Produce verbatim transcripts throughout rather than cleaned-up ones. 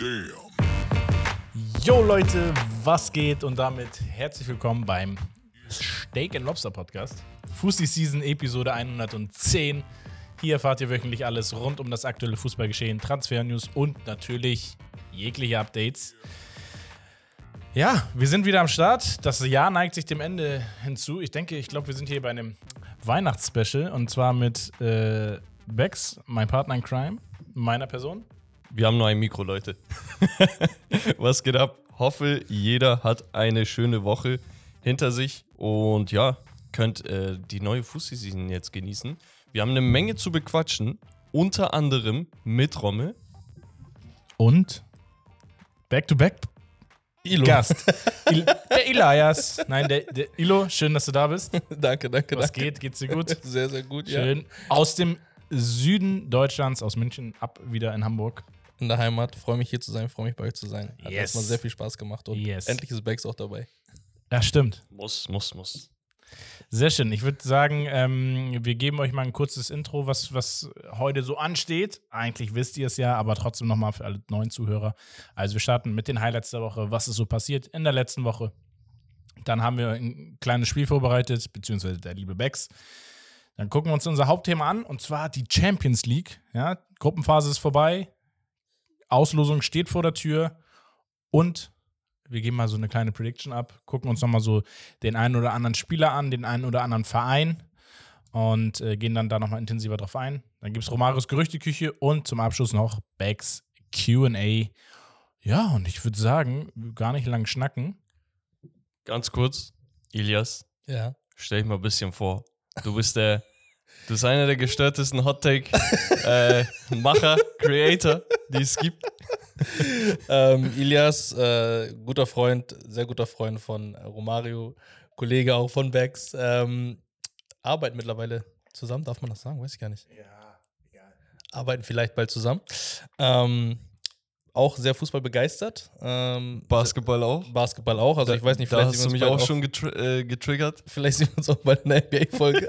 Damn. Yo Leute, was geht? Und damit herzlich willkommen beim Steak and Lobster Podcast. Fussi Season Episode hundertzehn. Hier erfahrt ihr wöchentlich alles rund um das aktuelle Fußballgeschehen, Transfer-News und natürlich jegliche Updates. Ja, wir sind wieder am Start. Das Jahr neigt sich dem Ende hinzu. Ich denke, ich glaube, wir sind hier bei einem Weihnachtsspecial und zwar mit äh, Bex, mein Partner in Crime, meiner Person. Wir haben nur ein Mikro, Leute. Was geht ab? Hoffe, jeder hat eine schöne Woche hinter sich und ja, könnt äh, die neue Fußball-Season jetzt genießen. Wir haben eine Menge zu bequatschen, unter anderem mit Rommel. Und Back-to-Back Ilo. Gast. Il- der Elias. Nein, der, der Ilo, schön, dass du da bist. danke, danke, Was danke. geht? Geht's dir gut? Sehr, sehr gut, ja. Schön. Aus dem Süden Deutschlands, aus München, ab wieder in Hamburg. In der Heimat. Freue mich hier zu sein, freue mich bei euch zu sein. Hat Yes. erstmal sehr viel Spaß gemacht und Yes. endlich ist Bags auch dabei. Ja, stimmt. Muss, muss, muss. Sehr schön. Ich würde sagen, ähm, wir geben euch mal ein kurzes Intro, was, was heute so ansteht. Eigentlich wisst ihr es ja, aber trotzdem nochmal für alle neuen Zuhörer. Also wir starten mit den Highlights der Woche. Was ist so passiert in der letzten Woche? Dann haben wir ein kleines Spiel vorbereitet, beziehungsweise der liebe Bex. Dann gucken wir uns unser Hauptthema an, und zwar die Champions League. Ja, Gruppenphase ist vorbei, Auslosung steht vor der Tür und wir geben mal so eine kleine Prediction ab, gucken uns nochmal so den einen oder anderen Spieler an, den einen oder anderen Verein und äh, gehen dann da nochmal intensiver drauf ein. Dann gibt es Romarios Gerüchteküche und zum Abschluss noch Bex Q and A. Ja, und ich würde sagen, gar nicht lang schnacken. Ganz kurz, Ilias, Ja. stell dich mal ein bisschen vor. Du bist der, du bist einer der gestörtesten Hot-Take-Macher, Creator, die es gibt. ähm, Ilias, äh, guter Freund, sehr guter Freund von Romario, Kollege auch von Bags. Ähm, arbeiten mittlerweile zusammen, darf man das sagen? Weiß ich gar nicht. Ja, egal. Arbeiten vielleicht bald zusammen. Ähm, auch sehr Fußball begeistert. Ähm, Basketball auch. Basketball auch. Also ich weiß nicht, Da vielleicht hast sehen du wir mich uns auch bald schon getr- äh, getriggert. Vielleicht sehen wir uns auch bei einer N B A-Folge.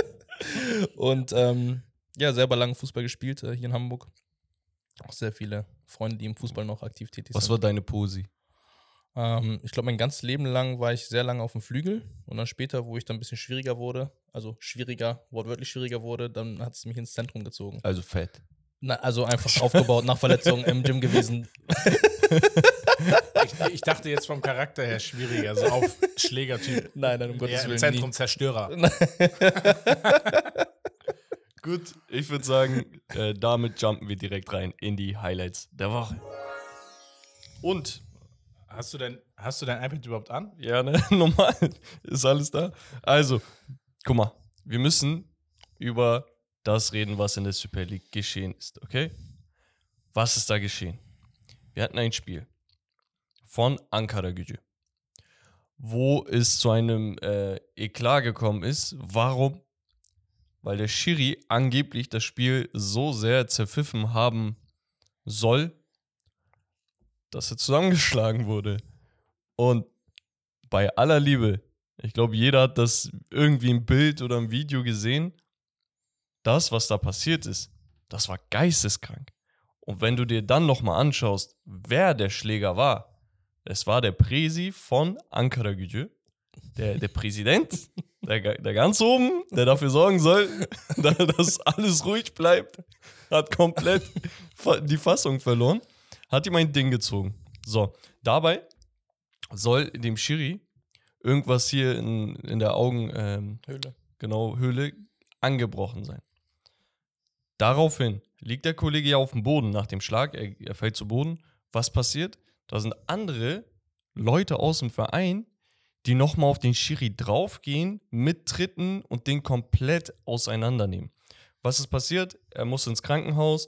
Und ähm, ja, selber lange Fußball gespielt äh, hier in Hamburg. Auch sehr viele Freunde, die im Fußball noch aktiv tätig Was sind. war deine Posi? Ähm, ich glaube, mein ganzes Leben lang war ich sehr lange auf dem Flügel. Und dann später, wo ich dann ein bisschen schwieriger wurde, also schwieriger, wortwörtlich schwieriger wurde, dann hat es mich ins Zentrum gezogen. Also fett. Na, also einfach aufgebaut, nach Verletzungen im Gym gewesen. Ich, ich dachte jetzt vom Charakter her schwieriger, so auf Schlägertyp. Nein, nein, um Gottes Eher im Willen. Zentrum Zerstörer. Gut, ich würde sagen, äh, damit jumpen wir direkt rein in die Highlights der Woche. Und, Hast du dein, hast du dein iPad überhaupt an? ja, ne, normal, ist alles da. Also, guck mal, wir müssen über das reden, was in der Super League geschehen ist, okay? Was ist da geschehen? Wir hatten ein Spiel von Ankaragücü, wo es zu einem äh, Eklat gekommen ist. Warum? Weil der Schiri angeblich das Spiel so sehr zerpfiffen haben soll, dass er zusammengeschlagen wurde. Und bei aller Liebe, ich glaube, jeder hat das irgendwie im Bild oder im Video gesehen, das, was da passiert ist, das war geisteskrank. Und wenn du dir dann nochmal anschaust, wer der Schläger war, es war der Presi von Ankaragücü, der, der Präsident, der, der ganz oben, der dafür sorgen soll, dass alles ruhig bleibt, hat komplett die Fassung verloren, hat ihm ein Ding gezogen. So, dabei soll dem Schiri irgendwas hier in, in der Augen, ähm, Höhle. genau, Höhle angebrochen sein. Daraufhin liegt der Kollege ja auf dem Boden nach dem Schlag, er, er fällt zu Boden. Was passiert? Da sind andere Leute aus dem Verein, die nochmal auf den Schiri draufgehen, mittreten und den komplett auseinandernehmen. Was ist passiert? Er muss ins Krankenhaus.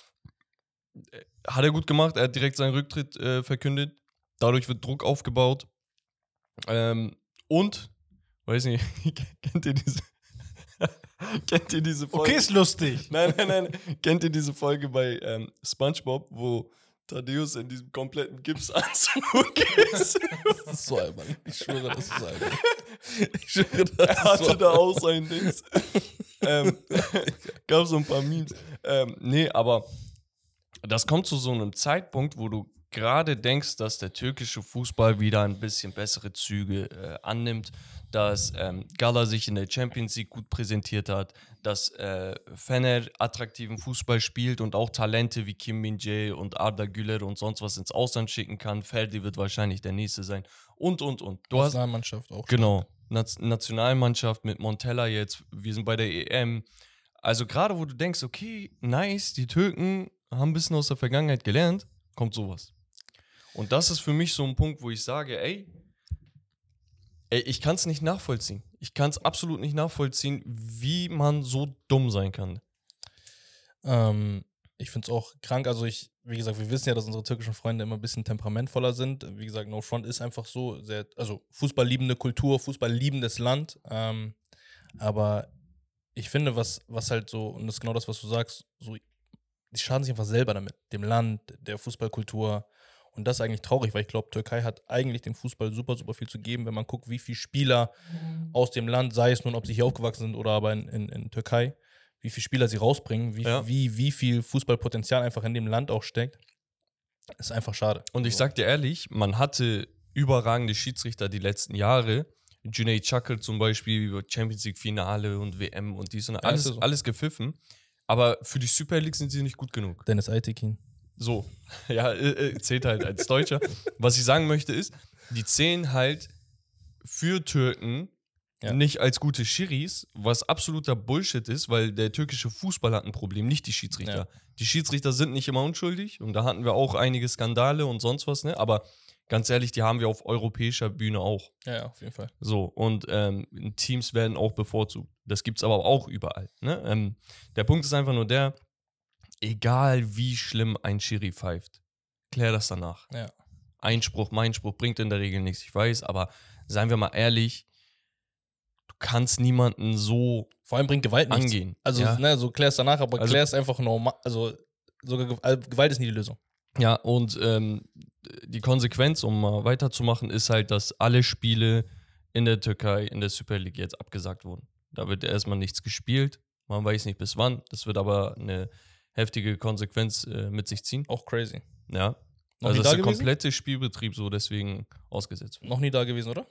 Hat er gut gemacht, er hat direkt seinen Rücktritt äh, verkündet. Dadurch wird Druck aufgebaut. Ähm, und, weiß nicht, kennt ihr diese kennt ihr diese Folge? Okay, ist lustig. Nein, nein, nein. Kennt ihr diese Folge bei ähm, SpongeBob, wo Thaddeus in diesem kompletten Gipsanzug ist? Das ist so albern. Ich schwöre, das ist albern. Ich schwöre, das Er hatte da auch sein Dings. ähm, gab so ein paar Memes. Ähm, nee, aber das kommt zu so einem Zeitpunkt, wo du gerade denkst, dass der türkische Fußball wieder ein bisschen bessere Züge äh, annimmt, dass ähm, Gala sich in der Champions League gut präsentiert hat, dass äh, Fener attraktiven Fußball spielt und auch Talente wie Kim Min-jae und Arda Güler und sonst was ins Ausland schicken kann. Ferdi wird wahrscheinlich der Nächste sein und, und, und. Du hast, Nationalmannschaft auch. genau, Naz- Nationalmannschaft mit Montella jetzt, wir sind bei der E M. Also gerade wo du denkst, okay, nice, die Türken haben ein bisschen aus der Vergangenheit gelernt, kommt sowas. Und das ist für mich so ein Punkt, wo ich sage, ey, ey ich kann es nicht nachvollziehen. Ich kann es absolut nicht nachvollziehen, wie man so dumm sein kann. Ähm, ich finde es auch krank. Also ich, wie gesagt, wir wissen ja, dass unsere türkischen Freunde immer ein bisschen temperamentvoller sind. Wie gesagt, No Front ist einfach so sehr, also fußballliebende Kultur, fußballliebendes Land. Ähm, aber ich finde, was, was halt so, und das ist genau das, was du sagst, so, die schaden sich einfach selber damit, dem Land, der Fußballkultur. Und das ist eigentlich traurig, weil ich glaube, Türkei hat eigentlich dem Fußball super, super viel zu geben, wenn man guckt, wie viele Spieler aus dem Land, sei es nun, ob sie hier aufgewachsen sind oder aber in, in, in Türkei, wie viele Spieler sie rausbringen, wie, Ja. wie, wie viel Fußballpotenzial einfach in dem Land auch steckt. Ist einfach schade. Und ich sag dir ehrlich, man hatte überragende Schiedsrichter die letzten Jahre. Cüneyt Çakır zum Beispiel, über Champions League Finale und W M und dies und Ja, alles, ist ja so. alles gepfiffen. Aber für die Super League sind sie nicht gut genug. Dennis Aytekin. So, ja, äh, äh, zählt halt als Deutscher. Was ich sagen möchte ist, die zählen halt für Türken Ja. nicht als gute Schiris, was absoluter Bullshit ist, weil der türkische Fußball hat ein Problem, nicht die Schiedsrichter. Ja. Die Schiedsrichter sind nicht immer unschuldig und da hatten wir auch einige Skandale und sonst was, ne? Aber ganz ehrlich, die haben wir auf europäischer Bühne auch. Ja, ja, auf jeden Fall. So, und ähm, Teams werden auch bevorzugt. Das gibt's aber auch überall. Ne? Ähm, der Punkt ist einfach nur der, egal wie schlimm ein Schiri pfeift, klär das danach. Ja. Einspruch, Meinspruch bringt in der Regel nichts, ich weiß, aber seien wir mal ehrlich, du kannst niemanden so Vor allem bringt Gewalt nichts. angehen. Also, ja. ne, so klärst danach, aber Also- klärst einfach normal. Also, sogar Ge- also Gewalt ist nie die Lösung. Ja, und ähm, die Konsequenz, um mal weiterzumachen, ist halt, dass alle Spiele in der Türkei, in der Super League jetzt abgesagt wurden. Da wird erstmal nichts gespielt, man weiß nicht bis wann, das wird aber eine heftige Konsequenz äh, mit sich ziehen. Auch crazy. Ja, Noch also nie das da ist der gewesen? komplette Spielbetrieb so deswegen ausgesetzt. Noch nie da gewesen, oder?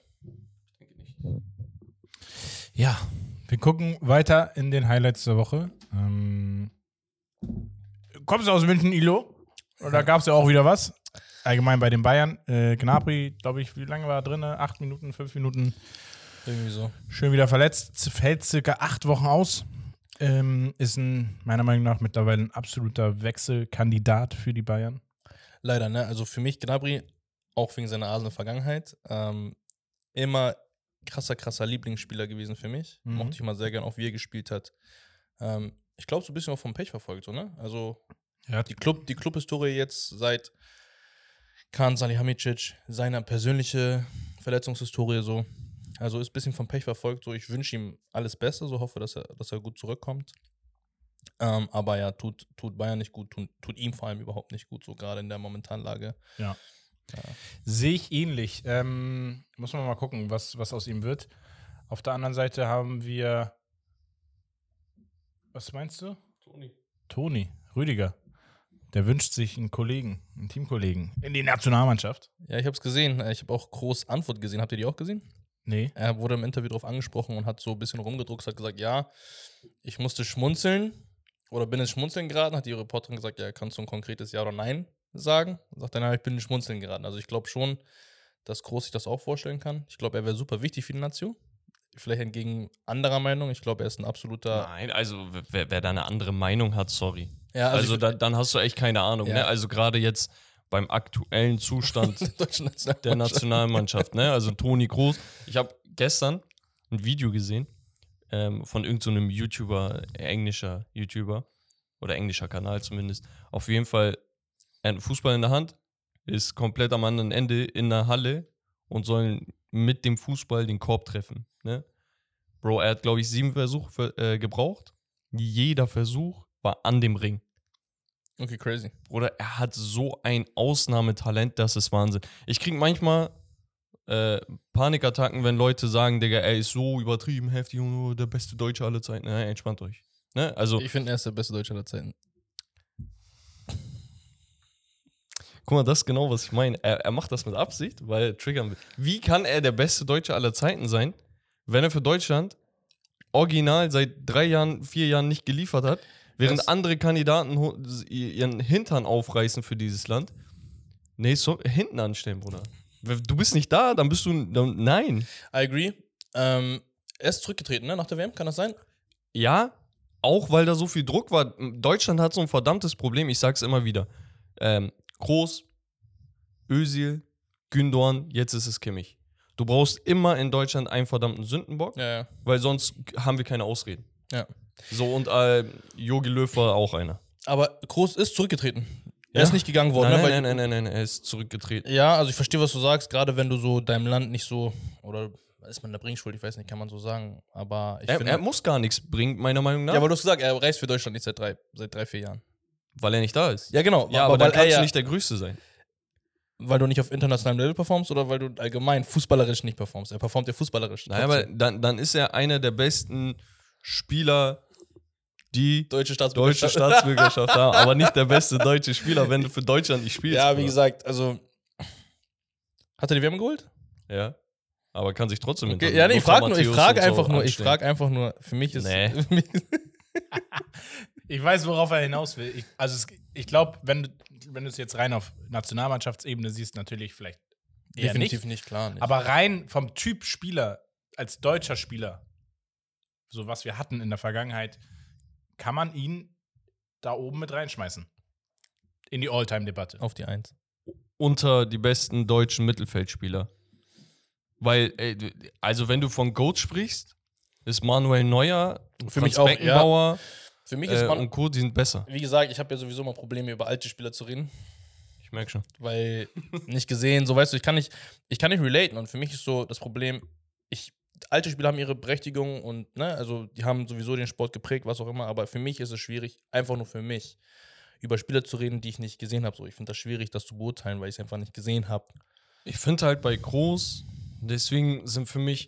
Ja, wir gucken weiter in den Highlights der Woche. Ähm, kommst du aus München, Ilo? Oder gab es ja auch wieder was? Allgemein bei den Bayern. Äh, Gnabry, glaube ich, wie lange war er drin? Acht Minuten, fünf Minuten. Irgendwie so. Schön wieder verletzt. Z- Fällt circa acht Wochen aus. Ähm, ist ein, meiner Meinung nach mittlerweile ein absoluter Wechselkandidat für die Bayern. Leider, ne? Also für mich Gnabry, auch wegen seiner Arsenal-Vergangenheit, ähm, immer krasser, krasser Lieblingsspieler gewesen für mich. Mhm. Mochte ich mal sehr gern, auch wie er gespielt hat. Ähm, ich glaube, so ein bisschen auch vom Pech verfolgt, so, ne? Also Ja, die Club, die Club-Historie jetzt seit Kaan Salihamidzic, seine persönliche Verletzungshistorie so. Also ist ein bisschen vom Pech verfolgt. So, ich wünsche ihm alles Beste, so hoffe, dass er, dass er gut zurückkommt. Ähm, aber ja, tut, tut Bayern nicht gut, tut, tut ihm vor allem überhaupt nicht gut, so gerade in der momentanen Lage. Ja. Sehe ich ähnlich. Ähm, muss man mal gucken, was, was aus ihm wird. Auf der anderen Seite haben wir. Was meinst du? Toni. Toni, Rüdiger. Der wünscht sich einen Kollegen, einen Teamkollegen in die Nationalmannschaft. Ja, ich habe es gesehen. Ich habe auch groß Antwort gesehen. Habt ihr die auch gesehen? Nee. Er wurde im Interview darauf angesprochen und hat so ein bisschen rumgedruckt, hat gesagt, ja, ich musste schmunzeln oder bin ins Schmunzeln geraten. Hat die Reporterin gesagt, ja, kannst du ein konkretes Ja oder Nein sagen? Sagt er, ja, ich bin ins Schmunzeln geraten. Also ich glaube schon, dass Groß sich das auch vorstellen kann. Ich glaube, er wäre super wichtig für die Nation. Vielleicht entgegen anderer Meinung. Ich glaube, er ist ein absoluter. Nein, also wer, wer da eine andere Meinung hat, sorry. Ja, Also, ich- da, dann hast du echt keine Ahnung. Ja. Ne? Also gerade jetzt beim aktuellen Zustand deutschen der Nationalmannschaft. Nationalmannschaft, ne? Also Toni Kroos. Ich habe gestern ein Video gesehen ähm, von irgendeinem so YouTuber, äh, englischer YouTuber oder englischer Kanal zumindest. Auf jeden Fall ein Fußball in der Hand, ist komplett am anderen Ende in der Halle und sollen mit dem Fußball den Korb treffen. Ne? Bro, er hat, glaube ich, sieben Versuche ver- äh, gebraucht. Jeder Versuch war an dem Ring. Okay, crazy. Oder er hat so ein Ausnahmetalent, das ist Wahnsinn. Ich krieg manchmal äh, Panikattacken, wenn Leute sagen, Digga, er ist so übertrieben heftig und oh, der beste Deutsche aller Zeiten. Nein, entspannt euch. Ne? Also, Ich finde, er ist der beste Deutsche aller Zeiten. guck mal, das ist genau, was ich meine. Er, er macht das mit Absicht, weil er triggern will. Wie kann er der beste Deutsche aller Zeiten sein, wenn er für Deutschland original seit drei Jahren, vier Jahren nicht geliefert hat, während Das- andere Kandidaten ho- ihren Hintern aufreißen für dieses Land? Nee, so hinten anstellen, Bruder. Du bist nicht da, dann bist du. Dann, nein. I agree. Ähm, er ist zurückgetreten, ne? Nach der W M, kann das sein? Ja, auch weil da so viel Druck war. Deutschland hat so ein verdammtes Problem, ich sag's immer wieder. Ähm, Kroos, Özil, Gündoğan, jetzt ist es Kimmich. Du brauchst immer in Deutschland einen verdammten Sündenbock, Ja, ja. weil sonst haben wir keine Ausreden. ja. So, und äh, Jogi Löw war auch einer. Aber Kroos ist zurückgetreten. Er Ja. ist nicht gegangen worden. Nein, ne? nein, Weil- nein, nein, nein, er ist zurückgetreten. Ja, also ich verstehe, was du sagst, gerade wenn du so deinem Land nicht so, oder ist man in der Bringschuld, ich weiß nicht, kann man so sagen, aber ich Er, finde... er muss gar nichts bringen, meiner Meinung nach, ja, aber du hast gesagt, er reist für Deutschland nicht seit drei, seit drei, vier Jahren. weil er nicht da ist. Ja, genau. Ja, aber, dann weil kannst er ja, du nicht der Größte sein. weil du nicht auf internationalem Level performst oder weil du allgemein fußballerisch nicht performst? Er performt ja fußballerisch. Nein, aber trotzdem. dann, dann ist er einer der besten Spieler, die Deutsche deutsche Staatsbürgerschaft. Staatsbürgerschaft haben, aber nicht der beste deutsche Spieler, wenn du für Deutschland nicht spielst. Ja, wie Bruder. gesagt, also... Hat er die W M geholt? Ja. Aber kann sich trotzdem Okay, hinter ja, nee, ich Lothar frage nur, ich Matthäus frage und so einfach nur, ich anstellen. frage einfach nur, für mich ist... Nee. Ich weiß, worauf er hinaus will. Ich, also es, ich glaube, wenn, du- wenn du es jetzt rein auf Nationalmannschaftsebene siehst, natürlich vielleicht eher Definitiv nicht. nicht, klar nicht. Aber rein vom Typ Spieler, als deutscher Spieler, so was wir hatten in der Vergangenheit, kann man ihn da oben mit reinschmeißen. In die All-Time-Debatte. auf die Eins. Unter die besten deutschen Mittelfeldspieler. Weil, ey, du- also wenn du von Goat sprichst, ist Manuel Neuer, Für Franz mich auch, ja. Beckenbauer Für mich ist äh, man... und Co., die sind besser. Wie gesagt, ich habe ja sowieso mal Probleme, über alte Spieler zu reden. Ich merke schon. Weil nicht gesehen, so weißt du, ich kann nicht, ich kann nicht relaten und für mich ist so das Problem, ich, alte Spieler haben ihre Berechtigung und, ne, also die haben sowieso den Sport geprägt, was auch immer, aber für mich ist es schwierig, einfach nur für mich, über Spieler zu reden, die ich nicht gesehen habe. So, ich finde das schwierig, das zu beurteilen, weil ich es einfach nicht gesehen habe. Ich finde halt bei Kroos, deswegen sind für mich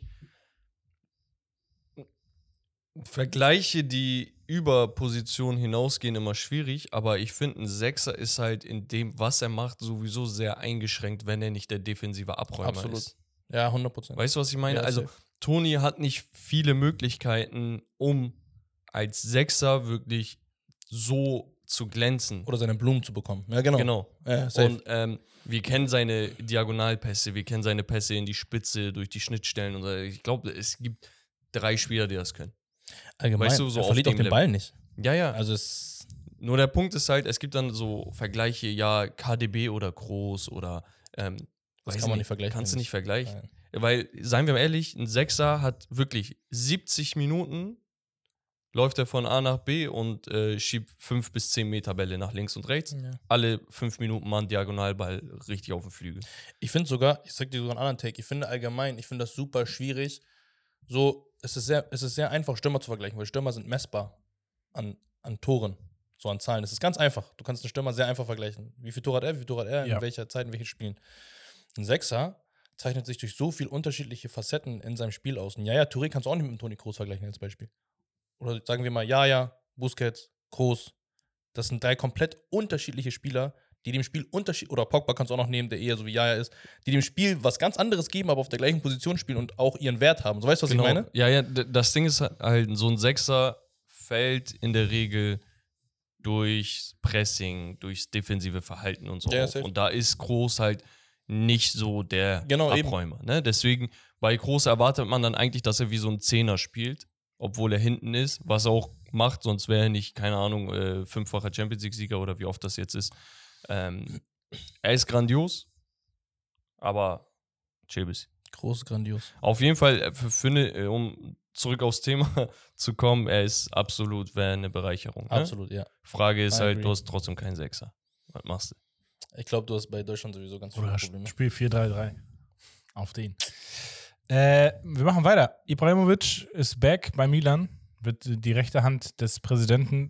Vergleiche, die über Positionen hinausgehen, immer schwierig, aber ich finde, ein Sechser ist halt in dem, was er macht, sowieso sehr eingeschränkt, wenn er nicht der defensive Abräumer Absolut. ist. Ja, hundert Prozent. Weißt du, was ich meine? Ja, also, safe. Toni hat nicht viele Möglichkeiten, um als Sechser wirklich so zu glänzen. Oder seine Blumen zu bekommen. Ja, genau. Genau. Ja, safe. Und ähm, wir kennen seine Diagonalpässe, wir kennen seine Pässe in die Spitze, durch die Schnittstellen und so. Ich glaube, es gibt drei Spieler, die das können. Allgemein, weißt du, so er auf verliert auch dem den Level. Ball nicht. Ja, ja. Also es, Nur der Punkt ist halt, es gibt dann so Vergleiche, ja, K D B oder Groß oder ähm, das weiß kann man nicht, nicht vergleichen. Kannst du finde nicht ich. vergleichen. Nein. Weil, seien wir mal ehrlich, ein Sechser hat wirklich siebzig Minuten, läuft er von A nach B und äh, schiebt fünf bis zehn Meter Bälle nach links und rechts. Ja. Alle fünf Minuten mal einen Diagonalball richtig auf den Flügel. Ich finde sogar, ich sag dir sogar einen anderen Take, ich finde allgemein, ich finde das super schwierig. So, es ist sehr, es ist sehr einfach, Stürmer zu vergleichen, weil Stürmer sind messbar an, an Toren, so an Zahlen. Es ist ganz einfach. Du kannst einen Stürmer sehr einfach vergleichen. Wie viel Tor hat er, wie viel Tor hat er, Ja. in welcher Zeit, in welchen Spielen. Ein Sechser zeichnet sich durch so viele unterschiedliche Facetten in seinem Spiel aus. Ein Jaja Touré kannst du auch nicht mit dem Toni Kroos vergleichen als Beispiel. Oder sagen wir mal Jaja, Busquets, Kroos. Das sind drei komplett unterschiedliche Spieler, die dem Spiel Unterschied, oder Pogba kannst du auch noch nehmen, der eher so wie Jaja ist, die dem Spiel was ganz anderes geben, aber auf der gleichen Position spielen und auch ihren Wert haben. So weißt du, was ich meine? Ja, ja, d- das Ding ist halt, so ein Sechser fällt in der Regel durchs Pressing, durchs defensive Verhalten und so Ja, auf. safe. Und da ist Groß halt nicht so der Genau, eben. Abräumer. Ne? Deswegen, bei Groß erwartet man dann eigentlich, dass er wie so ein Zehner spielt, obwohl er hinten ist, was er auch macht, sonst wäre er nicht, keine Ahnung, äh, fünffacher Champions League-Sieger oder wie oft das jetzt ist. Ähm, er ist grandios, aber chill bisschen. Groß, grandios. Auf jeden Fall, äh, für, für eine, äh, um zurück aufs Thema zu kommen, er ist absolut, wäre eine Bereicherung. Ne? Absolut, ja. Frage ist I halt, agree. du hast trotzdem keinen Sechser. Was machst du? Ich glaube, du hast bei Deutschland sowieso ganz viele Oder Probleme. Spiel vier drei drei. Auf den. Äh, wir machen weiter. Ibrahimovic ist back bei Milan. Wird die rechte Hand des Präsidenten.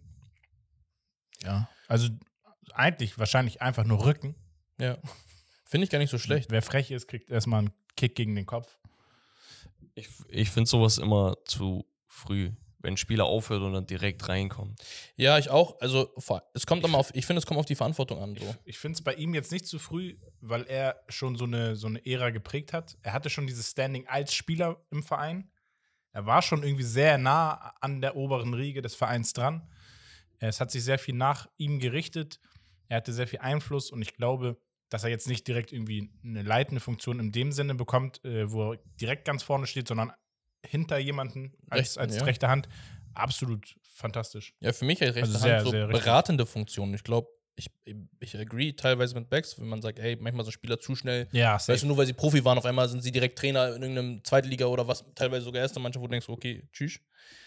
Ja. Also eigentlich wahrscheinlich einfach nur Rücken. Ja. Finde ich gar nicht so schlecht. Wer frech ist, kriegt erstmal einen Kick gegen den Kopf. Ich, ich finde sowas immer zu früh. wenn ein Spieler aufhört und dann direkt reinkommt. Ja, ich auch. Also es kommt immer auf, ich finde, es kommt auf die Verantwortung an. So. Ich, ich finde es bei ihm jetzt nicht zu früh, weil er schon so eine, so eine Ära geprägt hat. Er hatte schon dieses Standing als Spieler im Verein. Er war schon irgendwie sehr nah an der oberen Riege des Vereins dran. Es hat sich sehr viel nach ihm gerichtet. Er hatte sehr viel Einfluss und ich glaube, dass er jetzt nicht direkt irgendwie eine leitende Funktion in dem Sinne bekommt, äh, wo er direkt ganz vorne steht, sondern hinter jemanden als, Recht, als ja. rechte Hand. Absolut fantastisch. Ja, für mich als rechte Also sehr, Hand so sehr richtig. beratende Funktion. Ich glaube, ich, ich agree teilweise mit Becks, wenn man sagt, ey, manchmal sind Spieler zu schnell. Ja, Weißt du, nur weil sie Profi waren, auf einmal sind sie direkt Trainer in irgendeinem Zweitliga oder was, teilweise sogar erste Mannschaft, wo du denkst, okay, tschüss.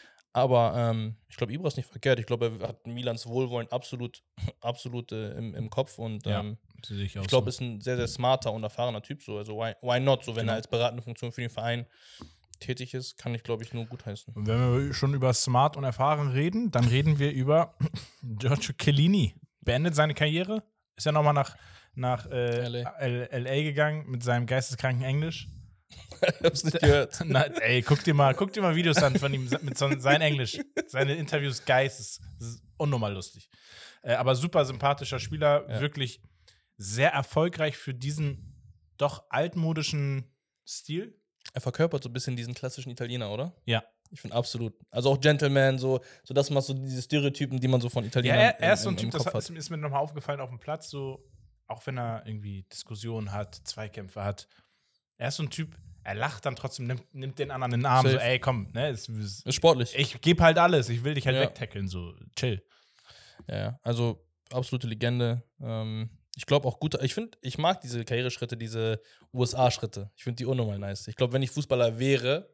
Aber ähm, ich glaube, Ibra ist nicht verkehrt. Ich glaube, er hat Milans Wohlwollen absolut, absolut äh, im, im Kopf und Ja, ähm, sehe ich auch ich glaube, so. ist ein sehr, sehr smarter und erfahrener Typ. So. Also why, why not? So, wenn Genau. er als beratende Funktion für den Verein tätig ist, kann ich, glaube ich, nur gutheißen. Und wenn wir schon über smart und erfahren reden, dann reden wir über Giorgio Chiellini. Beendet seine Karriere, ist ja nochmal nach, nach äh, L A. L A gegangen mit seinem geisteskranken Englisch. Ich hab's nicht gehört. Na, ey, guck dir mal, guck dir mal Videos an von ihm mit so, sein Englisch. Seine Interviews geistes. Das ist unnormal lustig. Äh, aber super sympathischer Spieler, Ja. wirklich sehr erfolgreich für diesen doch altmodischen Stil. Er verkörpert so ein bisschen diesen klassischen Italiener, oder? Ja. Ich finde absolut. Also auch Gentleman, so, so das mal so diese Stereotypen, die man so von Ja, Italienern er, er ist so im, ein im, im Typ, das Kopf hat, ist, hat. ist mir nochmal aufgefallen auf dem Platz, so, auch wenn er irgendwie Diskussionen hat, Zweikämpfe hat. Er ist so ein Typ, er lacht dann trotzdem, nimmt, nimmt den anderen in den Arm, Safe. so, ey, komm, ne, es, es, Ist sportlich. ich gebe halt alles, ich will dich halt Ja. wegtackeln, so, chill. Ja, ja. Also absolute Legende. Ähm, ich glaube auch gut, ich finde, ich mag diese Karriereschritte, diese U S A-Schritte. Ich finde die unnormal nice. Ich glaube, wenn ich Fußballer wäre,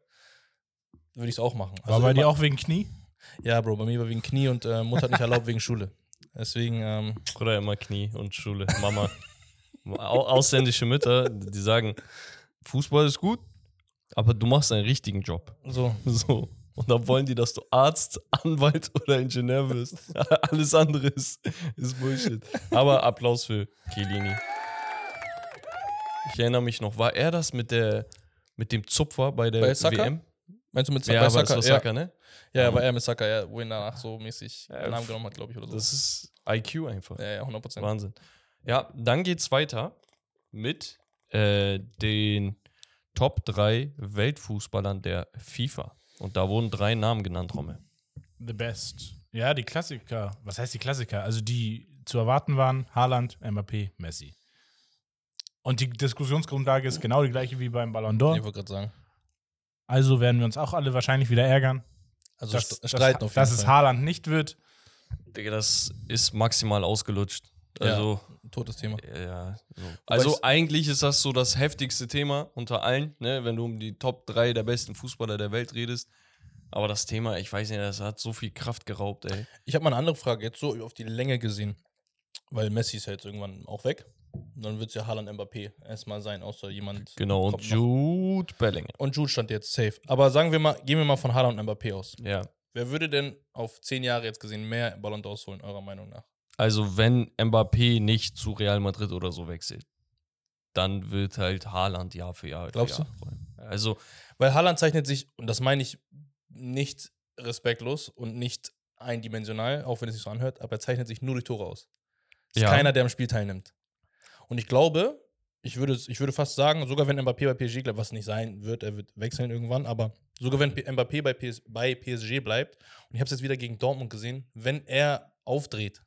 würde ich es auch machen. War bei immer- dir auch wegen Knie? Ja, Bro, bei mir war wegen Knie und äh, Mutter hat nicht erlaubt wegen Schule. Deswegen, ähm, Oder immer Knie und Schule. Mama. Au- ausländische Mütter, die sagen, Fußball ist gut, aber du machst einen richtigen Job. so. So. Und dann wollen die, dass du Arzt, Anwalt oder Ingenieur wirst. Alles andere ist, ist Bullshit. Aber Applaus für Chiellini. Ich erinnere mich noch, war er das mit der mit dem Zupfer bei der Bei Saka? W M? Meinst du mit Ja, bei aber das war Saka, ja. ne? Ja, war er mit Saka, ja, wo ihn danach so mäßig Ja, den Namen genommen hat, glaube ich, oder so. Das ist I Q einfach. ja, ja, hundert Prozent. Wahnsinn. Ja, dann geht's weiter mit äh, den Top drei Weltfußballern der FIFA. Und da wurden drei Namen genannt, Rommel. The best. Ja, die Klassiker. Was heißt die Klassiker? Also die zu erwarten waren Haaland, Mbappé, Messi. Und die Diskussionsgrundlage ist genau die gleiche wie beim Ballon d'Or. Ich wollte gerade sagen. Also werden wir uns auch alle wahrscheinlich wieder ärgern, Also dass, st- dass, streiten auf jeden dass es Fall. Haaland nicht wird. Digga, das ist maximal ausgelutscht. Ja. Also, Totes Thema. ja. So. Also, ich's- eigentlich ist das so das heftigste Thema unter allen, ne? Wenn du um die Top drei der besten Fußballer der Welt redest. Aber das Thema, ich weiß nicht, das hat so viel Kraft geraubt, ey. Ich habe mal eine andere Frage, jetzt so auf die Länge gesehen. Weil Messi ist ja jetzt irgendwann auch weg. Dann wird es ja Haaland Mbappé erstmal sein, außer jemand. Genau, und kommt noch. Jude Bellingham. Und Jude stand jetzt safe. Aber sagen wir mal, gehen wir mal von Haaland und Mbappé aus. Ja. Wer würde denn auf zehn Jahre jetzt gesehen mehr Ballon d'Ors holen, eurer Meinung nach? Also, wenn Mbappé nicht zu Real Madrid oder so wechselt, dann wird halt Haaland Jahr für Jahr. Glaubst für Jahr holen. Also, Weil Haaland zeichnet sich, und das meine ich nicht respektlos und nicht eindimensional, auch wenn es sich so anhört, aber er zeichnet sich nur durch Tore aus. Ist Ja. keiner, der am Spiel teilnimmt. Und ich glaube, ich würde, ich würde fast sagen, sogar wenn Mbappé bei P S G bleibt, was nicht sein wird, er wird wechseln irgendwann, aber sogar wenn P- Mbappé bei, P S, bei P S G bleibt, und ich habe es jetzt wieder gegen Dortmund gesehen, wenn er aufdreht,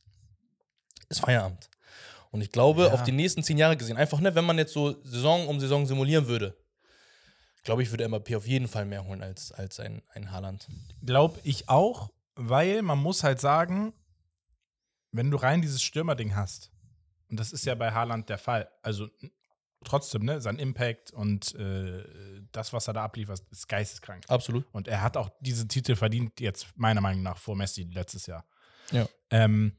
ist Feierabend. Und ich glaube, Ja. auf die nächsten zehn Jahre gesehen, einfach, ne, wenn man jetzt so Saison um Saison simulieren würde, glaube ich, würde Mbappé auf jeden Fall mehr holen als, als ein, ein Haaland. Glaube ich auch, weil man muss halt sagen, wenn du rein dieses Stürmerding hast, und das ist ja bei Haaland der Fall, also n- trotzdem, ne, sein Impact und äh, das, was er da abliefert, ist geisteskrank. Absolut. Und er hat auch diese Titel verdient, jetzt meiner Meinung nach vor Messi letztes Jahr. Ja. Ähm,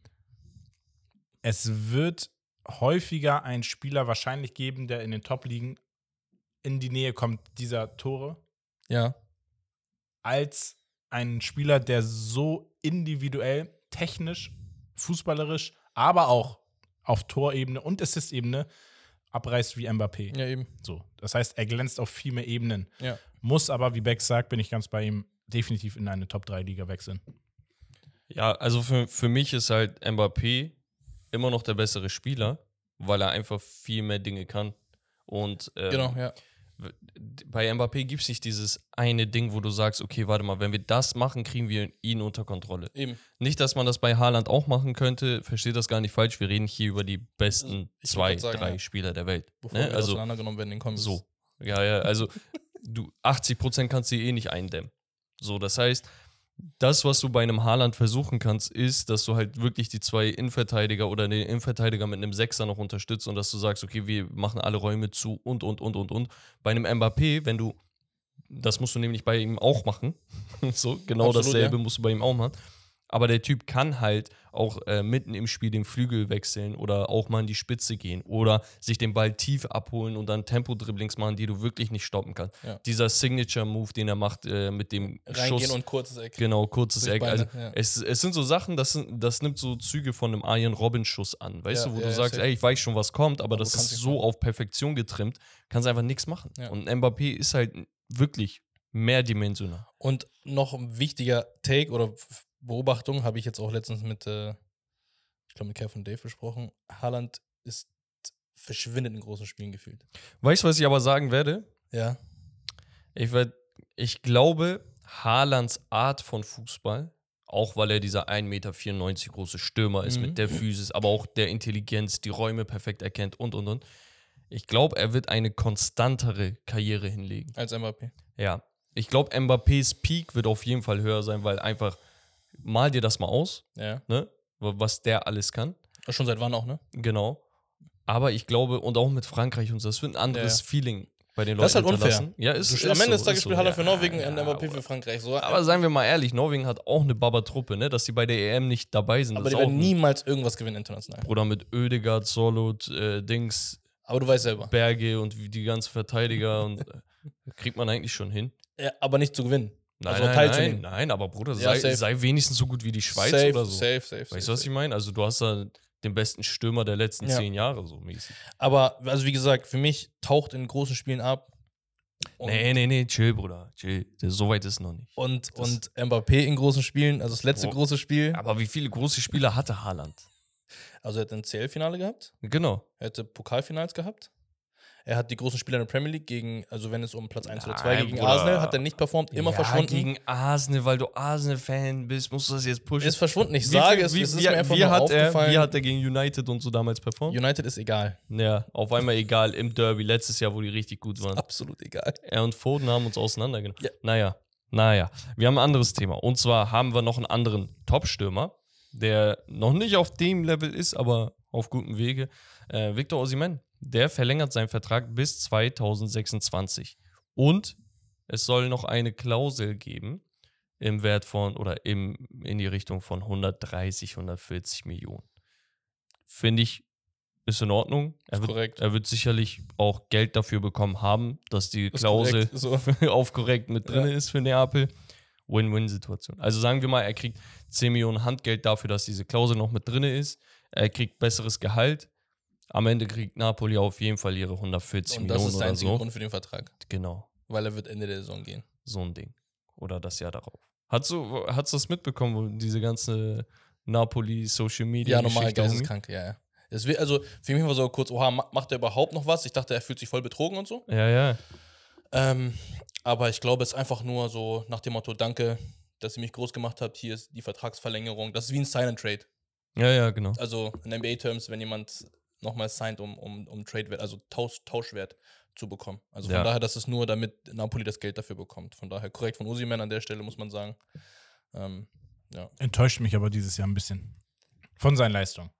es wird häufiger einen Spieler wahrscheinlich geben, der in den Top-Ligen in die Nähe kommt dieser Tore, Ja. als ein Spieler, der so individuell, technisch, fußballerisch, aber auch auf Torebene und Assist-Ebene abreißt wie Mbappé. Ja, eben. So. Das heißt, er glänzt auf viel mehr Ebenen. Ja. Muss aber, wie Beck sagt, bin ich ganz bei ihm, definitiv in eine Top drei Liga wechseln. Ja, also für, für mich ist halt Mbappé immer noch der bessere Spieler, weil er einfach viel mehr Dinge kann. Und ähm, Genau, ja. bei Mbappé gibt es nicht dieses eine Ding, wo du sagst, okay, warte mal, wenn wir das machen, kriegen wir ihn unter Kontrolle. Eben. Nicht, dass man das bei Haaland auch machen könnte, versteht das gar nicht falsch, wir reden hier über die besten Ich zwei, wollte sagen, drei ja. Spieler der Welt. Bevor Ne? wir Also auseinandergenommen werden, den kommen so. Ja, ja, also du achtzig Prozent kannst du eh nicht eindämmen. So, das heißt, das, was du bei einem Haaland versuchen kannst, ist, dass du halt wirklich die zwei Innenverteidiger oder den Innenverteidiger mit einem Sechser noch unterstützt und dass du sagst, okay, wir machen alle Räume zu und, und, und, und, und. Bei einem Mbappé, wenn du, das musst du nämlich bei ihm auch machen, so, genau Absolut, dasselbe ja. musst du bei ihm auch machen. Aber der Typ kann halt auch äh, mitten im Spiel den Flügel wechseln oder auch mal in die Spitze gehen oder sich den Ball tief abholen und dann Tempo-Dribblings machen, die du wirklich nicht stoppen kannst. Ja. Dieser Signature-Move, den er macht äh, mit dem Reingehen Schuss. und kurzes Eck. Genau, kurzes Durch Eck. Beine, Also ja. es, es sind so Sachen, das, sind, das nimmt so Züge von einem Arjen Robben-Schuss an, weißt Ja, du, wo ja, du ja, sagst, safe. ey, ich weiß schon, was kommt, aber, Aber das du ist kannst nicht so machen. auf Perfektion getrimmt, kannst einfach nichts machen. Ja. Und Mbappé ist halt wirklich mehrdimensional. Und noch ein wichtiger Take oder F- Beobachtung habe ich jetzt auch letztens mit, äh, ich glaube, mit Kevin Dave besprochen. Haaland ist verschwindet in großen Spielen gefühlt. Weißt du, was ich aber sagen werde? Ja. Ich, werd, ich glaube, Haalands Art von Fußball, auch weil er dieser ein Meter vierundneunzig große Stürmer ist Mhm. mit der Physis, aber auch der Intelligenz, die Räume perfekt erkennt und, und, und. Ich glaube, er wird eine konstantere Karriere hinlegen. Als Mbappé. Ja. Ich glaube, Mbappés Peak wird auf jeden Fall höher sein, weil einfach, mal dir das mal aus, Ja. ne? Was der alles kann. Schon seit wann auch, ne? Genau. Aber ich glaube, und auch mit Frankreich und so, das wird ein anderes Ja, ja. Feeling bei den Leuten. Das ist halt unfair. hinterlassen. Ja, ist, Du- ist Am Ende des so, Tages ist spielt so. Haaland für Ja, Norwegen ja, und Mbappé aber- für Frankreich. So, Aber seien wir mal ehrlich, Norwegen hat auch eine Baba-Truppe, ne? Dass die bei der E M nicht dabei sind. aber das die ist auch werden ein- niemals irgendwas gewinnen international. Bruder mit Ödegaard, Solot, äh, Dings, Aber du weißt selber. Berge und wie die ganzen Verteidiger und äh, kriegt man eigentlich schon hin. Ja, aber nicht zu gewinnen. Nein, Also nein, teilzunehmen. nein, nein, aber Bruder, Ja, sei, safe. sei wenigstens so gut wie die Schweiz safe, oder so. Safe, safe, safe. Weißt du, was ich meine? Also du hast da den besten Stürmer der letzten Ja. zehn Jahre so mäßig. Aber, also wie gesagt, für mich taucht in großen Spielen ab. Und, Nee, nee, nee, chill, Bruder, chill. Das- So weit ist es noch nicht. Und, Das- und Mbappé in großen Spielen, also das letzte Bro. große Spiel. Aber wie viele große Spieler hatte Haaland? Also er hat ein C L-Finale gehabt, Genau. er hatte Pokalfinals gehabt. Er hat die großen Spieler in der Premier League gegen, also wenn es um Platz eins oder zwei Nein, gegen Bruder. Arsenal, hat er nicht performt, immer ja, verschwunden. gegen Arsenal, weil du Arsenal-Fan bist, musst du das jetzt pushen. Ist verschwunden. Ich Wie sage viel- es, wie, es ist wie, mir einfach wie nur hat er, aufgefallen. Wie hat er gegen United und so damals performt? United ist egal. Ja, auf einmal egal im Derby, letztes Jahr, wo die richtig gut waren. Absolut egal. Er und Foden haben uns auseinandergenommen. Ja. Naja, naja. Wir haben ein anderes Thema. Und zwar haben wir noch einen anderen Top-Stürmer, der noch nicht auf dem Level ist, aber auf gutem Wege. Äh, Victor Osimhen. Der verlängert seinen Vertrag bis zweitausendsechsundzwanzig. Und es soll noch eine Klausel geben im Wert von oder im, in die Richtung von hundertdreißig, hundertvierzig Millionen. Finde ich, ist in Ordnung. Er Ist wird, korrekt. er wird sicherlich auch Geld dafür bekommen haben, dass die Ist Klausel korrekt, so. auf korrekt mit drin Ja. ist für Neapel. Win-Win-Situation. Also sagen wir mal, er kriegt zehn Millionen Handgeld dafür, dass diese Klausel noch mit drin ist. Er kriegt besseres Gehalt. Am Ende kriegt Napoli auf jeden Fall ihre hundertvierzig Und das Millionen ist der oder einzige so. Grund für den Vertrag. Genau, Weil er wird Ende der Saison gehen. so ein Ding. Oder das Jahr darauf. Hast du, hast du das mitbekommen, wo diese ganze Napoli-Social-Media Ja, normal, Geschichte, Homie? geisteskrank, ja, ja. Es wird, also für mich war so kurz, oha, ma- macht er überhaupt noch was? Ich dachte, er fühlt sich voll betrogen und so. Ja, ja. Ähm, aber ich glaube, es ist einfach nur so nach dem Motto, danke, dass ihr mich groß gemacht habt, hier ist die Vertragsverlängerung. Das ist wie ein Silent Trade. Ja, ja, genau. Also in N B A-Terms, wenn jemand nochmal signed, um, um, um Trade-Wert, also Tausch, Tauschwert zu bekommen. Also von Ja. daher, das ist nur, damit Napoli das Geld dafür bekommt. Von daher korrekt von Osimhen an der Stelle, muss man sagen. Ähm, ja. Enttäuscht mich aber dieses Jahr ein bisschen. Von seinen Leistungen.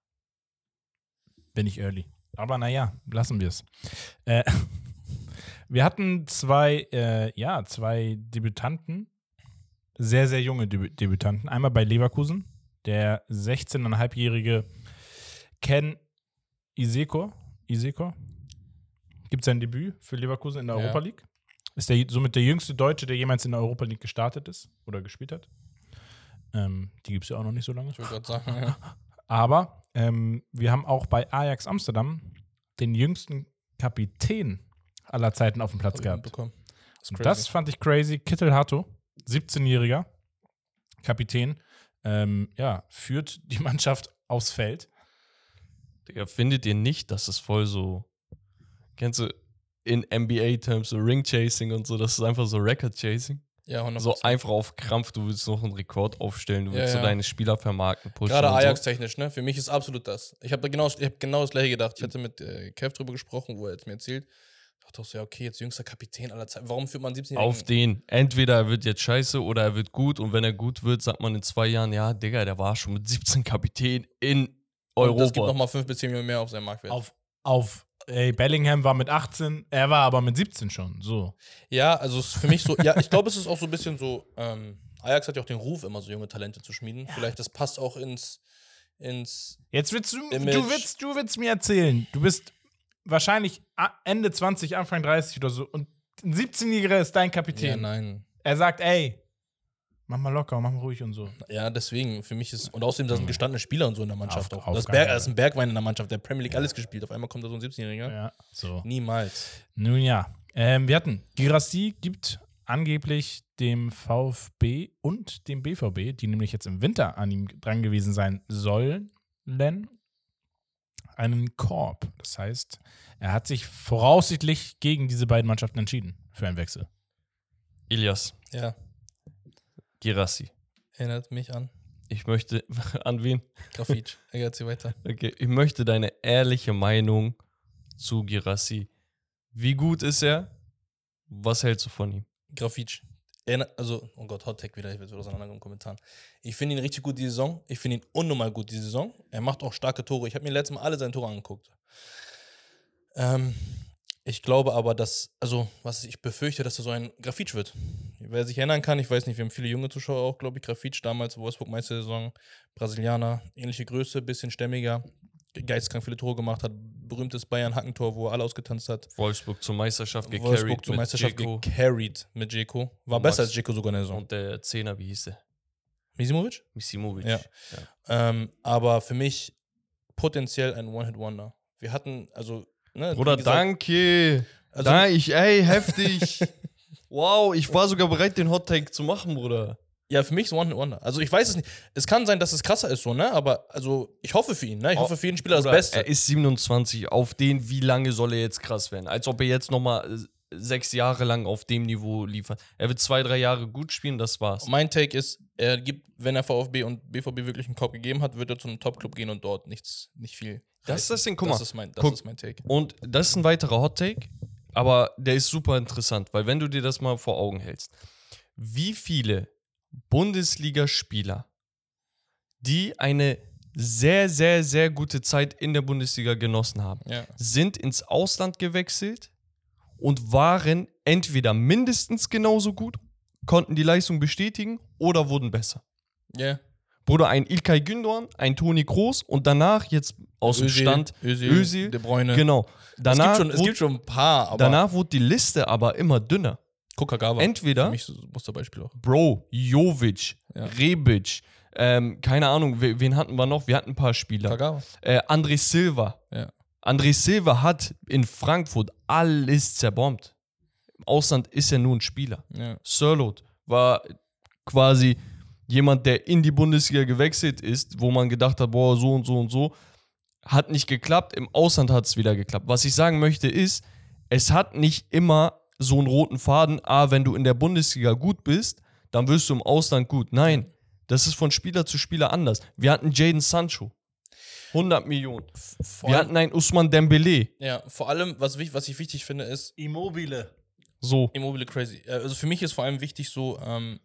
Bin ich early. Aber naja, lassen wir es. Äh, wir hatten zwei, äh, ja, zwei Debütanten. Sehr, sehr junge Debü- Debütanten. Einmal bei Leverkusen, der sechzehneinhalbjährige Ken Iseko. Iseko. Gibt sein Debüt für Leverkusen in der Ja. Europa League. Ist der, somit der jüngste Deutsche, der jemals in der Europa League gestartet ist oder gespielt hat. Ähm, die gibt es ja auch noch nicht so lange. Ich würde gerade sagen, ja. Aber ähm, wir haben auch bei Ajax Amsterdam den jüngsten Kapitän aller Zeiten auf dem Platz Hab ich gehabt. mitbekommen. Das ist Und crazy. das fand ich crazy. Kittel Hato. siebzehnjähriger Kapitän, ähm, ja, führt die Mannschaft aufs Feld. Digga, findet ihr nicht, dass es voll so, kennst du in N B A-Terms so Ring-Chasing und so, das ist einfach so Record-Chasing? Ja, hundert So Prozent. einfach auf Krampf, du willst noch einen Rekord aufstellen, du Ja, willst ja. so deine Spieler vermarkten, pushen Gerade und so. Ajax-technisch, ne? Für mich ist absolut das. Ich habe genau, ich hab genau das gleiche gedacht. Ich hatte mit äh, Kev drüber gesprochen, wo er jetzt mir erzählt. Ich dachte auch so, ja, okay, jetzt jüngster Kapitän aller Zeiten. Warum führt man siebzehnjährigen? Auf den. Entweder er wird jetzt scheiße oder er wird gut und wenn er gut wird, sagt man in zwei Jahren, ja, Digga, der war schon mit siebzehn Kapitän in Europa. Und das gibt nochmal fünf bis zehn Millionen mehr auf seinen Marktwert. Auf, auf ey, Bellingham war mit achtzehn, er war aber mit siebzehn schon, so. Ja, also es ist für mich so, ja, ich glaube, es ist auch so ein bisschen so, ähm, Ajax hat ja auch den Ruf, immer so junge Talente zu schmieden. Ja. Vielleicht, das passt auch ins, ins Jetzt willst du, Image. du willst, du willst mir erzählen, du bist wahrscheinlich Ende zwanzig, Anfang dreißig oder so und ein siebzehnjähriger ist dein Kapitän. Ja, nein. Er sagt, ey, mach mal locker, mach mal ruhig und so. Ja, deswegen, für mich ist, und außerdem, da sind gestandene Spieler und so in der Mannschaft Auf- auch. auf Das, keinen Berg, Fall. das ist ein Bergwein in der Mannschaft, der Premier League alles gespielt. Auf einmal kommt da so ein siebzehnjähriger. Ja, so. Niemals. Nun ja, ähm, wir hatten, Girassi gibt angeblich dem VfB und dem B V B, die nämlich jetzt im Winter an ihm dran gewesen sein sollen, einen Korb. Das heißt, er hat sich voraussichtlich gegen diese beiden Mannschaften entschieden für einen Wechsel. Ilias, Ja, Girassi. erinnert mich an Ich möchte, an wen? Grafitsch. Er geht sie weiter. Okay, ich möchte deine ehrliche Meinung zu Girassi. Wie gut ist er? Was hältst du von ihm? Grafitsch. Erinnert, also, oh Gott, Hot Tech wieder, ich werde auseinander in den Kommentaren. Ich finde ihn richtig gut die Saison. Ich finde ihn unnormal gut die Saison. Er macht auch starke Tore. Ich habe mir letztes Mal alle seine Tore angeguckt. Ähm, ich glaube aber, dass, also, was ich befürchte, dass er so ein Grafitsch wird. Wer sich erinnern kann, ich weiß nicht, wir haben viele junge Zuschauer auch, glaube ich, Grafitsch damals, Wolfsburg Meistersaison, Brasilianer, ähnliche Größe, bisschen stämmiger, geisteskrank viele Tore gemacht hat, berühmtes Bayern-Hackentor, wo er alle ausgetanzt hat. Wolfsburg zur Meisterschaft gecarried Wolfsburg zur mit Meisterschaft Dzeko gecarried mit Dzeko. War Und besser Max- als Dzeko sogar in der Saison. und der Zehner, wie hieß der? Misimovic? Misimovic. Ja. Ähm, aber für mich potenziell ein One-Hit-Wonder. Wir hatten, also, ne, Bruder, wie gesagt, danke. Also, Nein, ich, ey, heftig. Wow, ich war sogar bereit, den Hot Take zu machen, Bruder. ja, für mich ist One-Hit-Wonder. Also, ich weiß es nicht. Es kann sein, dass es krasser ist, so, ne? Aber, also, ich hoffe für ihn, ne? Ich Oh, hoffe für jeden Spieler das Bruder, Beste. Er ist siebenundzwanzig. Auf den, wie lange soll er jetzt krass werden? Als ob er jetzt nochmal sechs Jahre lang auf dem Niveau liefert. Er wird zwei, drei Jahre gut spielen, das war's. Mein Take ist, er gibt, wenn er VfB und B V B wirklich einen Korb gegeben hat, wird er zu einem Top-Club gehen und dort nichts, nicht viel. Das ist reißen. das Ding, guck mal. Das ist mein, das Guck. ist mein Take. Und das ist ein weiterer Hot Take, aber der ist super interessant, weil wenn du dir das mal vor Augen hältst, wie viele Bundesligaspieler, die eine sehr, sehr, sehr gute Zeit in der Bundesliga genossen haben, Ja. sind ins Ausland gewechselt und waren entweder mindestens genauso gut, konnten die Leistung bestätigen oder wurden besser. Ja. Bruder, ein İlkay Gündoğan, ein Toni Kroos und danach jetzt aus dem Stand Özil, Özil, De Bruyne. genau. Danach, es, gibt schon, es wurde, gibt schon ein paar, aber danach wurde die Liste aber immer dünner. Kokagawa. Entweder Für mich so ein Musterbeispiel auch. Bro, Jovic, Ja. Rebic, ähm, keine Ahnung, we- wen hatten wir noch? Wir hatten ein paar Spieler. Kagawa. Äh, André Silva. Ja. André Silva hat in Frankfurt alles zerbombt. Im Ausland ist er nur ein Spieler. Ja. Sörloth war quasi jemand, der in die Bundesliga gewechselt ist, wo man gedacht hat, boah, so und so und so. Hat nicht geklappt, im Ausland hat es wieder geklappt. Was ich sagen möchte ist, es hat nicht immer so einen roten Faden, ah, wenn du in der Bundesliga gut bist, dann wirst du im Ausland gut. Nein, das ist von Spieler zu Spieler anders. Wir hatten Jadon Sancho, hundert Millionen. Vor Wir allem, hatten einen Usman Dembele, ja, vor allem, was, wich- was ich wichtig finde, ist Immobile. so. Immobile crazy. Äh, Also für mich ist vor allem wichtig so, ähm,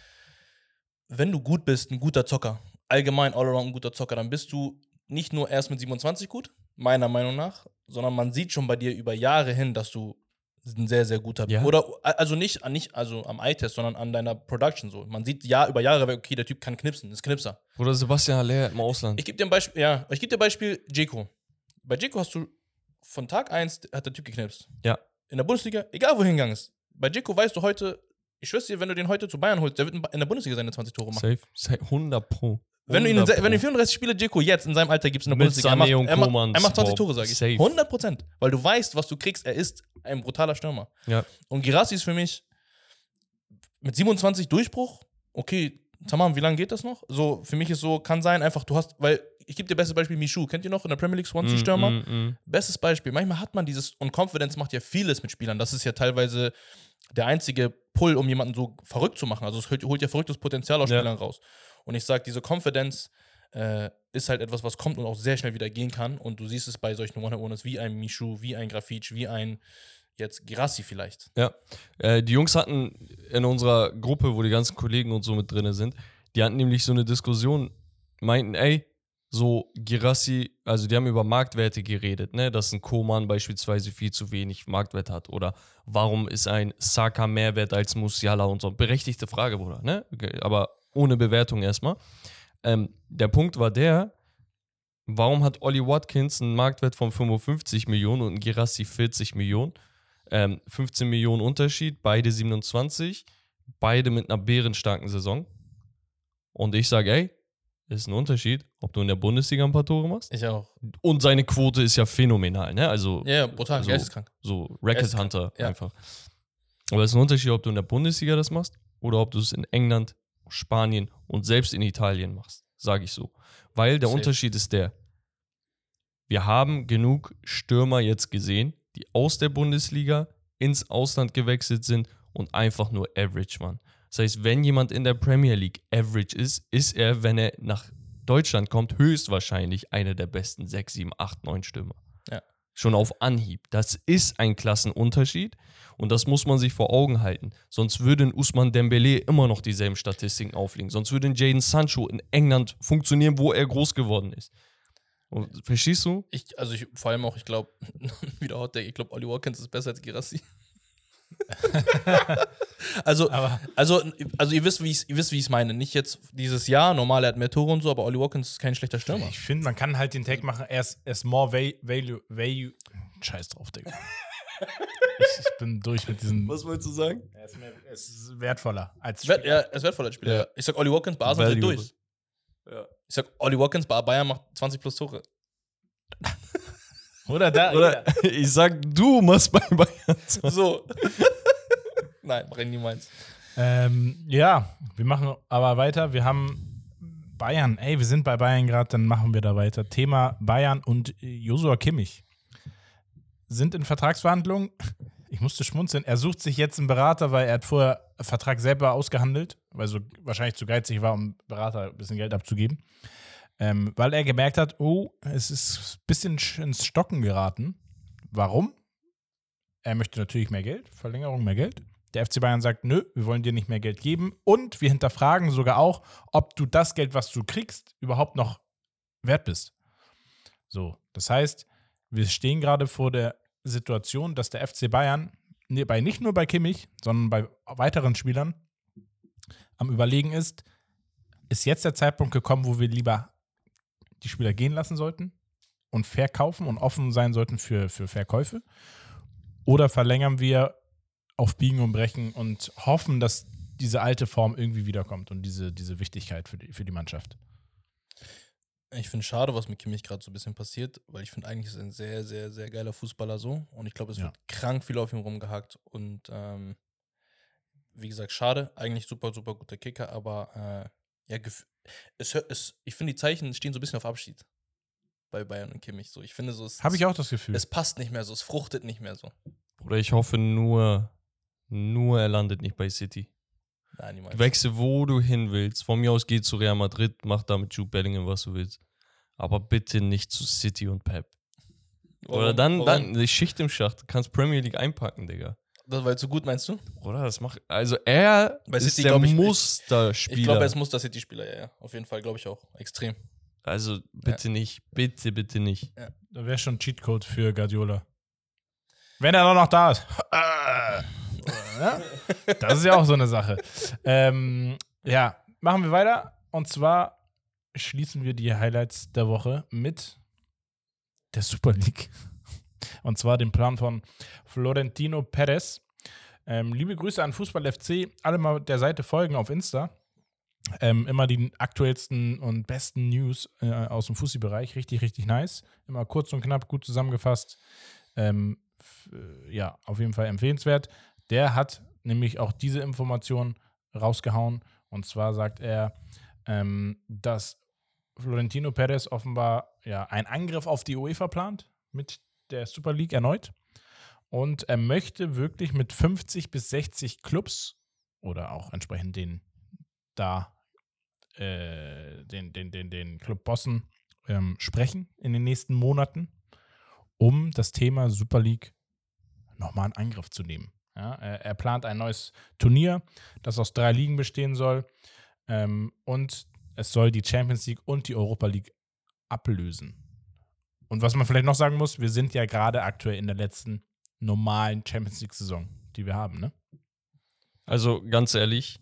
wenn du gut bist, ein guter Zocker, allgemein all around ein guter Zocker, dann bist du nicht nur erst mit siebenundzwanzig gut, meiner Meinung nach, sondern man sieht schon bei dir über Jahre hin, dass du ein sehr, sehr guter Ja. Oder also nicht, nicht also am Eye-Test, sondern an deiner Production so. Man sieht Jahr über Jahre, okay, der Typ kann knipsen, ist Knipser. Oder Sebastian Haller im Ausland. Ich gebe dir ein Beispiel, ja, ich gebe dir ein Beispiel, Dzeko. Bei Dzeko hast du von Tag eins hat der Typ geknipst. Ja. In der Bundesliga, egal wohin gegangen ist. Bei Dzeko weißt du heute, ich schwör's dir, wenn du den heute zu Bayern holst, der wird in der Bundesliga seine zwanzig Tore machen. Safe, safe, hundert Pro. Wenn du ihn in, hundert wenn du Pro. vierunddreißig Spiele Dzeko jetzt in seinem Alter gibst in der Mit Bundesliga, er Sané macht, und er, macht, Koman, er macht zwanzig Bob, Tore, sage ich. safe. hundert Prozent. Weil du weißt, was du kriegst. Er ist ein brutaler Stürmer. Ja. Und Girassi ist für mich, mit siebenundzwanzig Durchbruch, okay, tamam, wie lange geht das noch? So, für mich ist so, kann sein, einfach, du hast, weil, ich gebe dir bestes Beispiel, Michu, kennt ihr noch in der Premier League Swansea-Stürmer? Mm, mm, mm. Bestes Beispiel, manchmal hat man dieses, und Confidence macht ja vieles mit Spielern, das ist ja teilweise der einzige Pull, um jemanden so verrückt zu machen, also es holt, holt ja verrücktes Potenzial aus Ja. Spielern raus. Und ich sage, diese Confidence äh, ist halt etwas, was kommt und auch sehr schnell wieder gehen kann, und du siehst es bei solchen One-Hit-Wonders wie ein Michu, wie ein Grafitsch, wie ein jetzt Girassi vielleicht. Ja, äh, die Jungs hatten in unserer Gruppe, wo die ganzen Kollegen und so mit drin sind, die hatten nämlich so eine Diskussion, meinten, ey, so Girassi, also die haben über Marktwerte geredet, ne, dass ein Koman beispielsweise viel zu wenig Marktwert hat, oder warum ist ein Saka mehr wert als Musiala und so. Berechtigte Frage, Bruder, ne, okay, aber ohne Bewertung erstmal. Ähm, der Punkt war der, warum hat Ollie Watkins einen Marktwert von fünfundfünfzig Millionen und ein Girassi vierzig Millionen? Ähm, fünfzehn Millionen Unterschied, beide siebenundzwanzig, beide mit einer bärenstarken Saison. Und ich sage, ey, ist ein Unterschied, ob du in der Bundesliga ein paar Tore machst. Ich auch. Und seine Quote ist ja phänomenal, ne? Also, Ja, ja, brutal, also geisteskrank. so Record Geisteskrank, Hunter ja. einfach. Aber es ist ein Unterschied, ob du in der Bundesliga das machst oder ob du es in England, Spanien und selbst in Italien machst, sage ich so. Weil der Safe. Unterschied ist der, wir haben genug Stürmer jetzt gesehen, die aus der Bundesliga ins Ausland gewechselt sind und einfach nur Average waren. Das heißt, wenn jemand in der Premier League Average ist, ist er, wenn er nach Deutschland kommt, höchstwahrscheinlich einer der besten sechs, sieben, acht, neun Stürmer. Ja. Schon auf Anhieb. Das ist ein Klassenunterschied und das muss man sich vor Augen halten. Sonst würde ein Ousmane Dembélé immer noch dieselben Statistiken auflegen. Sonst würde ein Jadon Sancho in England funktionieren, wo er groß geworden ist. Und, verstehst du? Ich, also ich, vor allem auch, ich glaube, wieder Hot Take, ich glaube, Ollie Watkins ist besser als Girassi. also, Aber- also, also ihr wisst, wie ich ihr wisst, wie ich es meine. Nicht jetzt dieses Jahr, normal, er hat mehr Tore und so, aber Ollie Watkins ist kein schlechter Stürmer. Ich finde, man kann halt den Tag machen, er ist, er ist more va- value, value. Scheiß drauf, Digga. ich, ich bin durch mit diesen. wolltest du sagen? Er ist, mehr, er ist wertvoller als Wert, ja, er ist wertvoller als Spieler. Ja. Ja. Ich sag, Ollie Watkins bei Arsenal dreht Valuable. durch. Ja. Ich sag, Ollie Watkins bei Bayern macht zwanzig plus Tore. Oder da. Oder ich sag, du machst bei Bayern. So. Nein, mach ich niemals. Ähm, ja, wir machen aber weiter. Wir haben Bayern. Ey, wir sind bei Bayern gerade, dann machen wir da weiter. Thema Bayern und äh, Joshua Kimmich sind in Vertragsverhandlungen. Ich musste schmunzeln. Er sucht sich jetzt einen Berater, weil er hat vorher einen Vertrag selber ausgehandelt, weil so wahrscheinlich zu geizig war, um Berater ein bisschen Geld abzugeben. Ähm, weil er gemerkt hat, oh, es ist ein bisschen sch- ins Stocken geraten. Warum? Er möchte natürlich mehr Geld, Verlängerung, mehr Geld. Der F C Bayern sagt, nö, wir wollen dir nicht mehr Geld geben. Und wir hinterfragen sogar auch, ob du das Geld, was du kriegst, überhaupt noch wert bist. So, das heißt, wir stehen gerade vor der Situation, dass der F C Bayern, nee, bei, nicht nur bei Kimmich, sondern bei weiteren Spielern am Überlegen ist, ist jetzt der Zeitpunkt gekommen, wo wir lieber die Spieler gehen lassen sollten und verkaufen und offen sein sollten für, für Verkäufe? Oder verlängern wir auf Biegen und Brechen und hoffen, dass diese alte Form irgendwie wiederkommt und diese, diese Wichtigkeit für die, für die Mannschaft? Ich finde es schade, was mit Kimmich gerade so ein bisschen passiert, weil ich finde eigentlich ist er ein sehr, sehr, sehr geiler Fußballer so, und ich glaube, es Ja. wird krank viel auf ihm rumgehackt, und ähm, wie gesagt, schade, eigentlich super, super guter Kicker, aber äh, ja, gef- es, hör- es, ich finde, die Zeichen stehen so ein bisschen auf Abschied bei Bayern und Kimmich. So, ich finde so, es, Habe ich auch das Gefühl. es passt nicht mehr so, es fruchtet nicht mehr so. Oder ich hoffe nur, nur er landet nicht bei City. Nein, niemals. Wechsel, wo du hin willst. Von mir aus geh zu Real Madrid, mach da mit Jude Bellingham, was du willst. Aber bitte nicht zu City und Pep. Oder Warum? dann, Warum? dann die Schicht im Schacht. Du kannst Premier League einpacken, Digga. Das, weil zu gut, meinst du? Oder das macht. Also er Bei ist City der glaub ich- Musterspieler. Ich glaube, er ist Muster City-Spieler, ja, ja. Auf jeden Fall, glaube ich auch. Extrem. also bitte nicht, bitte, bitte nicht. Da wäre schon ein Cheatcode für Guardiola. Wenn er doch noch da ist. Ja? Das ist ja auch so eine Sache. Ähm, ja, machen wir weiter. Und zwar schließen wir die Highlights der Woche mit der Super League. Und zwar dem Plan von Florentino Perez. Ähm, liebe Grüße an Fußball F C. Alle mal der Seite folgen auf Insta. Ähm, immer die aktuellsten und besten News äh, aus dem Fussi-Bereich. Richtig, richtig nice. Immer kurz und knapp, gut zusammengefasst. Ähm, f- äh, ja, auf jeden Fall empfehlenswert. Der hat nämlich auch diese Information rausgehauen. Und zwar sagt er, ähm, dass Florentino Perez offenbar ja einen Angriff auf die UEFA plant mit der Super League erneut. Und er möchte wirklich mit fünfzig bis sechzig Clubs oder auch entsprechend den da äh, den, den, den, den Clubbossen ähm, sprechen in den nächsten Monaten, um das Thema Super League nochmal in Angriff zu nehmen. Ja, er, er plant ein neues Turnier, das aus drei Ligen bestehen soll, ähm, und es soll die Champions League und die Europa League ablösen. Und was man vielleicht noch sagen muss, wir sind ja gerade aktuell in der letzten normalen Champions League-Saison, die wir haben, ne? Also ganz ehrlich,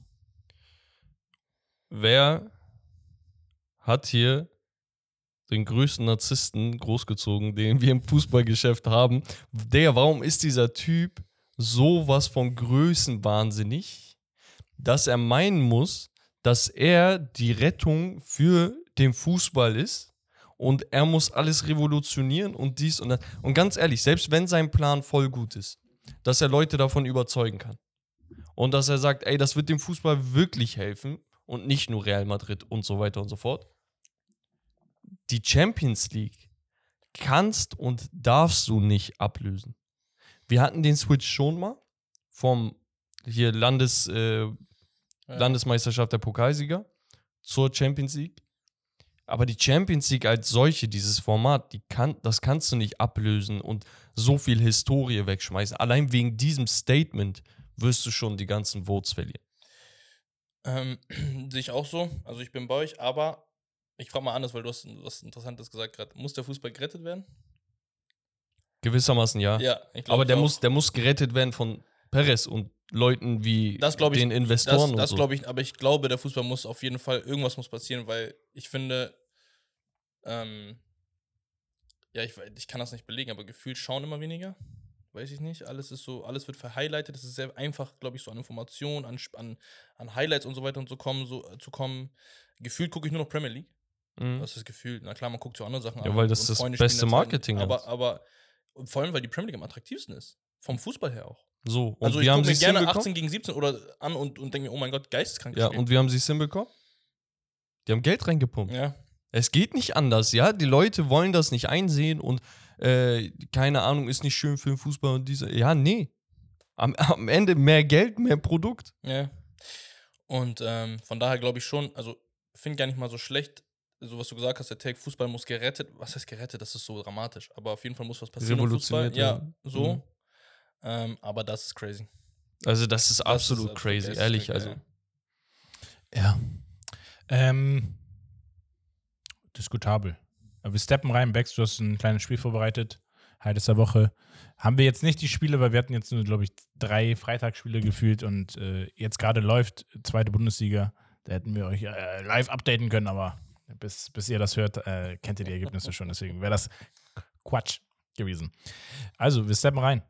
wer hat hier den größten Narzissten großgezogen, den wir im Fußballgeschäft haben? Der, warum ist dieser Typ sowas von größenwahnsinnig, dass er meinen muss, dass er die Rettung für den Fußball ist und er muss alles revolutionieren und dies und das. Und ganz ehrlich, selbst wenn sein Plan voll gut ist, dass er Leute davon überzeugen kann und dass er sagt, ey, das wird dem Fußball wirklich helfen und nicht nur Real Madrid und so weiter und so fort. Die Champions League kannst und darfst du nicht ablösen. Wir hatten den Switch schon mal vom hier Landes, äh, ja. Landesmeisterschaft der Pokalsieger zur Champions League. Aber die Champions League als solche, dieses Format, die kann, das kannst du nicht ablösen und so viel Historie wegschmeißen. Allein wegen diesem Statement wirst du schon die ganzen Votes verlieren. Ähm, sehe ich auch so. Also ich bin bei euch, aber ich frage mal anders, weil du hast was Interessantes gesagt gerade. Muss der Fußball gerettet werden? Gewissermaßen ja. Ja, ich glaube aber der auch. muss, der muss gerettet werden von Perez und Leuten wie das ich, den Investoren das, und das so. glaube ich, aber ich glaube, der Fußball muss auf jeden Fall, irgendwas muss passieren, weil ich finde, ähm, ja, ich, ich kann das nicht belegen, aber gefühlt schauen immer weniger. Weiß ich nicht. Alles ist so, alles wird verhighlightet. Es ist sehr einfach, glaube ich, so an Informationen, an, an, an Highlights und so weiter und so kommen, so äh, zu kommen. Gefühlt gucke ich nur noch Premier League. Mhm. Das ist gefühlt. Na klar, man guckt so andere Sachen Ja, an. weil das und das Freunde beste spielen Marketing aber, ist. aber vor allem, weil die Premier League am attraktivsten ist. Vom Fußball her auch. So, und also wie ich haben gucke sie mir es gerne hinbekommen? achtzehn gegen siebzehn oder an und, und denke mir, oh mein Gott, geisteskrank. Ja, Spiel. und wie haben sie es hinbekommen? Die haben Geld reingepumpt. Ja. Es geht nicht anders, ja. Die Leute wollen das nicht einsehen und äh, keine Ahnung, ist nicht schön für den Fußball und diese. Ja, nee. Am, am Ende mehr Geld, mehr Produkt. Ja. Und ähm, von daher glaube ich schon, also finde gar nicht mal so schlecht, so was du gesagt hast, der Take, Fußball muss gerettet. Was heißt gerettet? Das ist so dramatisch. Aber auf jeden Fall muss was passieren. Revolutioniert. Ja, so. Mhm. Ähm, aber das ist crazy. Also, das ist Das absolut ist crazy, absolut ehrlich. geisteskrank, Also. Ja. Ähm, diskutabel. Aber wir steppen rein. Bex, du hast ein kleines Spiel vorbereitet. Highlights der Woche. Haben wir jetzt nicht die Spiele, weil wir hatten jetzt nur, glaube ich, drei Freitagsspiele gefühlt und äh, jetzt gerade läuft zweite Bundesliga. Da hätten wir euch äh, live updaten können, aber bis, bis ihr das hört, äh, kennt ihr die Ergebnisse schon. Deswegen wäre das Quatsch gewesen. Also, wir steppen rein.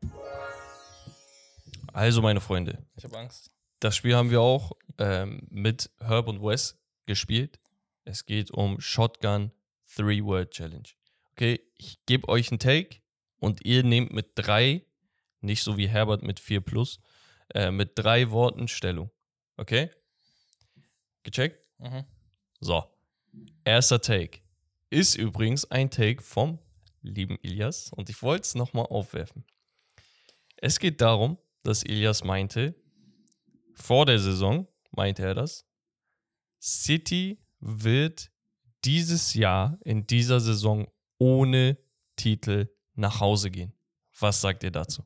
Also, meine Freunde. Ich habe Angst. Das Spiel haben wir auch ähm, mit Herb und Wes gespielt. Es geht um Shotgun Three-Word Challenge. Okay, ich gebe euch einen Take und ihr nehmt mit drei, nicht so wie Herbert mit vier plus, äh, mit drei Worten Stellung. Okay? Gecheckt? Mhm. So. Erster Take ist übrigens ein Take vom lieben Ilias und ich wollte es nochmal aufwerfen. Es geht darum, dass Ilias meinte, vor der Saison, meinte er das, City wird dieses Jahr in dieser Saison ohne Titel nach Hause gehen. Was sagt ihr dazu?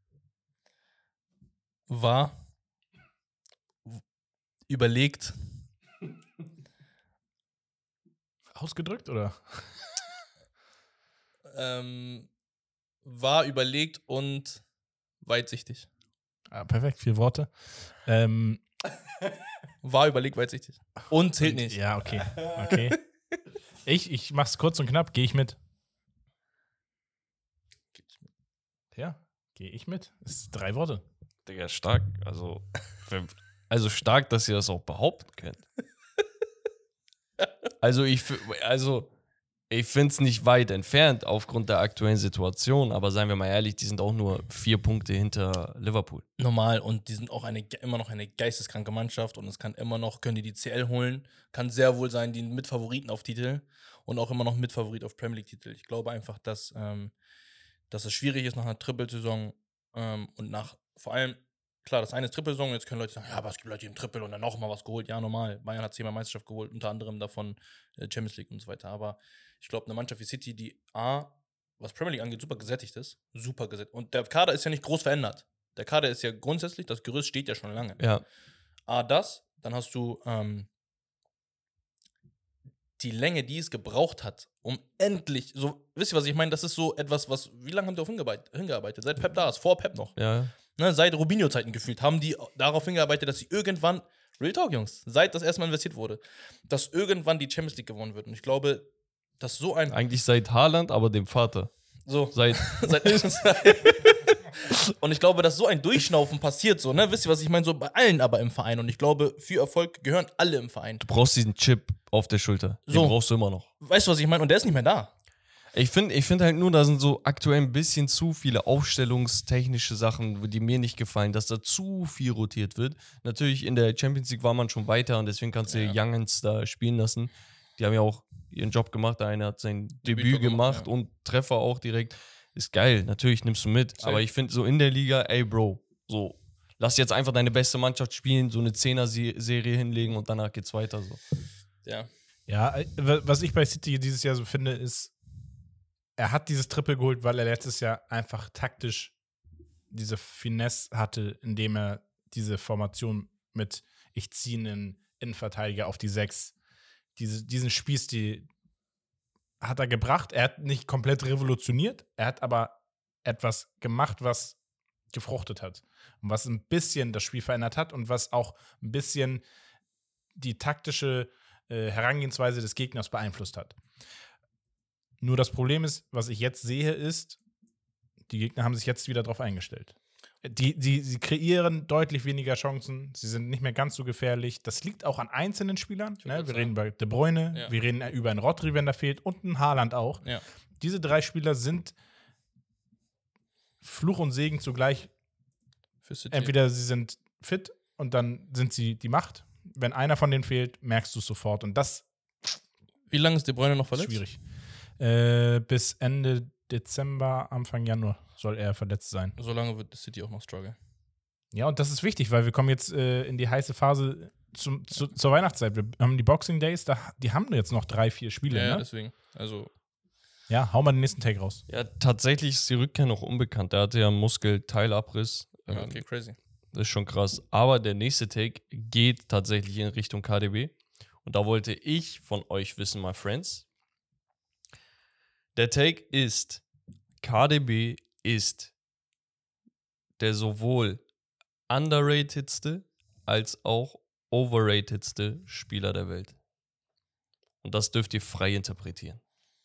War überlegt. Ausgedrückt, oder? ähm, war überlegt und weitsichtig. Ah, perfekt, vier Worte. Ähm, War überlegt, weitsichtig. Und zählt und, nicht. Ja, okay. okay. Ich, ich mach's kurz und knapp, gehe ich mit. Ja, gehe ich mit. Das ist drei Worte. Digga, stark. Also, also stark, dass ihr das auch behaupten könnt. Also ich, also Ich finde es nicht weit entfernt aufgrund der aktuellen Situation, aber seien wir mal ehrlich, die sind auch nur vier Punkte hinter Liverpool. Normal, und die sind auch eine, immer noch eine geisteskranke Mannschaft und es kann immer noch, können die die C L holen, kann sehr wohl sein, die Mitfavoriten auf Titel und auch immer noch Mitfavorit auf Premier League-Titel. Ich glaube einfach, dass, ähm, dass es schwierig ist nach einer Triple-Saison ähm, und nach, vor allem, klar, das eine ist Triple-Saison, jetzt können Leute sagen, ja, aber es gibt Leute, die im Triple und dann nochmal was geholt. Ja, normal. Bayern hat zehnmal Meisterschaft geholt, unter anderem davon äh, Champions League und so weiter. Aber ich glaube, eine Mannschaft wie City, die A, was Premier League angeht, super gesättigt ist, super gesättigt. Und der Kader ist ja nicht groß verändert. Der Kader ist ja grundsätzlich, das Gerüst steht ja schon lange. Ja. A, das, dann hast du ähm, die Länge, die es gebraucht hat, um endlich, so, wisst ihr, was ich meine? Das ist so etwas, was, wie lange haben die darauf hingearbeitet? hingearbeitet? Seit Pep da ist, vor Pep noch. Ja. Ne, seit Robinho-Zeiten gefühlt, haben die darauf hingearbeitet, dass sie irgendwann, Real Talk, Jungs, seit das erstmal investiert wurde, dass irgendwann die Champions League gewonnen wird. Und ich glaube, dass so ein. Eigentlich seit Haaland, aber dem Vater. So. Seit. seit Und ich glaube, dass so ein Durchschnaufen passiert, so, ne? Wisst ihr, was ich meine? So bei allen aber im Verein. Und ich glaube, für Erfolg gehören alle im Verein. Du brauchst diesen Chip auf der Schulter. Den So. brauchst du immer noch. Weißt du, was ich meine? Und der ist nicht mehr da. Ich finde ich find halt nur, da sind so aktuell ein bisschen zu viele aufstellungstechnische Sachen, die mir nicht gefallen, dass da zu viel rotiert wird. Natürlich in der Champions League war man schon weiter und deswegen kannst du Ja. die Youngins da spielen lassen. Die haben ja auch ihren Job gemacht. Der eine hat sein Debüt, Debüt gemacht gemacht, ja. und Treffer auch direkt. Ist geil, natürlich nimmst du mit. Safe. Aber ich finde so in der Liga, ey Bro, so lass jetzt einfach deine beste Mannschaft spielen, so eine Zehner-Serie hinlegen und danach geht's weiter so. Ja. Ja, äh, wa- was ich bei City dieses Jahr so finde, ist, er hat dieses Triple geholt, weil er letztes Jahr einfach taktisch diese Finesse hatte, indem er diese Formation mit ich ziehe einen Innenverteidiger auf die Sechs, diese, diesen Spielstil hat er gebracht. Er hat nicht komplett revolutioniert, er hat aber etwas gemacht, was gefruchtet hat und was ein bisschen das Spiel verändert hat und was auch ein bisschen die taktische äh, Herangehensweise des Gegners beeinflusst hat. Nur das Problem ist, was ich jetzt sehe, ist, die Gegner haben sich jetzt wieder darauf eingestellt. Die, die, sie kreieren deutlich weniger Chancen, sie sind nicht mehr ganz so gefährlich. Das liegt auch an einzelnen Spielern. Ich Ne? würd Wir sagen. reden über De Bruyne, Ja. wir reden über einen Rodri, wenn der fehlt, und einen Haaland auch. Ja. Diese drei Spieler sind Fluch und Segen zugleich. Für City. Entweder sie sind fit und dann sind sie die Macht. Wenn einer von denen fehlt, merkst du es sofort. Und das Wie lange ist De Bruyne noch ist verletzt? schwierig. Äh, bis Ende Dezember, Anfang Januar soll er verletzt sein. So lange wird City auch noch struggle. Ja, und das ist wichtig, weil wir kommen jetzt äh, in die heiße Phase zum, zu, zur Weihnachtszeit. Wir haben die Boxing Days, da, die haben jetzt noch drei, vier Spiele. Ja, ja, ne? deswegen. Also, Ja, hau mal den nächsten Take raus. Ja, tatsächlich ist die Rückkehr noch unbekannt. Der hatte ja einen Muskelteilabriss. ja, Ähm, okay, crazy. Das ist schon krass. Aber der nächste Take geht tatsächlich in Richtung K D B. Und da wollte ich von euch wissen, my friends. Der Take ist, K D B ist der sowohl underratedste als auch overratedste Spieler der Welt. Und das dürft ihr frei interpretieren.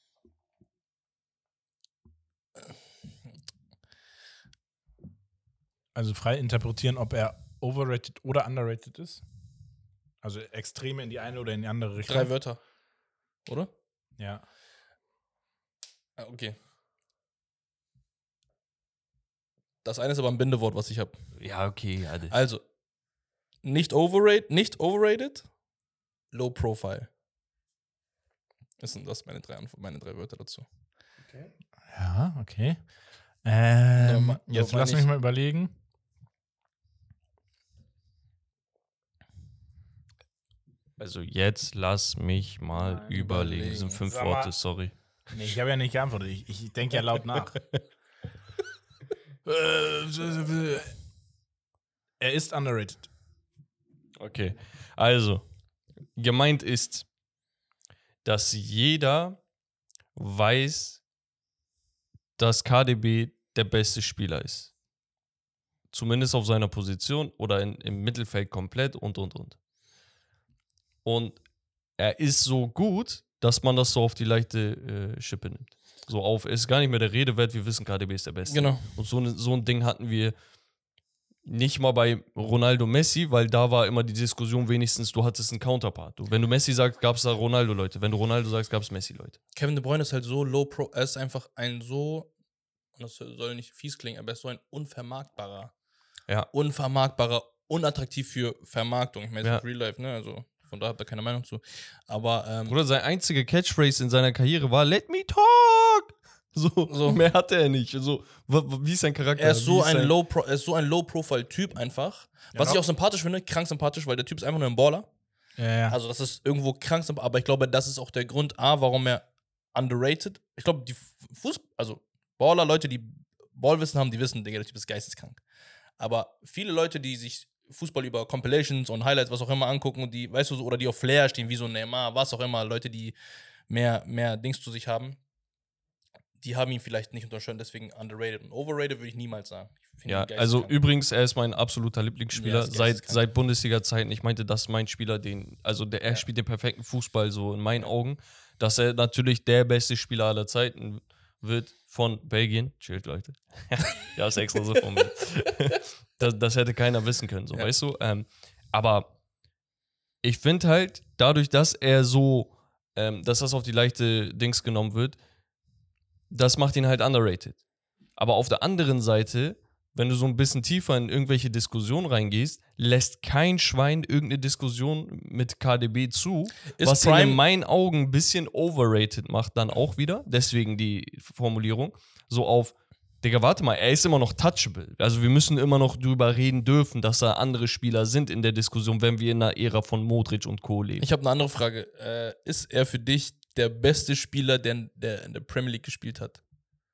Also frei interpretieren, ob er overrated oder underrated ist. Also Extreme in die eine oder in die andere Richtung. Drei Wörter. Oder? Ja. Ah, okay. Das eine ist aber ein Bindewort, was ich habe. Ja, okay. Also, Also, nicht overrated, nicht overrated, low profile. Das sind das meine drei, Antwo- meine drei Wörter dazu. Ja, okay. Ähm, Aber ma- jetzt aber lass nicht- mich mal überlegen. also jetzt lass mich mal Mal überlegen. Das sind überlegen. fünf Sag mal. Worte, sorry. Nee, ich habe ja nicht geantwortet. Ich, ich denke ja laut nach. Äh, er ist underrated. Okay, also gemeint ist, dass jeder weiß, dass K D B der beste Spieler ist. Zumindest auf seiner Position oder in, im Mittelfeld komplett und, und, und. Und er ist so gut, dass man das so auf die leichte äh, Schippe nimmt. So auf, ist gar nicht mehr der Rede wert, wir wissen, K D B ist der Beste. Genau. Und so, ne, so ein Ding hatten wir nicht mal bei Ronaldo Messi, weil da war immer die Diskussion wenigstens, du hattest einen Counterpart. Du, wenn du Messi sagst, gab es da Ronaldo-Leute. Wenn du Ronaldo sagst, gab es Messi-Leute. Kevin De Bruyne ist halt so low pro, er ist einfach ein so, und das soll nicht fies klingen, aber er ist so ein unvermarktbarer, Ja. unvermarktbarer, unattraktiv für Vermarktung. Ich meine, Ja. ja. Real Life, ne, also von da habt ihr keine Meinung zu. Aber, ähm, Bruder, sein einziger Catchphrase in seiner Karriere war Let me talk! So, So. mehr hatte er nicht. So, w- w- wie ist sein Charakter? er ist so Wie ein sein- Low Pro, er ist so ein Low Profile Typ einfach. Ja, Was ich noch- auch sympathisch finde, krank sympathisch, weil der Typ ist einfach nur ein Baller. Ja, ja. Also das ist irgendwo krank, sympathisch, aber ich glaube, das ist auch der Grund A, warum er underrated. Ich glaube, die Fuß, also Baller, Leute, die Ballwissen haben, die wissen, Digga, der Typ ist geisteskrank. Aber viele Leute, die sich Fußball über Compilations und Highlights, was auch immer angucken, die, weißt du, so, oder die auf Flair stehen, wie so Neymar, was auch immer, Leute, die mehr, mehr Dings zu sich haben, die haben ihn vielleicht nicht unterstützt, deswegen underrated. Und overrated würde ich niemals sagen. Ich finde Ja, ihn also geisteskrank. übrigens, er ist mein absoluter Lieblingsspieler Ja, ist seit, geisteskrank. seit Bundesliga-Zeiten. Ich meinte, das ist mein Spieler, den, also der, er Ja. spielt den perfekten Fußball so in meinen Augen, dass er natürlich der beste Spieler aller Zeiten wird von Belgien. Chillt, Leute. Ja, ist extra so von mir. Das, das hätte keiner wissen können, so, Ja. weißt du? Ähm, aber ich finde halt, dadurch, dass er so, ähm, dass das auf die leichte Dings genommen wird, das macht ihn halt underrated. Aber auf der anderen Seite, wenn du so ein bisschen tiefer in irgendwelche Diskussionen reingehst, lässt kein Schwein irgendeine Diskussion mit K D B zu, Ist was ihn Prime- in meinen Augen ein bisschen overrated macht dann auch wieder. Deswegen die Formulierung. So auf, Digga, warte mal, er ist immer noch touchable. Also wir müssen immer noch drüber reden dürfen, dass da andere Spieler sind in der Diskussion, wenn wir in einer Ära von Modric und Co. leben. Ich habe eine andere Frage. Äh, ist er für dich der beste Spieler, der, der in der Premier League gespielt hat?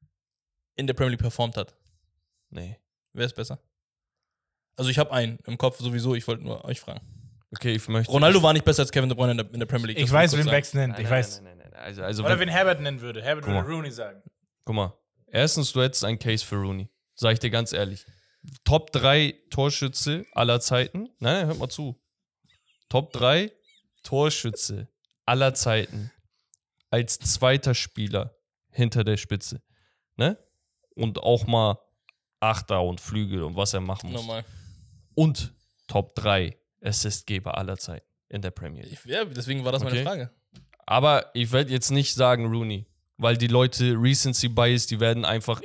In der Premier League performt hat? Nee. Wer ist besser? Also ich habe einen im Kopf sowieso, ich wollte nur euch fragen. Okay, ich möchte... Ronaldo war nicht besser als Kevin De Bruyne in der, in der Premier League. Ich das weiß, will wen kurz sagen. Bex nennt. Nein, Ich nein, weiß. Nein, nein, nein. Also, also Oder wenn- wen Herbert nennen würde. Herbert Guck würde mal. Rooney sagen. Guck mal, erstens, du hättest einen Case für Rooney. Sag ich dir ganz ehrlich. Top drei Torschütze aller Zeiten. Nein, nein, hört mal zu. Top drei Torschütze aller Zeiten. Als zweiter Spieler hinter der Spitze. Ne? Und auch mal Achter und Flügel und was er machen muss. Normal. Und Top drei Assistgeber aller Zeiten in der Premier League. Ich, ja, deswegen war das Okay. meine Frage. Aber ich werde jetzt nicht sagen Rooney, weil die Leute Recency Bias, die werden einfach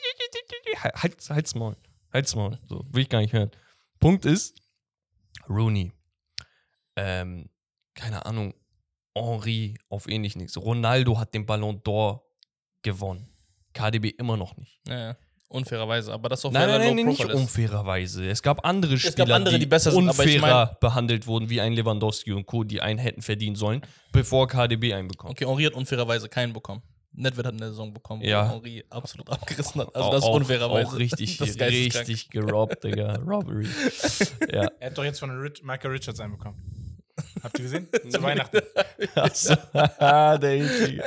Halt's, halt's Maul, halt's Maul, so will ich gar nicht hören. Punkt ist, Rooney, ähm, keine Ahnung, Henry auf ähnlich nichts. Ronaldo hat den Ballon d'Or gewonnen. K D B immer noch nicht. Ja, ja. Unfairerweise. Aber das ist auch Nein, weil er nein, nein, low nicht profile ist. unfairerweise. Es gab andere gab Spieler, andere, die, die besser sind, aber ich unfairer mein- behandelt wurden, wie ein Lewandowski und Co., die einen hätten verdienen sollen, bevor K D B einen bekommt. Okay, Henri hat unfairerweise keinen bekommen. Nedved hat eine Saison bekommen, wo Ja. Henri absolut abgerissen hat. Also das ist auch, unfairerweise. Auch richtig, Das ist geisteskrank. richtig gerobbt, Digga. Robbery. Ja. Er hat doch jetzt von Rich, Michael Richards einen bekommen. Habt ihr gesehen? Zu Weihnachten. Also, der Hitchi.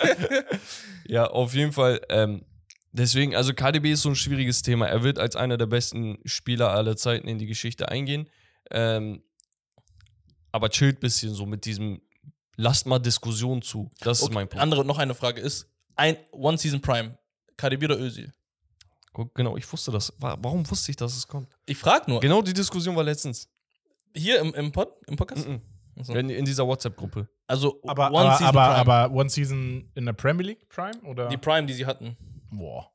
Ja, auf jeden Fall. Ähm, deswegen, also K D B ist so ein schwieriges Thema. Er wird als einer der besten Spieler aller Zeiten in die Geschichte eingehen. Ähm, aber chillt ein bisschen so mit diesem, lasst mal Diskussion zu. Das ist Okay, mein Punkt. andere, noch eine Frage ist, ein One Season Prime, K D B oder Özil? Guck, genau, ich wusste das. Wa- Warum wusste ich, dass es kommt? Ich frage nur, Genau die Diskussion war letztens. hier im, im, Pod, im Podcast? Mhm. Also, In, in dieser WhatsApp-Gruppe. also Aber, One aber, Season aber, Prime. aber One Season in der Premier League Prime? Oder? die Prime, die sie hatten. Boah.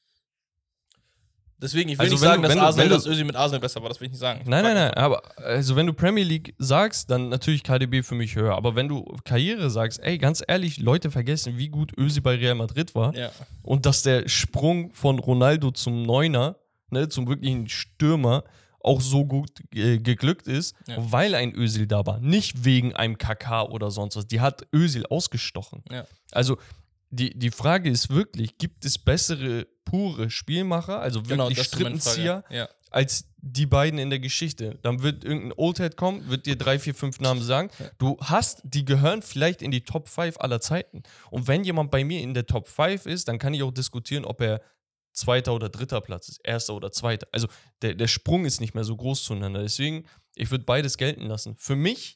Deswegen, ich will Also nicht wenn sagen, du- dass wenn du- Arsenal, wenn du- dass Özil mit Arsenal besser war, das will ich nicht sagen. Ich Nein, nein, frag nein, aber also wenn du Premier League sagst, dann natürlich K D B für mich höher. Aber wenn du Karriere sagst, ey, ganz ehrlich, Leute vergessen, wie gut Özil bei Real Madrid war einfach. Ja. und dass der Sprung von Ronaldo zum Neuner, ne, zum wirklichen Stürmer, auch so gut äh, geglückt ist, Ja. weil ein Özil da war. Nicht wegen einem K K oder sonst was. Die hat Özil ausgestochen. Ja. Also die, die Frage ist wirklich, gibt es bessere pure Spielmacher, also Genau, wirklich das ist meine Strippenzieher, Frage. Ja. als die beiden in der Geschichte. Dann wird irgendein Oldhead kommen, wird dir drei, vier, fünf Namen sagen. Du hast, die gehören vielleicht in die Top fünf aller Zeiten. Und wenn jemand bei mir in der Top fünf ist, dann kann ich auch diskutieren, ob er zweiter oder dritter Platz ist, erster oder zweiter. Also der, der Sprung ist nicht mehr so groß zueinander. Deswegen, ich würde beides gelten lassen. Für mich,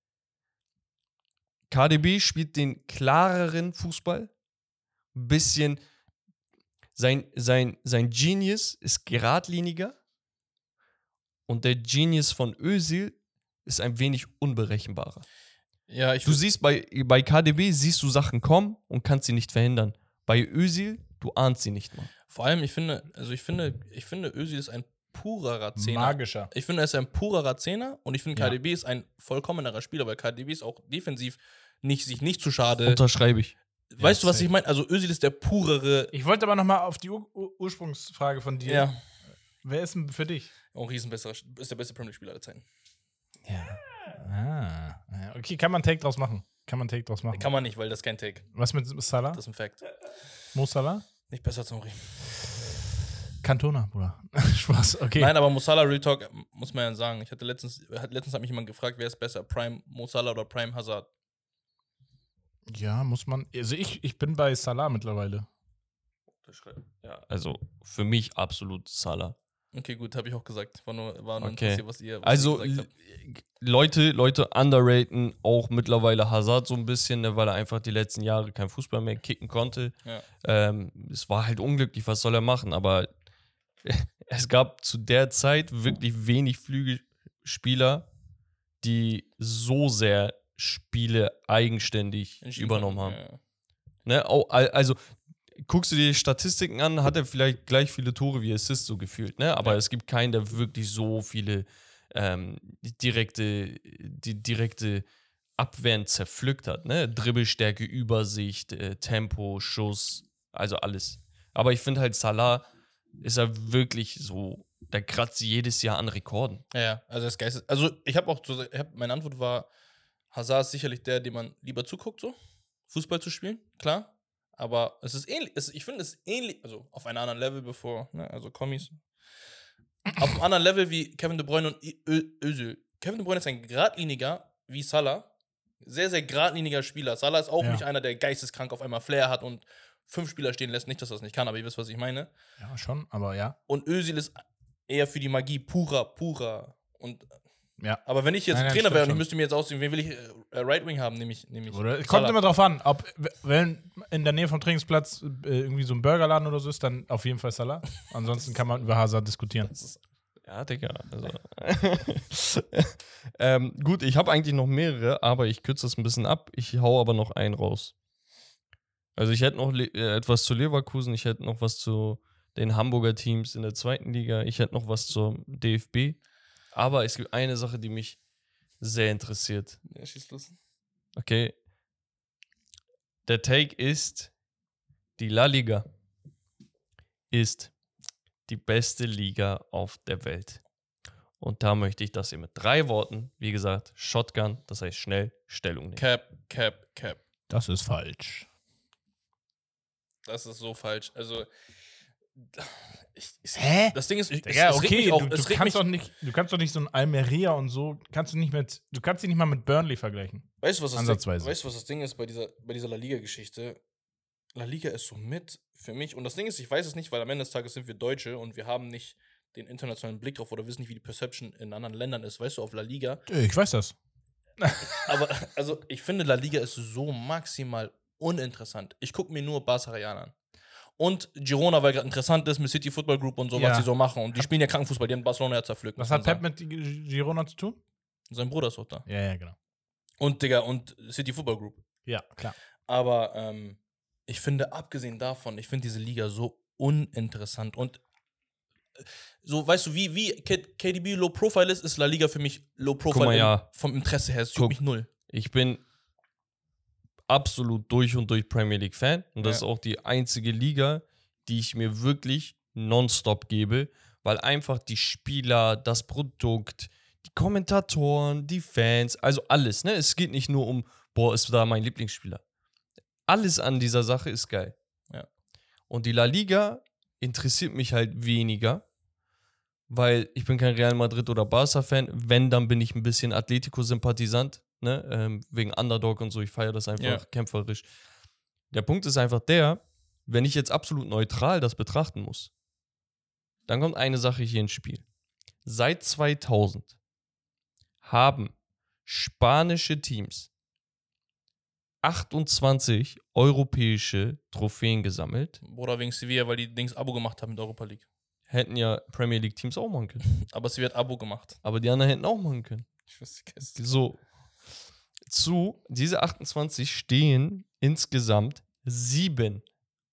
K D B spielt den klareren Fußball. Ein bisschen, sein, sein, sein Genius ist geradliniger. Und der Genius von Özil ist ein wenig unberechenbarer. Ja, ich Du siehst bei, bei K D B siehst du Sachen kommen und kannst sie nicht verhindern. Bei Özil, du ahnst sie nicht mal. vor allem, ich finde, also ich finde, ich finde, Özil ist ein purerer Zehner. Magischer. Ich finde, er ist ein purerer Zehner und ich finde, Ja. K D B ist ein vollkommenerer Spieler, weil K D B ist auch defensiv nicht, sich nicht zu schade. Unterschreibe ich. Weißt Ja, du, was safe. ich meine? Also Özil ist der purere. Ich wollte aber nochmal auf die Ur Ur Ursprungsfrage von dir. Ja. Wer ist denn für dich? Henri ist, ein besserer, ist der beste Premier League-Spieler aller Zeiten. Ja. Ah. Ja, okay, kann man einen Take draus machen. Kann man einen Take draus machen. Kann man nicht, weil das ist kein Take. Was mit Salah? Das ist ein Fact. Mo Salah? Nicht besser als Henri. Cantona, Bruder. Spaß, okay. Nein, aber Mo Salah, Real Talk, muss man ja sagen. Ich hatte letztens, hat, letztens hat mich jemand gefragt, wer ist besser, Prime Mo Salah oder Prime Hazard? Ja, muss man. Also ich, ich bin bei Salah mittlerweile. Ja, also für mich absolut Salah. Okay, gut, habe ich auch gesagt. War nur, war nur Okay. interessiert, was ihr, was Also ihr gesagt l- Leute, Leute underraten auch mittlerweile Hazard so ein bisschen, ne, weil er einfach die letzten Jahre kein Fußball mehr kicken konnte. Ja. Ähm, es war halt unglücklich, was soll er machen? Aber es gab zu der Zeit wirklich wenig Flügelspieler, die so sehr Spiele eigenständig habt. übernommen haben. Ja. Ne? Au- al- Also guckst du dir die Statistiken an, hat er vielleicht gleich viele Tore wie Assists so gefühlt, ne? Aber Ja. es gibt keinen, der wirklich so viele ähm, direkte, die direkte Abwehren zerpflückt hat, ne? Dribbelstärke, Übersicht, äh, Tempo, Schuss, also alles. Aber ich finde halt, Salah ist er wirklich so, der kratzt jedes Jahr an Rekorden. Ja, ja, also das Geist. Also ich habe auch, so, ich hab, meine Antwort war, Hazard ist sicherlich der, dem man lieber zuguckt, so Fußball zu spielen, klar. Aber es ist ähnlich, es, ich finde es ähnlich, also auf einem anderen Level bevor, ne, also Kommis. Auf einem anderen Level wie Kevin De Bruyne und I- Ö- Özil. Kevin De Bruyne ist ein geradliniger wie Salah. Sehr, sehr geradliniger Spieler. Salah ist auch Ja. nicht einer, der geisteskrank auf einmal Flair hat und fünf Spieler stehen lässt. Nicht, dass er das nicht kann, aber ihr wisst, was ich meine. Ja, schon, aber ja. Und Özil ist eher für die Magie purer, purer. Und, Ja. aber wenn ich jetzt Nein, nein, Trainer stimmt wäre und ich schon. müsste mir jetzt aussuchen, wen will ich äh, äh, Right Wing haben, nehme ich, nehme ich Oder kommt Salah. immer drauf an, ob wenn in der Nähe vom Trainingsplatz äh, irgendwie so ein Burgerladen oder so ist, dann auf jeden Fall Salah. Ansonsten kann man über Hazard diskutieren. Das ist, Ja, Digga. Also. ähm, gut, ich habe eigentlich noch mehrere, aber ich kürze das ein bisschen ab. Ich hau aber noch einen raus. Also ich hätte noch Le äh, etwas zu Leverkusen, ich hätte noch was zu den Hamburger Teams in der zweiten Liga, ich hätte noch was zum D F B. Aber es gibt eine Sache, die mich sehr interessiert. ja, schieß los. Okay. Der Take ist, die La Liga ist die beste Liga auf der Welt. Und da möchte ich, dass ihr mit drei Worten, wie gesagt, Shotgun, das heißt schnell, Stellung nehmt. Cap, Cap, Cap. Das ist falsch. Das ist so falsch. Also, ich, ich, Hä? das Ding ist, ich, Ja, es, es regt okay, mich auch, du, du es regt kannst mich, doch nicht, du kannst doch nicht so ein Almeria und so, kannst du nicht mit, du kannst dich nicht mal mit Burnley vergleichen. weißt du, was das Ansatzweise. Ding, weißt du, was das Ding ist bei dieser, bei dieser La Liga-Geschichte? La Liga ist so mit für mich, und das Ding ist, ich weiß es nicht, weil am Ende des Tages sind wir Deutsche und wir haben nicht den internationalen Blick drauf oder wissen nicht, wie die Perception in anderen Ländern ist, weißt du, auf La Liga. Ich weiß das. Aber, also, ich finde, La Liga ist so maximal uninteressant. Ich gucke mir nur Barca Real an. Und Girona, weil gerade interessant ist mit City Football Group und so, Ja. was die so machen. Und die spielen ja Krankenfußball, die haben Barcelona ja zerpflückt. Was muss hat man Pep mit G- Girona zu tun? sagen. Sein Bruder ist auch da. Ja, ja, genau. Und, Digga, und City Football Group. Ja, klar. Aber ähm, ich finde, abgesehen davon, ich finde diese Liga so uninteressant. Und äh, so, weißt du, wie, wie K D B Low Profile ist, ist La Liga für mich Low Profile mal, im- ja. vom Interesse her. Es juckt Guck. mich null. Ich bin absolut durch und durch Premier League Fan und das Ja. ist auch die einzige Liga, die ich mir wirklich nonstop gebe, weil einfach die Spieler, das Produkt, die Kommentatoren, die Fans, also alles, ne? Es geht nicht nur um, boah, ist da mein Lieblingsspieler. Alles an dieser Sache ist geil. Ja. Und die La Liga interessiert mich halt weniger, weil ich bin kein Real Madrid oder Barca-Fan. Wenn, dann bin ich ein bisschen Atletico-Sympathisant, ne? Ähm, wegen Underdog und so. Ich feiere das einfach Ja. kämpferisch. Der Punkt ist einfach der, wenn ich jetzt absolut neutral das betrachten muss, dann kommt eine Sache hier ins Spiel. Seit zweitausend haben spanische Teams achtundzwanzig europäische Trophäen gesammelt. Oder wegen Sevilla, weil die Dings Abo gemacht haben mit Europa League. hätten ja Premier League Teams auch machen können. Aber es wird Abo gemacht. Aber die anderen hätten auch machen können. Ich wusste es. So. Zu diese achtundzwanzig stehen insgesamt sieben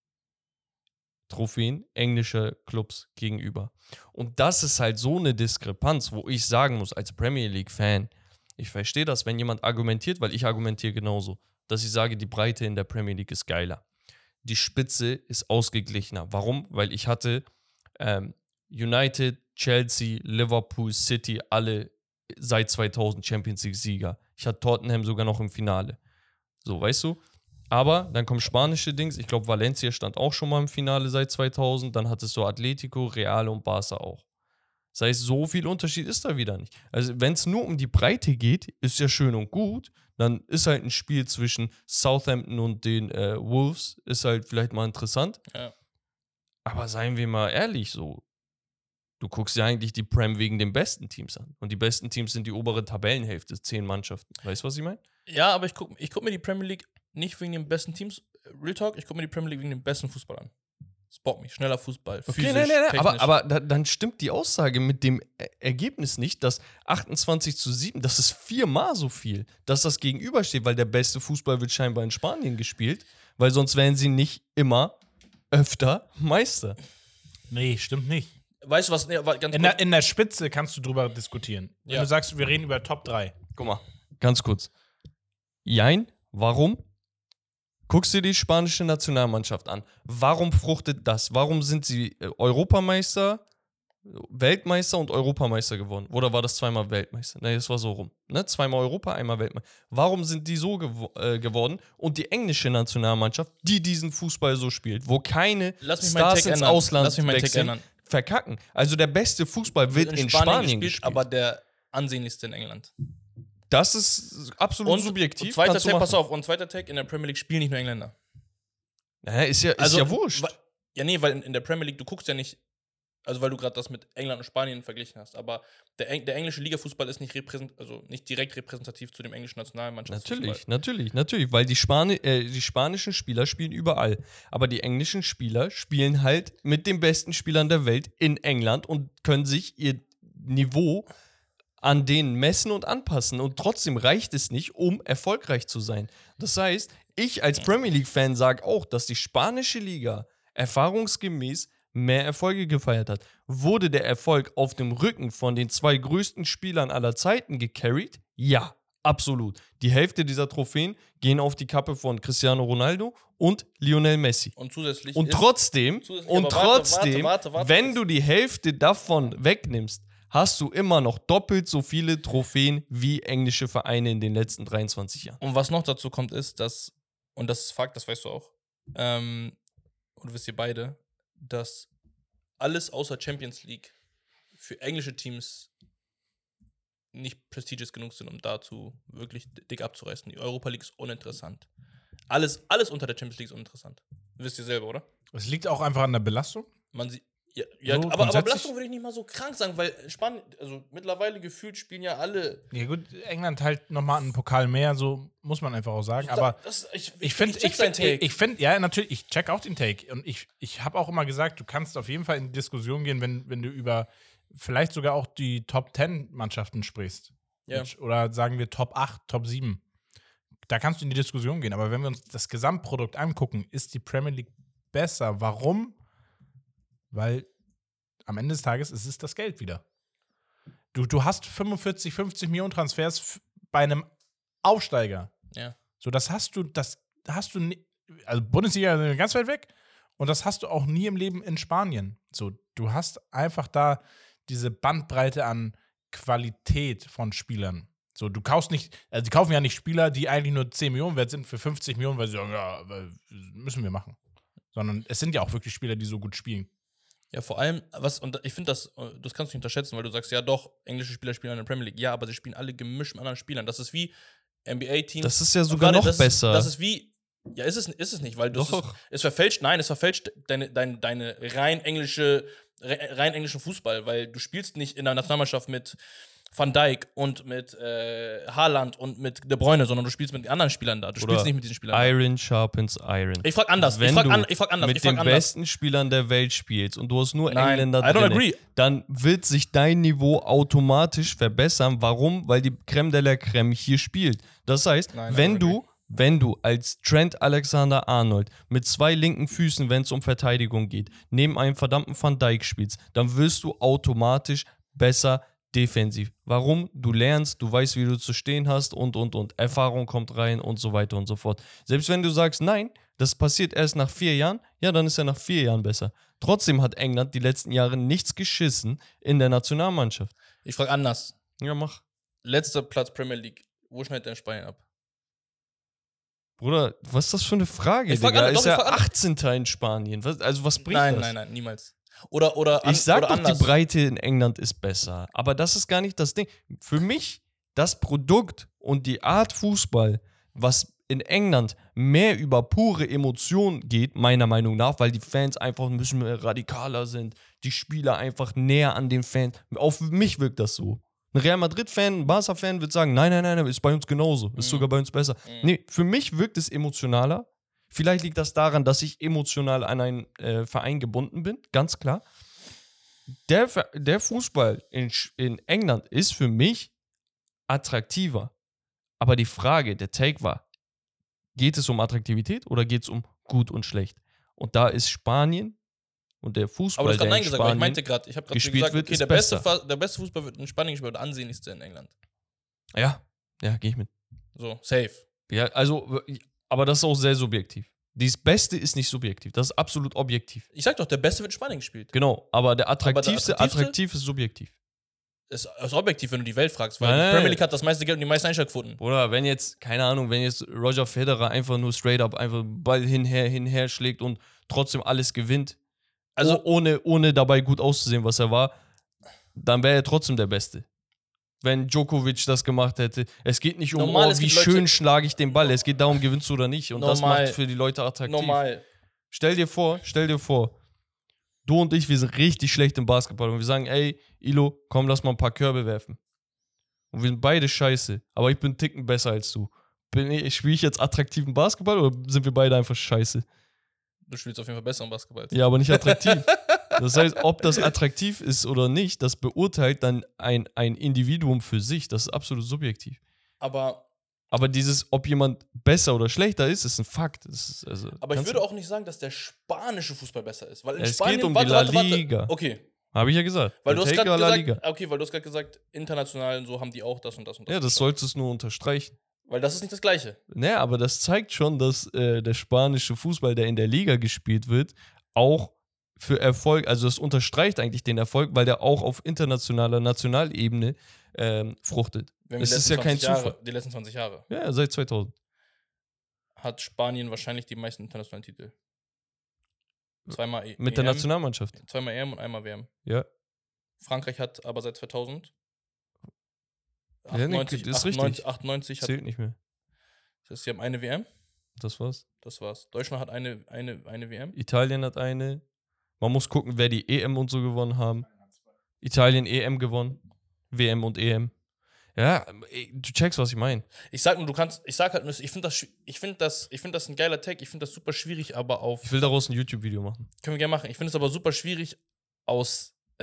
Trophäen englischer Clubs gegenüber. Und das ist halt so eine Diskrepanz, wo ich sagen muss, als Premier League-Fan, ich verstehe das, wenn jemand argumentiert, weil ich argumentiere genauso, dass ich sage, die Breite in der Premier League ist geiler. Die Spitze ist ausgeglichener. Warum? Weil ich hatte ähm, United, Chelsea, Liverpool, City, alle seit zweitausend Champions League-Sieger. Ich hatte Tottenham sogar noch im Finale. So, weißt du? Aber dann kommen spanische Dings. Ich glaube, Valencia stand auch schon mal im Finale seit zweitausend. Dann hattest du Atletico, Real und Barca auch. Das heißt, so viel Unterschied ist da wieder nicht. Also, wenn es nur um die Breite geht, ist ja schön und gut. Dann ist halt ein Spiel zwischen Southampton und den äh, Wolves, ist halt vielleicht mal interessant. Ja. Aber seien wir mal ehrlich, so. Du guckst ja eigentlich die Prem wegen den besten Teams an. Und die besten Teams sind die obere Tabellenhälfte, zehn Mannschaften. Weißt du, was ich meine? Ja, aber ich gucke ich guck mir die Premier League nicht wegen den besten Teams. Real Talk, ich gucke mir die Premier League wegen dem besten Fußball an. Es bockt mich. Schneller Fußball, physisch, Okay, nein, nein, nein. Aber, technisch. aber da, dann stimmt die Aussage mit dem Er- Ergebnis nicht, dass achtundzwanzig zu sieben, das ist viermal so viel, dass das gegenübersteht, weil der beste Fußball wird scheinbar in Spanien gespielt, weil sonst wären sie nicht immer öfter Meister. Nee, stimmt nicht. Weißt du was? Nee, wa- ganz In kurz. der, in der Spitze kannst du drüber diskutieren. Wenn Ja. du sagst, wir reden über Top drei. Guck mal, ganz kurz. Jein, warum? Guckst du dir die spanische Nationalmannschaft an. Warum fruchtet das? Warum sind sie äh, Europameister, Weltmeister und Europameister geworden? Oder war das zweimal Weltmeister? Nee, das war so rum. Ne? Zweimal Europa, einmal Weltmeister. Warum sind die so gewo äh, geworden? Und die englische Nationalmannschaft, die diesen Fußball so spielt, wo keine Lass mich meinen Stars Take ins ändern. Ausland Lass mich meinen Take wechseln, ändern. verkacken. Also der beste Fußball wird in, Spanien, gespielt. aber der ansehnlichste in England. Das ist absolut Und, subjektiv. und zweiter kannst du Take, pass machen. auf, und zweiter Take, in der Premier League spielen nicht nur Engländer. Ja, ist ja, ist Also, ja wurscht. wa- Ja, nee, weil in, in der Premier League, du guckst ja nicht, also weil du gerade das mit England und Spanien verglichen hast, aber der, Eng der englische Ligafußball ist nicht, repräsent also nicht direkt repräsentativ zu dem englischen Nationalmannschaftsfußball. Natürlich, natürlich, natürlich, weil die, Spani äh, die spanischen Spieler spielen überall. Aber die englischen Spieler spielen halt mit den besten Spielern der Welt in England und können sich ihr Niveau an denen messen und anpassen. Und trotzdem reicht es nicht, um erfolgreich zu sein. Das heißt, ich als Premier League-Fan sage auch, dass die spanische Liga erfahrungsgemäß mehr Erfolge gefeiert hat. Wurde der Erfolg auf dem Rücken von den zwei größten Spielern aller Zeiten gecarried? Ja, absolut. Die Hälfte dieser Trophäen gehen auf die Kappe von Cristiano Ronaldo und Lionel Messi. Und zusätzlich Und ist- trotzdem, zusätzlich- und aber warte, trotzdem, warte, warte, warte, wenn ist- du die Hälfte davon wegnimmst, hast du immer noch doppelt so viele Trophäen wie englische Vereine in den letzten dreiundzwanzig Jahren. Und was noch dazu kommt, ist, dass, und das ist Fakt, das weißt du auch, ähm, und wisst ihr beide, dass alles außer Champions League für englische Teams nicht prestigious genug sind, um dazu wirklich dick abzureißen. Die Europa League ist uninteressant. Alles, alles unter der Champions League ist uninteressant. Wisst ihr selber, oder? Es liegt auch einfach an der Belastung. Man sieht. Ja, ja So, aber, aber grundsätzlich- Belastung würde ich nicht mal so krank sagen, weil Spanien, also mittlerweile gefühlt spielen ja alle. Ja gut, England halt nochmal einen Pokal mehr, so muss man einfach auch sagen. Aber das, ich, ich finde, check ich seinen finde, Take. ich finde, ja, natürlich, ich check auch den Take. Und ich, ich habe auch immer gesagt, du kannst auf jeden Fall in die Diskussion gehen, wenn, wenn du über vielleicht sogar auch die Top zehn Mannschaften sprichst. Ja. Mit- Oder sagen wir Top acht, Top sieben. Da kannst du in die Diskussion gehen. Aber wenn wir uns das Gesamtprodukt angucken, ist die Premier League besser. Warum? Weil am Ende des Tages ist es das Geld wieder. Du, du hast fünfundvierzig, fünfzig Millionen Transfers f- bei einem Aufsteiger. Ja. So, das hast du, das hast du, nie, also Bundesliga ist ganz weit weg und das hast du auch nie im Leben in Spanien. So, du hast einfach da diese Bandbreite an Qualität von Spielern. So, du kaufst nicht, also die kaufen ja nicht Spieler, die eigentlich nur zehn Millionen wert sind für fünfzig Millionen, weil sie sagen, ja, weil- müssen wir machen. Sondern es sind ja auch wirklich Spieler, die so gut spielen. Ja, vor allem, was, und ich finde, das, das kannst du nicht unterschätzen, weil du sagst, ja doch, englische Spieler spielen in der Premier League. Ja, aber sie spielen alle gemischt mit anderen Spielern. Das ist wie N B A-Teams. Das ist ja sogar noch das besser. Ist, das ist wie, ja, ist es, ist es nicht, weil du Doch. es, es verfälscht, nein, es verfälscht deine, deine, deine rein englische, rein englischen Fußball, weil du spielst nicht in der Nationalmannschaft mit Van Dijk und mit äh, Haaland und mit De Bruyne, sondern du spielst mit anderen Spielern da. Du Oder spielst nicht mit diesen Spielern Iron sharpens Iron. da. Ich frag anders. Wenn ich, frag du an, ich frag anders. mit ich frag den anders. besten Spielern der Welt spielst und du hast nur Nein, Engländer I don't drin, agree. dann wird sich dein Niveau automatisch verbessern. Warum? Weil die Creme de la Creme hier spielt. Das heißt, Nein, I wenn don't du, wenn du als Trent Alexander-Arnold mit zwei linken Füßen, wenn es um Verteidigung geht, neben einem verdammten Van Dijk spielst, dann wirst du automatisch besser defensiv. Warum? Du lernst, du weißt, wie du zu stehen hast und, und, und. Erfahrung kommt rein und so weiter und so fort. Selbst wenn du sagst, nein, das passiert erst nach vier Jahren, ja, dann ist er nach vier Jahren besser. Trotzdem hat England die letzten Jahre nichts geschissen in der Nationalmannschaft. Ich frag anders. Ja, mach. Letzter Platz Premier League. Wo schneidet denn Spanien ab? Bruder, was ist das für eine Frage, Ich frag Digga? an- doch, Ist ich er frag an- achtzehnter in Spanien? Was, also was bringt Nein, das? nein, nein, niemals. Oder, oder an, Ich sag oder doch, anders. die Breite in England ist besser. Aber das ist gar nicht das Ding. Für mich, das Produkt und die Art Fußball, was in England mehr über pure Emotion geht, meiner Meinung nach, weil die Fans einfach ein bisschen mehr radikaler sind, die Spieler einfach näher an den Fans. Auf mich wirkt das so. Ein Real Madrid-Fan, ein Barca-Fan wird sagen, nein, nein, nein, ist bei uns genauso, ist Mhm. sogar bei uns besser. Mhm. Nee, für mich wirkt es emotionaler. Vielleicht liegt das daran, dass ich emotional an einen äh, Verein gebunden bin, ganz klar. Der, Ver- der Fußball in, Sch- in England ist für mich attraktiver. Aber die Frage, der Take war, geht es um Attraktivität oder geht es um gut und schlecht? Und da ist Spanien und der Fußball, Aber du hast der gerade Nein in gesagt, weil ich Spanien meinte gerade, ich habe gerade gespielt gesagt, wird, okay, ist der beste, besser. Fa- der beste Fußball wird in Spanien gespielt, der ansehnlichste in England. Ja, ja, gehe ich mit. So, safe. Ja, also, aber das ist auch sehr subjektiv. Das Beste ist nicht subjektiv, das ist absolut objektiv. Ich sag doch, der beste wird in Spanien gespielt. Genau, aber der attraktivste, attraktivste? attraktiv ist subjektiv. Ist, ist objektiv, wenn du die Welt fragst, weil Nein, die nein, Premier nein. League hat das meiste Geld und die meisten Einschaltquoten. Oder wenn jetzt, keine Ahnung, wenn jetzt Roger Federer einfach nur straight up einfach Ball hinher, hinher schlägt und trotzdem alles gewinnt, Also- also ohne, ohne dabei gut auszusehen, was er war, dann wäre er trotzdem der Beste. Wenn Djokovic das gemacht hätte. Es geht nicht um, Normal, oh, es wie gibt Leute- schön schlage ich den Ball. Es geht darum, gewinnst du oder nicht. Und das Normal. macht für die Leute attraktiv. Normal. Stell dir vor, stell dir vor, du und ich, wir sind richtig schlecht im Basketball und wir sagen, ey, Ilo, komm, lass mal ein paar Körbe werfen. Und wir sind beide scheiße, aber ich bin einen Ticken besser als du. Bin ich, spiele ich jetzt attraktiven Basketball oder sind wir beide einfach scheiße? Du spielst auf jeden Fall besser im Basketball. Ja, aber nicht attraktiv. Das heißt, ob das attraktiv ist oder nicht, das beurteilt dann ein, ein Individuum für sich. Das ist absolut subjektiv. Aber, Aber dieses, ob jemand besser oder schlechter ist, ist ein Fakt. Das ist also aber ich ganz- würde auch nicht sagen, dass der spanische Fußball besser ist. Weil in Es Spanien, geht um die warte, La warte, warte. Liga. Okay, Habe ich ja gesagt. weil du hast Taker gerade La gesagt, Liga. okay, weil du hast gerade gesagt, international und so haben die auch das und das und das. Ja, und das solltest du nur unterstreichen. Weil das ist nicht das Gleiche. Naja, aber das zeigt schon, dass äh, der spanische Fußball, der in der Liga gespielt wird, auch für Erfolg, also das unterstreicht eigentlich den Erfolg, weil der auch auf internationaler Nationalebene ähm, fruchtet. Wenn wir Es die ist letzten ja kein zwanzig Jahre, Zufall. Die letzten zwanzig Jahre Ja, seit zweitausend. hat Spanien wahrscheinlich die meisten internationalen Titel. Zweimal E- Mit der E M, Nationalmannschaft. zweimal E M und einmal W M. Ja. Frankreich hat aber seit zweitausend. Ja, nee, achtundneunzig, das ist richtig. achtundneunzig, achtundneunzig hat, Zählt nicht mehr. das heißt, sie haben eine W M. Das war's. Das war's. Deutschland hat eine, eine, eine W M. Italien hat eine. Man muss gucken, wer die E M und so gewonnen haben. Italien E M gewonnen. W M und E M. Ja, ey, du checkst, was ich meine. Ich sag nur, du kannst, ich sag halt nur, ich finde das, schw- ich finde das, ich finde das ein geiler Tag, ich finde das super schwierig, aber auf, Ich will daraus ein YouTube-Video machen. können wir gerne machen, ich finde es aber super schwierig aus äh,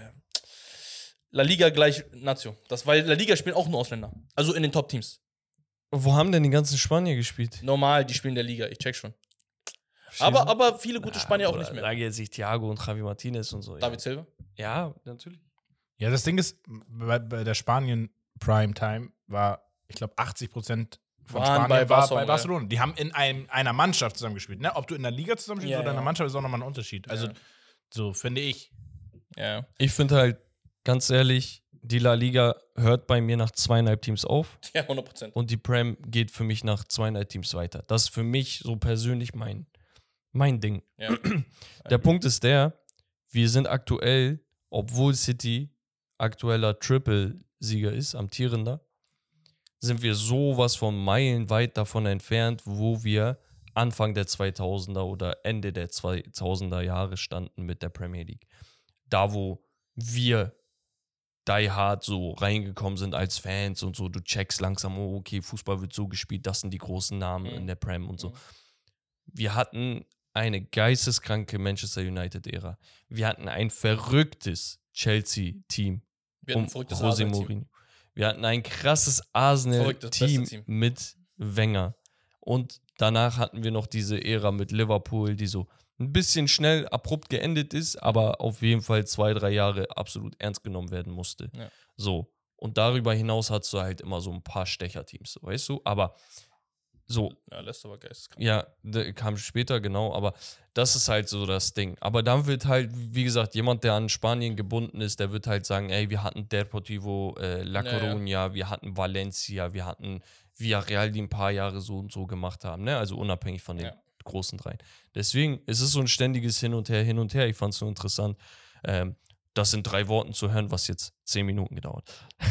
La Liga gleich Nazio. Das, weil La Liga spielen auch nur Ausländer. Also in den Top-Teams. Wo haben denn die ganzen Spanier gespielt? Normal, die spielen in der Liga, ich check schon. Verstehst Aber, du? aber viele gute Spanier auch Oder nicht mehr. Sage jetzt nicht Thiago und Javi Martinez und so. David Silva. Ja, natürlich. Ja, das Ding ist, bei, bei der Spanien Primetime war, ich glaube, achtzig Prozent von Waren Spanien bei war Barcelona, bei Barcelona. Die haben in einem, einer Mannschaft zusammengespielt. Ne? Ob du in der Liga zusammenspielst Ja, oder in einer ja. Mannschaft, ist auch nochmal ein Unterschied. Also, Ja. so finde ich. Ja. Ich finde halt, ganz ehrlich, die La Liga hört bei mir nach zweieinhalb Teams auf Ja, hundert Prozent. und die Prem geht für mich nach zweieinhalb Teams weiter. Das ist für mich so persönlich mein, mein Ding. Ja. Der Punkt ist der, wir sind aktuell, obwohl City aktueller Triple-Sieger ist, amtierender, sind wir sowas von meilenweit davon entfernt, wo wir Anfang der zweitausender oder Ende der zweitausender Jahre standen mit der Premier League. Da, wo wir die hard so reingekommen sind als Fans und so. Du checkst langsam, oh, okay, Fußball wird so gespielt, das sind die großen Namen Mhm. in der Prem und so. Mhm. Wir hatten eine geisteskranke Manchester United-Ära. Wir hatten ein verrücktes Chelsea-Team Wir hatten um ein verrücktes José Arsenal-Team. Mourinho. Wir hatten ein krasses Verrücktes, Arsenal-Team beste Team. mit Wenger. Und danach hatten wir noch diese Ära mit Liverpool, die so ein bisschen schnell abrupt geendet ist, aber auf jeden Fall zwei, drei Jahre absolut ernst genommen werden musste. Ja. So. Und darüber hinaus hast du halt immer so ein paar Stecherteams, weißt du? Aber so, Ja, Leicester war geisteskrank. ja, der kam später, genau, aber das ist halt so das Ding. Aber dann wird halt, wie gesagt, jemand, der an Spanien gebunden ist, der wird halt sagen, ey, wir hatten Deportivo äh, La Ja, ja. Coruña, wir hatten Valencia, wir hatten Villarreal, die ein paar Jahre so und so gemacht haben, ne? Also unabhängig von den Ja. großen dreien. Deswegen ist es so ein ständiges Hin und Her, hin und her. Ich fand es so interessant, ähm, das in drei Worten zu hören, was jetzt zehn Minuten gedauert.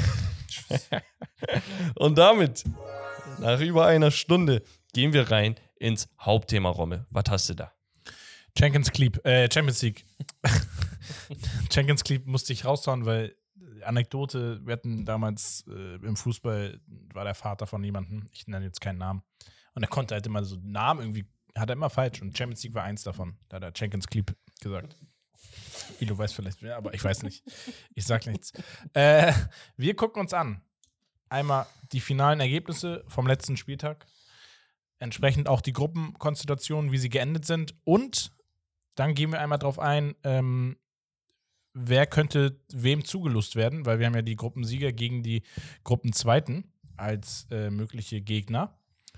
Und damit, nach über einer Stunde, gehen wir rein ins Hauptthema, Rommel. Was hast du da? Champions League, äh, Champions League. Champions League musste ich raushauen, weil Anekdote, wir hatten damals äh, im Fußball, war der Vater von jemandem, ich nenne jetzt keinen Namen, und er konnte halt immer so Namen irgendwie, hat er immer falsch, und Champions League war eins davon. Da hat er Champions League gesagt. Ilo weiß vielleicht wer, aber ich weiß nicht. Ich sag nichts. Äh, wir gucken uns an. Einmal die finalen Ergebnisse vom letzten Spieltag. Entsprechend auch die Gruppenkonstellationen, wie sie geendet sind. Und dann gehen wir einmal drauf ein, ähm, wer könnte wem zugelost werden, weil wir haben ja die Gruppensieger gegen die Gruppenzweiten als äh, mögliche Gegner.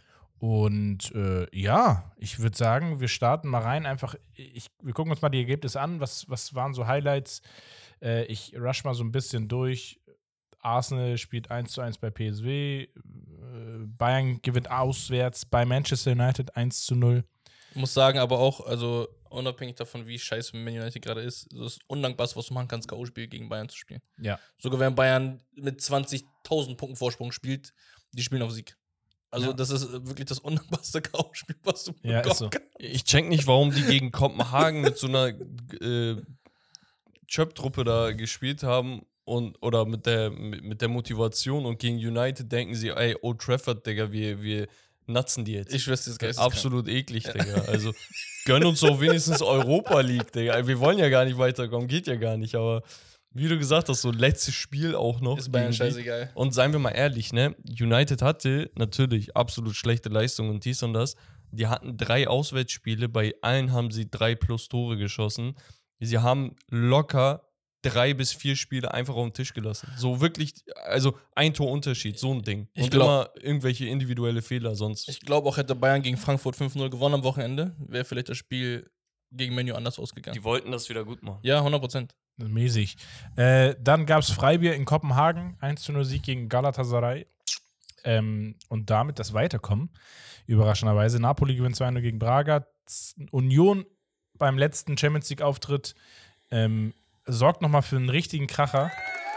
Und äh, ja, ich würde sagen, wir starten mal rein. Einfach, ich, wir gucken uns mal die Ergebnisse an. Was, was waren so Highlights? Äh, ich rush mal so ein bisschen durch. Arsenal spielt eins zu eins bei P S V. Äh, Bayern gewinnt auswärts bei Manchester United eins zu null. Ich muss sagen, aber auch, also unabhängig davon, wie scheiße Man United gerade ist, so das Undankbarste, was du machen kannst, K O-Spiel gegen Bayern zu spielen. Ja. Sogar wenn Bayern mit zwanzigtausend Punkten Vorsprung spielt, die spielen auf Sieg. Also Ja. das ist wirklich das undankbarste K O-Spiel, was du Ja, ist so. kannst. Ich check nicht, warum die gegen Kopenhagen mit so einer äh, Chöp-Truppe da gespielt haben und oder mit der, mit, mit der Motivation, und gegen United denken sie, ey, Old Trafford, Digga, wir, wir natzen die jetzt. Ich schwör's dir, das Geist Absolut eklig, Digga. Also gönn uns doch wenigstens Europa League, Digga. Wir wollen ja gar nicht weiterkommen, geht ja gar nicht, aber wie du gesagt hast, so letztes Spiel auch noch. ist Bayern gegen die. scheißegal. Und seien wir mal ehrlich, ne? United hatte natürlich absolut schlechte Leistungen und dies und das. Die hatten drei Auswärtsspiele, bei allen haben sie drei plus Tore geschossen. Sie haben locker drei bis vier Spiele einfach auf den Tisch gelassen. So wirklich, also ein Torunterschied, so ein Ding. Ich Und glaub- immer irgendwelche individuelle Fehler sonst. Ich glaube auch, hätte Bayern gegen Frankfurt fünf null gewonnen am Wochenende, wäre vielleicht das Spiel gegen Man U anders ausgegangen. Die wollten das wieder gut machen. Ja, hundert Prozent. Mäßig. Äh, dann gab es Freibier in Kopenhagen, eins zu null Sieg gegen Galatasaray. Ähm, und damit das Weiterkommen. Überraschenderweise. Napoli gewinnt zwei null gegen Braga. Z- Union beim letzten Champions League-Auftritt ähm, sorgt nochmal für einen richtigen Kracher.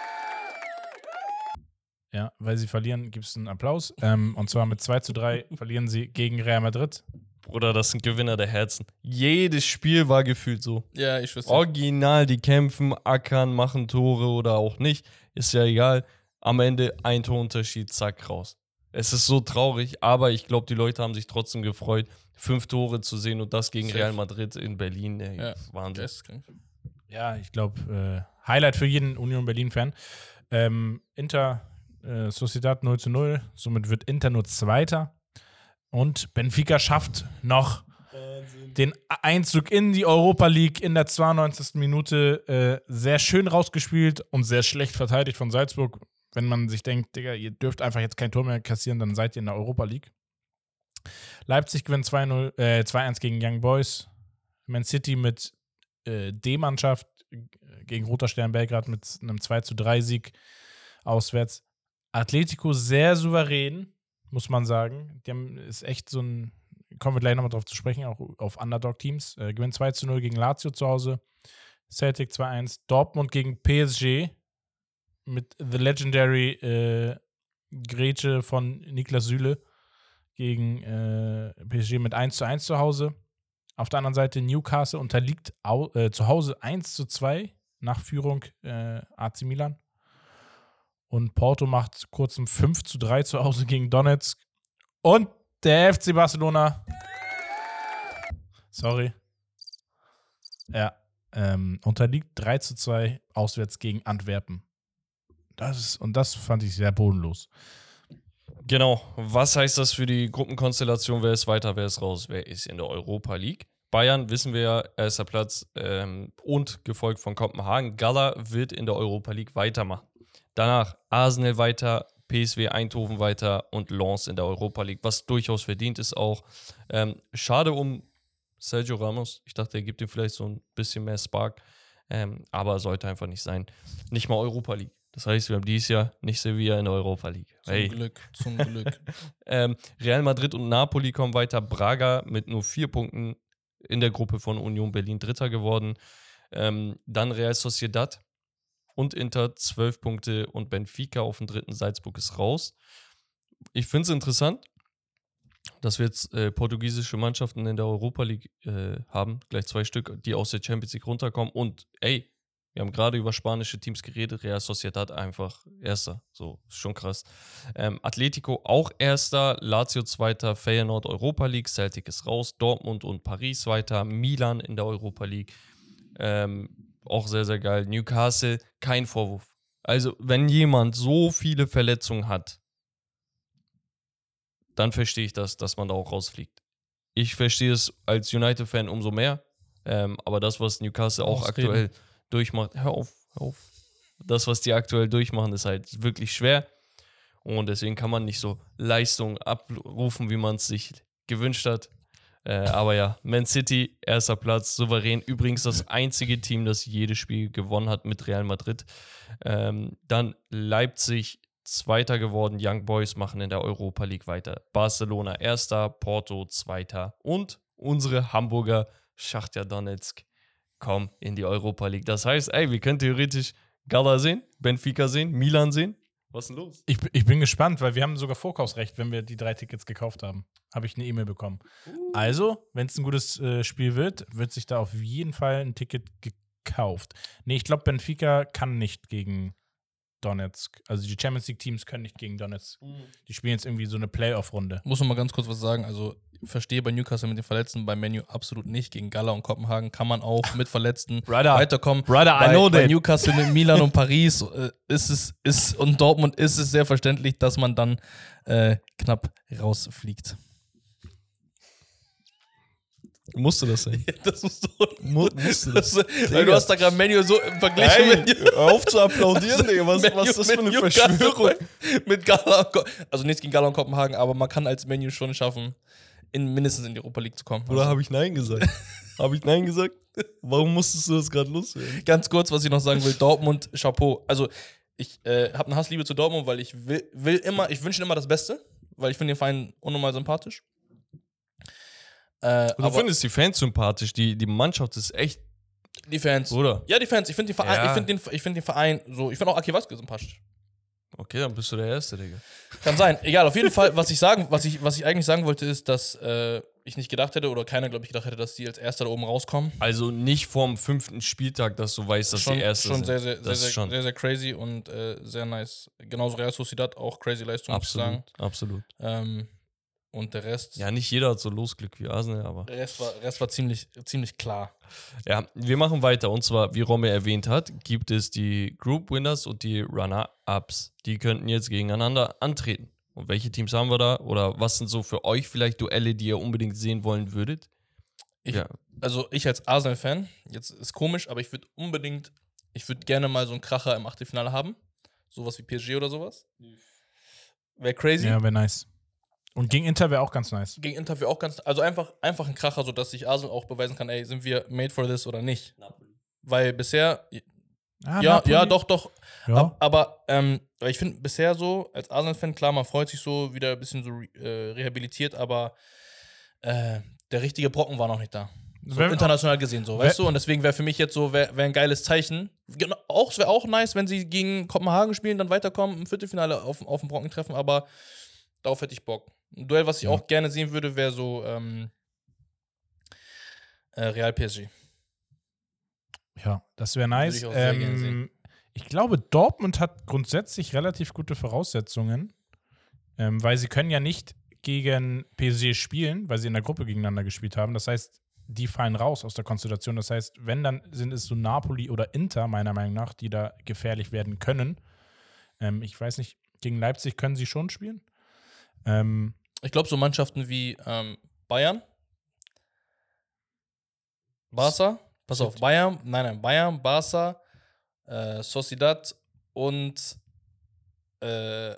Ja, weil sie verlieren, gibt es einen Applaus. Ähm, und zwar mit zwei zu drei verlieren sie gegen Real Madrid. Bruder, das sind Gewinner der Herzen. Jedes Spiel war gefühlt so. Ja, ich schwör's dir. Original, die kämpfen, ackern, machen Tore oder auch nicht. Ist ja egal. Am Ende ein Torunterschied, zack, raus. Es ist so traurig, aber ich glaube, die Leute haben sich trotzdem gefreut, fünf Tore zu sehen und das gegen Safe. Real Madrid in Berlin. Ey, Ja, Wahnsinn. Geisteskrank. Ja, ich glaube, äh, Highlight für jeden Union Berlin-Fan. Ähm, Inter, äh, Sociedad null zu null. Somit wird Inter nur Zweiter. Und Benfica schafft noch den Einzug in die Europa League in der zweiundneunzigsten Minute. Äh, sehr schön rausgespielt und sehr schlecht verteidigt von Salzburg. Wenn man sich denkt, Digga, ihr dürft einfach jetzt kein Tor mehr kassieren, dann seid ihr in der Europa League. Leipzig gewinnt zwei null, äh, zwei eins gegen Young Boys. Man City mit äh, D-Mannschaft gegen Roter Stern Belgrad mit einem zwei zu drei Sieg auswärts. Atletico sehr souverän, muss man sagen. Die haben, ist echt so ein, kommen wir gleich nochmal drauf zu sprechen, auch auf Underdog-Teams. Äh, gewinnt zwei zu null gegen Lazio zu Hause. Celtic zwei eins. Dortmund gegen P S G mit The Legendary äh, Grätsche von Niklas Süle gegen äh, P S G mit eins zu eins zu Hause. Auf der anderen Seite Newcastle unterliegt au, äh, zu Hause eins zu zwei nach Führung äh, A C Milan. Und Porto macht kurz um fünf zu drei zu Hause gegen Donetsk. Und der F C Barcelona. Sorry. Ja. Ähm, unterliegt drei zu zwei auswärts gegen Antwerpen. Das ist, und das fand ich sehr bodenlos. Genau. Was heißt das für die Gruppenkonstellation? Wer ist weiter, wer ist raus? Wer ist in der Europa League? Bayern, wissen wir ja, erster Platz ähm, und gefolgt von Kopenhagen. Gala wird in der Europa League weitermachen. Danach Arsenal weiter, P S V Eindhoven weiter und Lens in der Europa League, was durchaus verdient ist auch. Ähm, schade um Sergio Ramos. Ich dachte, er gibt ihm vielleicht so ein bisschen mehr Spark, ähm, aber sollte einfach nicht sein. Nicht mal Europa League. Das heißt, wir haben dieses Jahr nicht Sevilla in der Europa League. Zum Hey. Glück, zum Glück. ähm, Real Madrid und Napoli kommen weiter. Braga mit nur vier Punkten in der Gruppe von Union Berlin Dritter geworden. Ähm, dann Real Sociedad und Inter zwölf Punkte und Benfica auf dem dritten. Salzburg ist raus. Ich finde es interessant, dass wir jetzt äh, portugiesische Mannschaften in der Europa League äh, haben, gleich zwei Stück, die aus der Champions League runterkommen. Und ey, wir haben gerade über spanische Teams geredet. Real Sociedad einfach Erster. So, ist schon krass. Ähm, Atletico auch Erster. Lazio Zweiter. Feyenoord Europa League. Celtic ist raus. Dortmund und Paris weiter. Milan in der Europa League. Ähm, auch sehr, sehr geil. Newcastle, kein Vorwurf. Also, wenn jemand so viele Verletzungen hat, dann verstehe ich das, dass man da auch rausfliegt. Ich verstehe es als United-Fan umso mehr. Ähm, aber das, was Newcastle auch Ausreden. aktuell durchmacht, hör auf, hör auf. Das, was die aktuell durchmachen, ist halt wirklich schwer. Und deswegen kann man nicht so Leistung abrufen, wie man es sich gewünscht hat. Äh, aber ja, Man City, erster Platz, souverän. Übrigens das einzige Team, das jedes Spiel gewonnen hat mit Real Madrid. Ähm, dann Leipzig, Zweiter geworden. Young Boys machen in der Europa League weiter. Barcelona, Erster. Porto, Zweiter. Und unsere Hamburger Schachtja Donetsk kommen in die Europa League. Das heißt, ey, wir können theoretisch Gala sehen, Benfica sehen, Milan sehen. Was ist denn los? Ich, ich bin gespannt, weil wir haben sogar Vorkaufsrecht, wenn wir die drei Tickets gekauft haben. Habe ich eine E-Mail bekommen. Uh. Also, wenn es ein gutes äh, Spiel wird, wird sich da auf jeden Fall ein Ticket gekauft. Nee, ich glaube, Benfica kann nicht gegen Donetsk. Also die Champions League-Teams können nicht gegen Donetsk. Die spielen jetzt irgendwie so eine Playoff-Runde. Muss noch mal ganz kurz was sagen. Also, ich verstehe bei Newcastle mit den Verletzten, bei Menu absolut nicht. Gegen Gala und Kopenhagen kann man auch mit Verletzten Brother. weiterkommen. Brother, bei, I know bei that. Newcastle mit Milan und Paris äh, ist es ist, und Dortmund ist es sehr verständlich, dass man dann äh, knapp rausfliegt. Musste das sein? Das musst du. Mu musste das. Das, weil du hast da gerade Menu so im Vergleich Hey, mit hör auf zu applaudieren, Digga. Was, Menu was ist das für mit eine Newcastle, Verschwörung? Mit Gala und Ko- also nichts gegen Gala und Kopenhagen, aber man kann als Menu schon schaffen, in, mindestens in die Europa League zu kommen. Oder Also, habe ich Nein gesagt? Habe ich Nein gesagt? Warum musstest du das gerade loswerden? ganz kurz, was ich noch sagen will: Dortmund, Chapeau. Also, ich äh, habe eine Hassliebe zu Dortmund, weil ich will, will immer, ich wünsche immer das Beste, weil ich finde den Verein unnormal sympathisch. Äh, Du aber findest die Fans sympathisch, die, die Mannschaft ist echt, die Fans. Bruder. Ja, die Fans. Ich finde den Verein, Ja. ich finde den, ich finde den Verein so. Ich finde auch Aki Watzke sympathisch. Okay, dann bist du der Erste, Digga. Kann sein. Egal, auf jeden Fall, was ich sagen, was ich, was ich eigentlich sagen wollte, ist, dass äh, ich nicht gedacht hätte, oder keiner, glaube ich, gedacht hätte, dass die als Erster da oben rauskommen. Also nicht vorm fünften Spieltag, dass du weißt, dass schon, die Erste schon sind. sehr, sehr, sehr, das sehr, ist schon sehr, sehr crazy und äh, sehr nice. Genauso Real Sociedad, auch crazy Leistung, muss ich sagen. absolut, absolut. Ähm, und der Rest, Ja, nicht jeder hat so Losglück wie Arsenal, aber der Rest war, Rest war ziemlich, ziemlich klar. ja, wir machen weiter. Und zwar, wie Romme erwähnt hat, gibt es die Group Winners und die Runner-Ups. Die könnten jetzt gegeneinander antreten. Und welche Teams haben wir da? Oder was sind so für euch vielleicht Duelle, die ihr unbedingt sehen wollen würdet? Ich, Ja. Also ich als Arsenal-Fan, jetzt ist komisch, aber ich würde unbedingt, ich würde gerne mal so einen Kracher im Achtelfinale haben. Sowas wie P S G oder sowas. Wäre crazy. Ja, wäre nice. Und gegen Inter wäre auch ganz nice. Gegen Inter wäre auch ganz, also einfach, einfach ein Kracher, sodass sich Arsenal auch beweisen kann, ey, sind wir made for this oder nicht. Napoli. Weil bisher, Ah, ja, Napoli? ja, doch, doch. Ja. Ab, aber ähm, weil ich finde bisher so, als Arsenal-Fan, klar, man freut sich so, wieder ein bisschen so äh, rehabilitiert, aber äh, der richtige Brocken war noch nicht da. So Wenn- international gesehen, so, Wer- weißt du? Und deswegen wäre für mich jetzt so, wäre wär ein geiles Zeichen. Genau, auch, es wäre auch nice, wenn sie gegen Kopenhagen spielen, dann weiterkommen, im Viertelfinale auf, auf den Brocken treffen, aber darauf hätte ich Bock. Ein Duell, was ich Ja. auch gerne sehen würde, wäre so ähm, äh, Real P S G. Ja, das wäre nice. Würde ich auch sehr gerne Ähm, sehen. Ich glaube, Dortmund hat grundsätzlich relativ gute Voraussetzungen, ähm, weil sie können ja nicht gegen P S G spielen, weil sie in der Gruppe gegeneinander gespielt haben. Das heißt, die fallen raus aus der Konstellation. Das heißt, wenn, dann sind es so Napoli oder Inter, meiner Meinung nach, die da gefährlich werden können. Ähm, ich weiß nicht, gegen Leipzig können sie schon spielen. Ähm, Ich glaube, so Mannschaften wie ähm, Bayern, Barca, pass auf, Bayern, nein, nein, Bayern, Barca, äh, Sociedad und äh,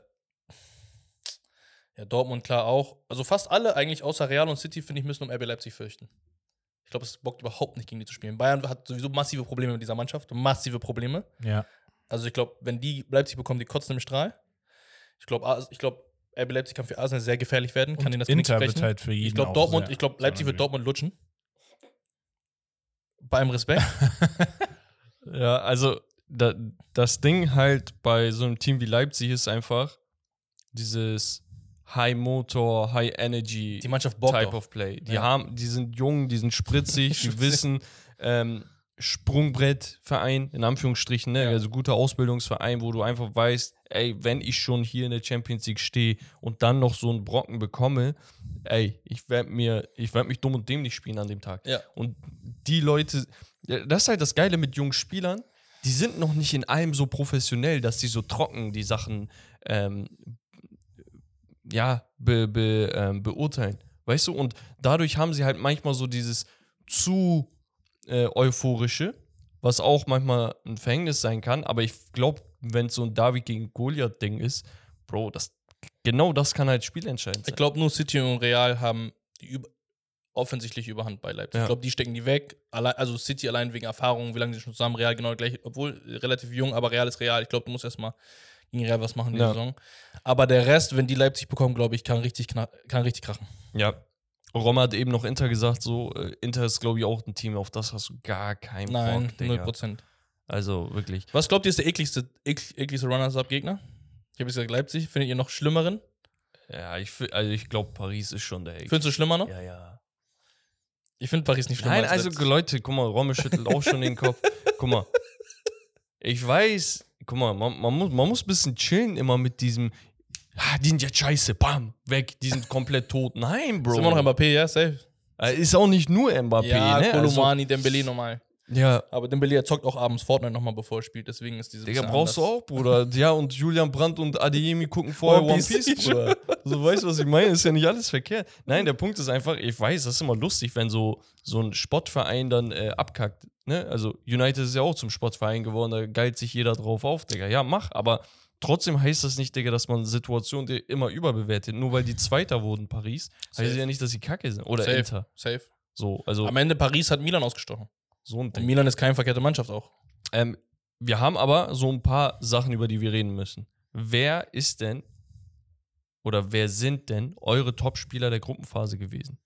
ja, Dortmund klar auch. Also fast alle eigentlich außer Real und City, finde ich, müssen um R B Leipzig fürchten. Ich glaube, es bockt überhaupt nicht, gegen die zu spielen. Bayern hat sowieso massive Probleme mit dieser Mannschaft. Massive Probleme. ja. Also ich glaube, wenn die Leipzig bekommen, die kotzen im Strahl. Ich glaube, ich glaube, R B Leipzig kann für Arsenal sehr gefährlich werden. Kann Und ihnen das Inter Genick wird brechen. halt für jeden Ich glaube, auch Dortmund, sehr- ich glaube, sehr Leipzig wird unangenehm. Dortmund lutschen. Bei allem Respekt. Ja, also da, das Ding halt bei so einem Team wie Leipzig ist einfach dieses High Motor, High Energy Die Mannschaft bockt Type auch. of Play. Die Ja. haben, die sind jung, die sind spritzig, die wissen, ähm, Sprungbrettverein, in Anführungsstrichen, ne? Ja. Also guter Ausbildungsverein, wo du einfach weißt, ey, wenn ich schon hier in der Champions League stehe und dann noch so einen Brocken bekomme, ey, ich werde mir, ich werde mich dumm und dämlich spielen an dem Tag. Ja. Und die Leute, ja, das ist halt das Geile mit jungen Spielern, die sind noch nicht in allem so professionell, dass sie so trocken die Sachen ähm, ja, be, be, ähm, beurteilen. Weißt du? Und dadurch haben sie halt manchmal so dieses zu äh, euphorische, was auch manchmal ein Verhängnis sein kann. Aber ich glaube, wenn es so ein David gegen Goliath-Ding ist, Bro, das, genau das kann halt spielentscheidend sein. Ich glaube, nur City und Real haben die über offensichtliche Überhand bei Leipzig. Ja. Ich glaube, die stecken die weg. Allein, also City allein wegen Erfahrung, wie lange sie schon zusammen, Real genau gleich, obwohl relativ jung, aber Real ist Real. Ich glaube, du musst erstmal gegen Real was machen in der Ja. Saison. Aber der Rest, wenn die Leipzig bekommen, glaube ich, kann richtig, kna- kann richtig krachen. Ja. Rom hat eben noch Inter gesagt, so, äh, Inter ist, glaube ich, auch ein Team, auf das hast du gar keinen Nein, Bock, null Digga. Prozent. Also wirklich. Was glaubt ihr, ist der ekligste, ek, ekligste Runners-Up-Gegner? Ich habe jetzt gesagt Leipzig. Findet ihr noch schlimmeren? Ja, ich, fi- also ich glaube, Paris ist schon der Eck. Findest du schlimmer noch? Ja, ja. Ich finde Paris nicht schlimmer Nein, als also Leipzig. Leute, guck mal, Romme schüttelt auch schon den Kopf. Guck mal. Ich weiß, guck mal, man, man, muss, man muss ein bisschen chillen immer mit diesem, ah, die sind jetzt scheiße, bam, weg, die sind komplett tot. Nein, Bro. Ist immer noch Mbappé, ja, safe. Äh, Ist auch nicht nur Mbappé, Ja, ne? Also, Kolomani, Dembele normal. ja, Aber Dembele er zockt auch abends Fortnite nochmal, bevor er spielt. Deswegen ist diese Digga, bisschen brauchst du anders. auch, Bruder. Ja, und Julian Brandt und Adeyemi gucken vorher One One Piece. Piece, Bruder. So, weißt du, was ich meine? Ist ja nicht alles verkehrt. Nein, der Punkt ist einfach, ich weiß, das ist immer lustig, wenn so, so ein Sportverein dann äh, abkackt. Ne? Also, United ist ja auch zum Sportverein geworden, da geilt sich jeder drauf auf, Digga. Ja, mach, aber trotzdem heißt das nicht, Digga, dass man Situationen die immer überbewertet. Nur weil die Zweiter wurden, Paris, heißt Safe. es ja nicht, dass sie kacke sind. Oder Safe, Inter. safe. So, also, Am Ende Paris hat Milan ausgestochen. so ein Und Ding. Milan ist keine verkehrte Mannschaft auch. Ähm, wir haben aber so ein paar Sachen, über die wir reden müssen. Wer ist denn oder wer sind denn eure Topspieler der Gruppenphase gewesen?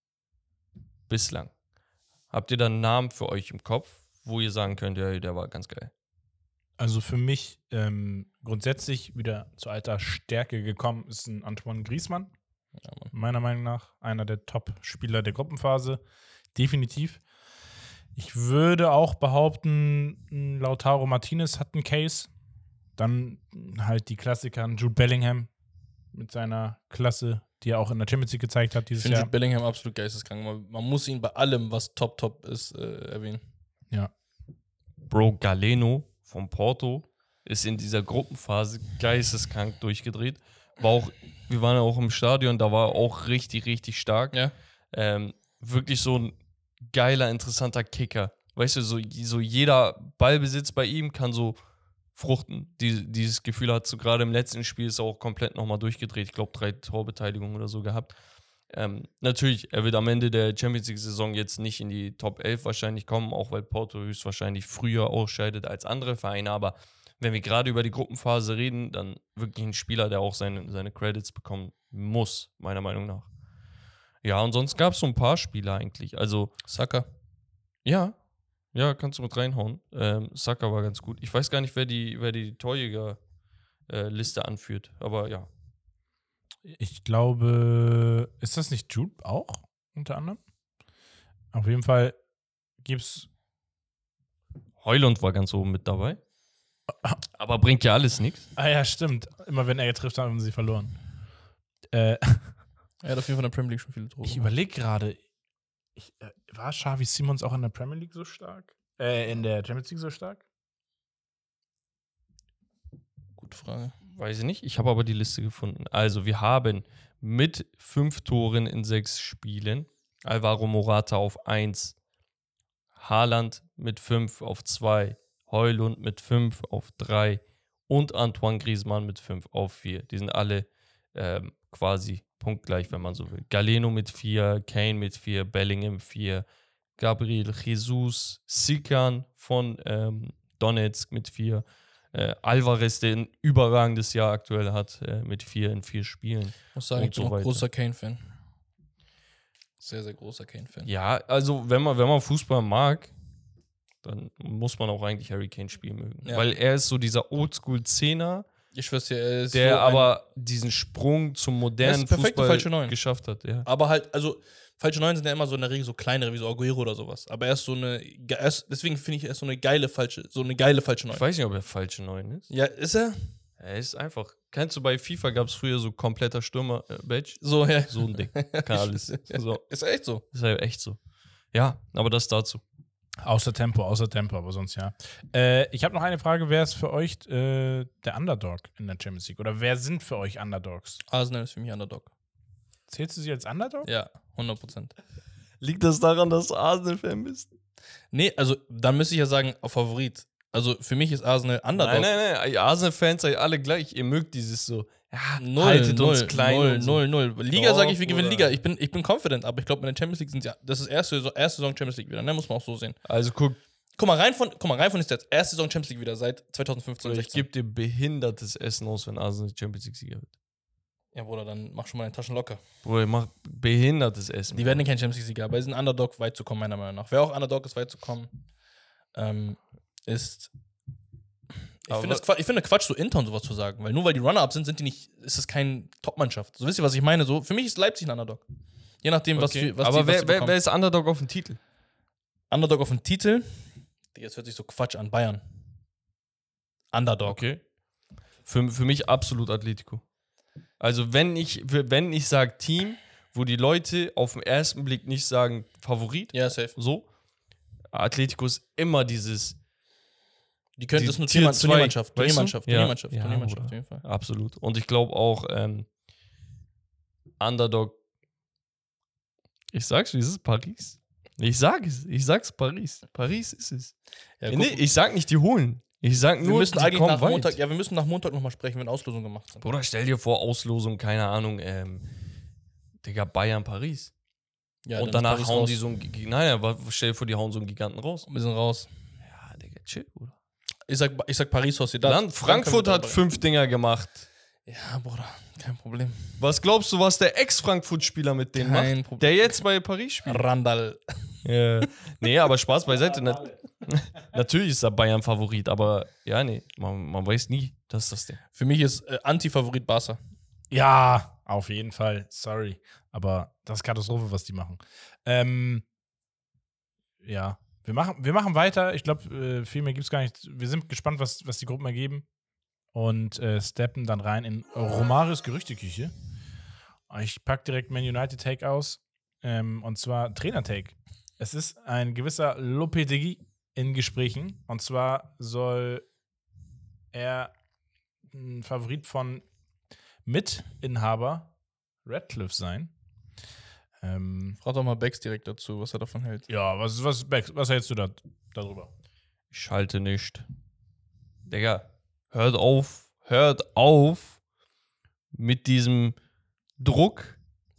Bislang. Habt ihr da einen Namen für euch im Kopf, wo ihr sagen könnt, ja, der war ganz geil? Also für mich ähm, grundsätzlich wieder zu alter Stärke gekommen ist ein Antoine Griezmann. Ja, Mann. Meiner Meinung nach einer der Top-Spieler der Gruppenphase. Definitiv. Ich würde auch behaupten, ein Lautaro Martinez hat einen Case. Dann halt die Klassiker, ein Jude Bellingham mit seiner Klasse, die er auch in der Champions League gezeigt hat Ich dieses finde Jahr. Jude Bellingham absolut geisteskrank. Man, man muss ihn bei allem, was top, top ist, äh, erwähnen. Bro, Galeno von Porto ist in dieser Gruppenphase geisteskrank durchgedreht. War auch, wir waren ja auch im Stadion, da war er auch richtig, richtig stark. Ja. Ähm, wirklich so ein geiler, interessanter Kicker. Weißt du, so, so jeder Ballbesitz bei ihm kann so fruchten. Die, dieses Gefühl hat so gerade im letzten Spiel ist er auch komplett nochmal durchgedreht. Ich glaube, drei Torbeteiligungen oder so gehabt. Ähm, natürlich, er wird am Ende der Champions League-Saison jetzt nicht in die Top elf wahrscheinlich kommen, auch weil Porto höchstwahrscheinlich früher ausscheidet als andere Vereine. Aber wenn wir gerade über die Gruppenphase reden, dann wirklich ein Spieler, der auch seine, seine Credits bekommen muss, meiner Meinung nach. Ja, und sonst gab es so ein paar Spieler eigentlich. Also, Saka. ja, ja, kannst du mit reinhauen. Ähm, Saka war ganz gut. Ich weiß gar nicht, wer die, wer die Torjäger-Liste anführt, aber ja. Ich glaube, ist das nicht Jude auch unter anderem? Auf jeden Fall gibt es. Heulund war ganz oben mit dabei. Aber bringt ja alles nichts. Ah ja, stimmt. Immer wenn er trifft, haben sie verloren. Äh, Er hat auf jeden Fall in der Premier League schon viele Tore. ich überlege gerade, ich, äh, war Xavi Simons auch in der Premier League so stark? Äh, in der Champions League so stark? Gute Frage. Weiß ich nicht. Ich habe aber die Liste gefunden. Also, wir haben mit fünf Toren in sechs Spielen Alvaro Morata auf eins, Haaland mit fünf auf zwei, Højlund mit fünf auf drei und Antoine Griezmann mit fünf auf vier. Die sind alle ähm, quasi punktgleich, wenn man so will. Galeno mit vier, Kane mit vier, Bellingham vier, Gabriel Jesus, Sikan von ähm, Donetsk mit vier, äh, Alvarez, der ein überragendes Jahr aktuell hat, äh, mit vier in vier Spielen. Ich muss sagen, Und ich so bin auch weiter. großer Kane-Fan. Sehr, sehr großer Kane-Fan. Ja, also wenn man, wenn man Fußball mag, dann muss man auch eigentlich Harry Kane spielen mögen. Ja. Weil er ist so dieser Oldschool-Zehner, Ich schwör's dir, er ist der so ein, aber diesen Sprung zum modernen Er ist perfekte Fußball falsche Neun. geschafft hat. Ja. Aber halt, also, falsche Neun sind ja immer so in der Regel so kleinere, wie so Aguero oder sowas. Aber er ist so eine, er ist, deswegen finde ich, er ist so eine geile falsche, so eine geile falsche Neun. Ich weiß nicht, ob er falsche Neun ist. Ja, ist er? Er ist einfach. Kennst du, bei FIFA gab es früher so kompletter Stürmer-Badge? So, ja. So ein Ding. Kann alles. So. Ist er echt so? Ist halt echt so. Ja, aber das dazu. Außer Tempo, außer Tempo, aber sonst ja. Äh, ich habe noch eine Frage. Wer ist für euch äh, der Underdog in der Champions League? Oder wer sind für euch Underdogs? Arsenal ist für mich Underdog. Zählst du sie als Underdog? Ja, hundert Prozent. Liegt das daran, dass du Arsenal-Fan bist? Nee, also, dann müsste ich ja sagen, auf Favorit. Also, für mich ist Arsenal Underdog. Nein, nein, nein. Arsenal-Fans seid alle gleich. Ihr mögt dieses so. Ja, Null, haltet null, uns klein. null, und so. null, null. Liga Doch, sage ich, wir gewinnen Bruder. Liga. Ich bin, ich bin confident, aber ich glaube, in der Champions League sind ja, das ist erste, Saison- erste Saison Champions League wieder, ne? Muss man auch so sehen. Also guck, Guck mal, rein von, guck mal, rein von den Stats. Erste Saison Champions League wieder seit zwanzig fünfzehn, ich sechzehn. gebe dir behindertes Essen aus, wenn Arsenal Champions League-Sieger wird. Ja, Bruder, dann mach schon mal deine Taschen locker. Bruder, ich mach behindertes Essen. Die werden kein Champions League-Sieger, aber sie sind Underdog, weit zu kommen, meiner Meinung nach. Wer auch Underdog ist, weit zu kommen, ähm, ist. Ich Aber finde das Quatsch, ich finde Quatsch, so Inter und sowas zu sagen, weil nur weil die Runner-Up sind, sind die nicht, ist das keine Top-Mannschaft. So wisst ihr, was ich meine? So, für mich ist Leipzig ein Underdog. Je nachdem, was, Okay. für, was Aber die, was wer, die wer, bekommen. wer ist Underdog auf dem Titel? Underdog auf den Titel. Jetzt hört sich so Quatsch an. Bayern. Underdog. Okay. Für, für mich absolut Atletico. Also wenn ich, wenn ich sage Team, wo die Leute auf den ersten Blick nicht sagen Favorit, Ja, safe. so, Atletico ist immer dieses Die könnte Die es nur Tier Turniermann- zwei, Turniermannschaft. weißt du? Turniermannschaft. Ja. Turniermannschaft. Ja, Turniermannschaft, Bruder. auf jeden Fall. absolut. Und ich glaube auch ähm, Underdog. Ich sag's, wie ist es? Paris. Ich sag es. Ich sag's Paris. Paris ist es. Ja, nee, guck, ich sag nicht, die holen. Ich sag wir nur, müssen die eigentlich kommen nach weit. Montag, ja, wir müssen nach Montag nochmal sprechen, wenn Auslosungen gemacht sind. Bruder, stell dir vor, Auslosung, keine Ahnung, ähm, Digga, Bayern, Paris. Ja, und dann ist danach Paris hauen raus. die so einen, Gig- nein, nein, stell dir vor, die hauen so einen Giganten raus. Wir sind raus. Ja, Digga, chill, Bruder. Ich sag, ich sag Paris Sociedad. Dann, Frankfurt Dann hat können wir fünf Dinger gemacht. da- Ja, Bruder, kein Problem. Was glaubst du, was der Ex-Frankfurt-Spieler mit denen Kein macht? Problem. Der jetzt bei Paris spielt. Randall. Ja. Nee, aber Spaß beiseite. Na, natürlich ist er Bayern Favorit, aber ja, nee, man, man weiß nie, dass das der. Für mich ist äh, Anti-Favorit Barca. Ja, auf jeden Fall. Sorry. Aber das ist Katastrophe, was die machen. Ähm, ja, wir machen, wir machen weiter. Ich glaube, äh, viel mehr gibt es gar nicht. Wir sind gespannt, was, was die Gruppen ergeben. Und äh, steppen dann rein in Romarios Gerüchteküche. Ich packe direkt Man United Take aus. Ähm, und zwar Trainer-Take. Es ist ein gewisser Lopetegui in Gesprächen. Und zwar soll er ein Favorit von Mitinhaber Radcliffe sein. Ähm, Frag doch mal Bex direkt dazu, was er davon hält. ja, was, was, Bex, was hältst du da, darüber? Ich schalte nicht. Digga, hört auf, hört auf mit diesem Druck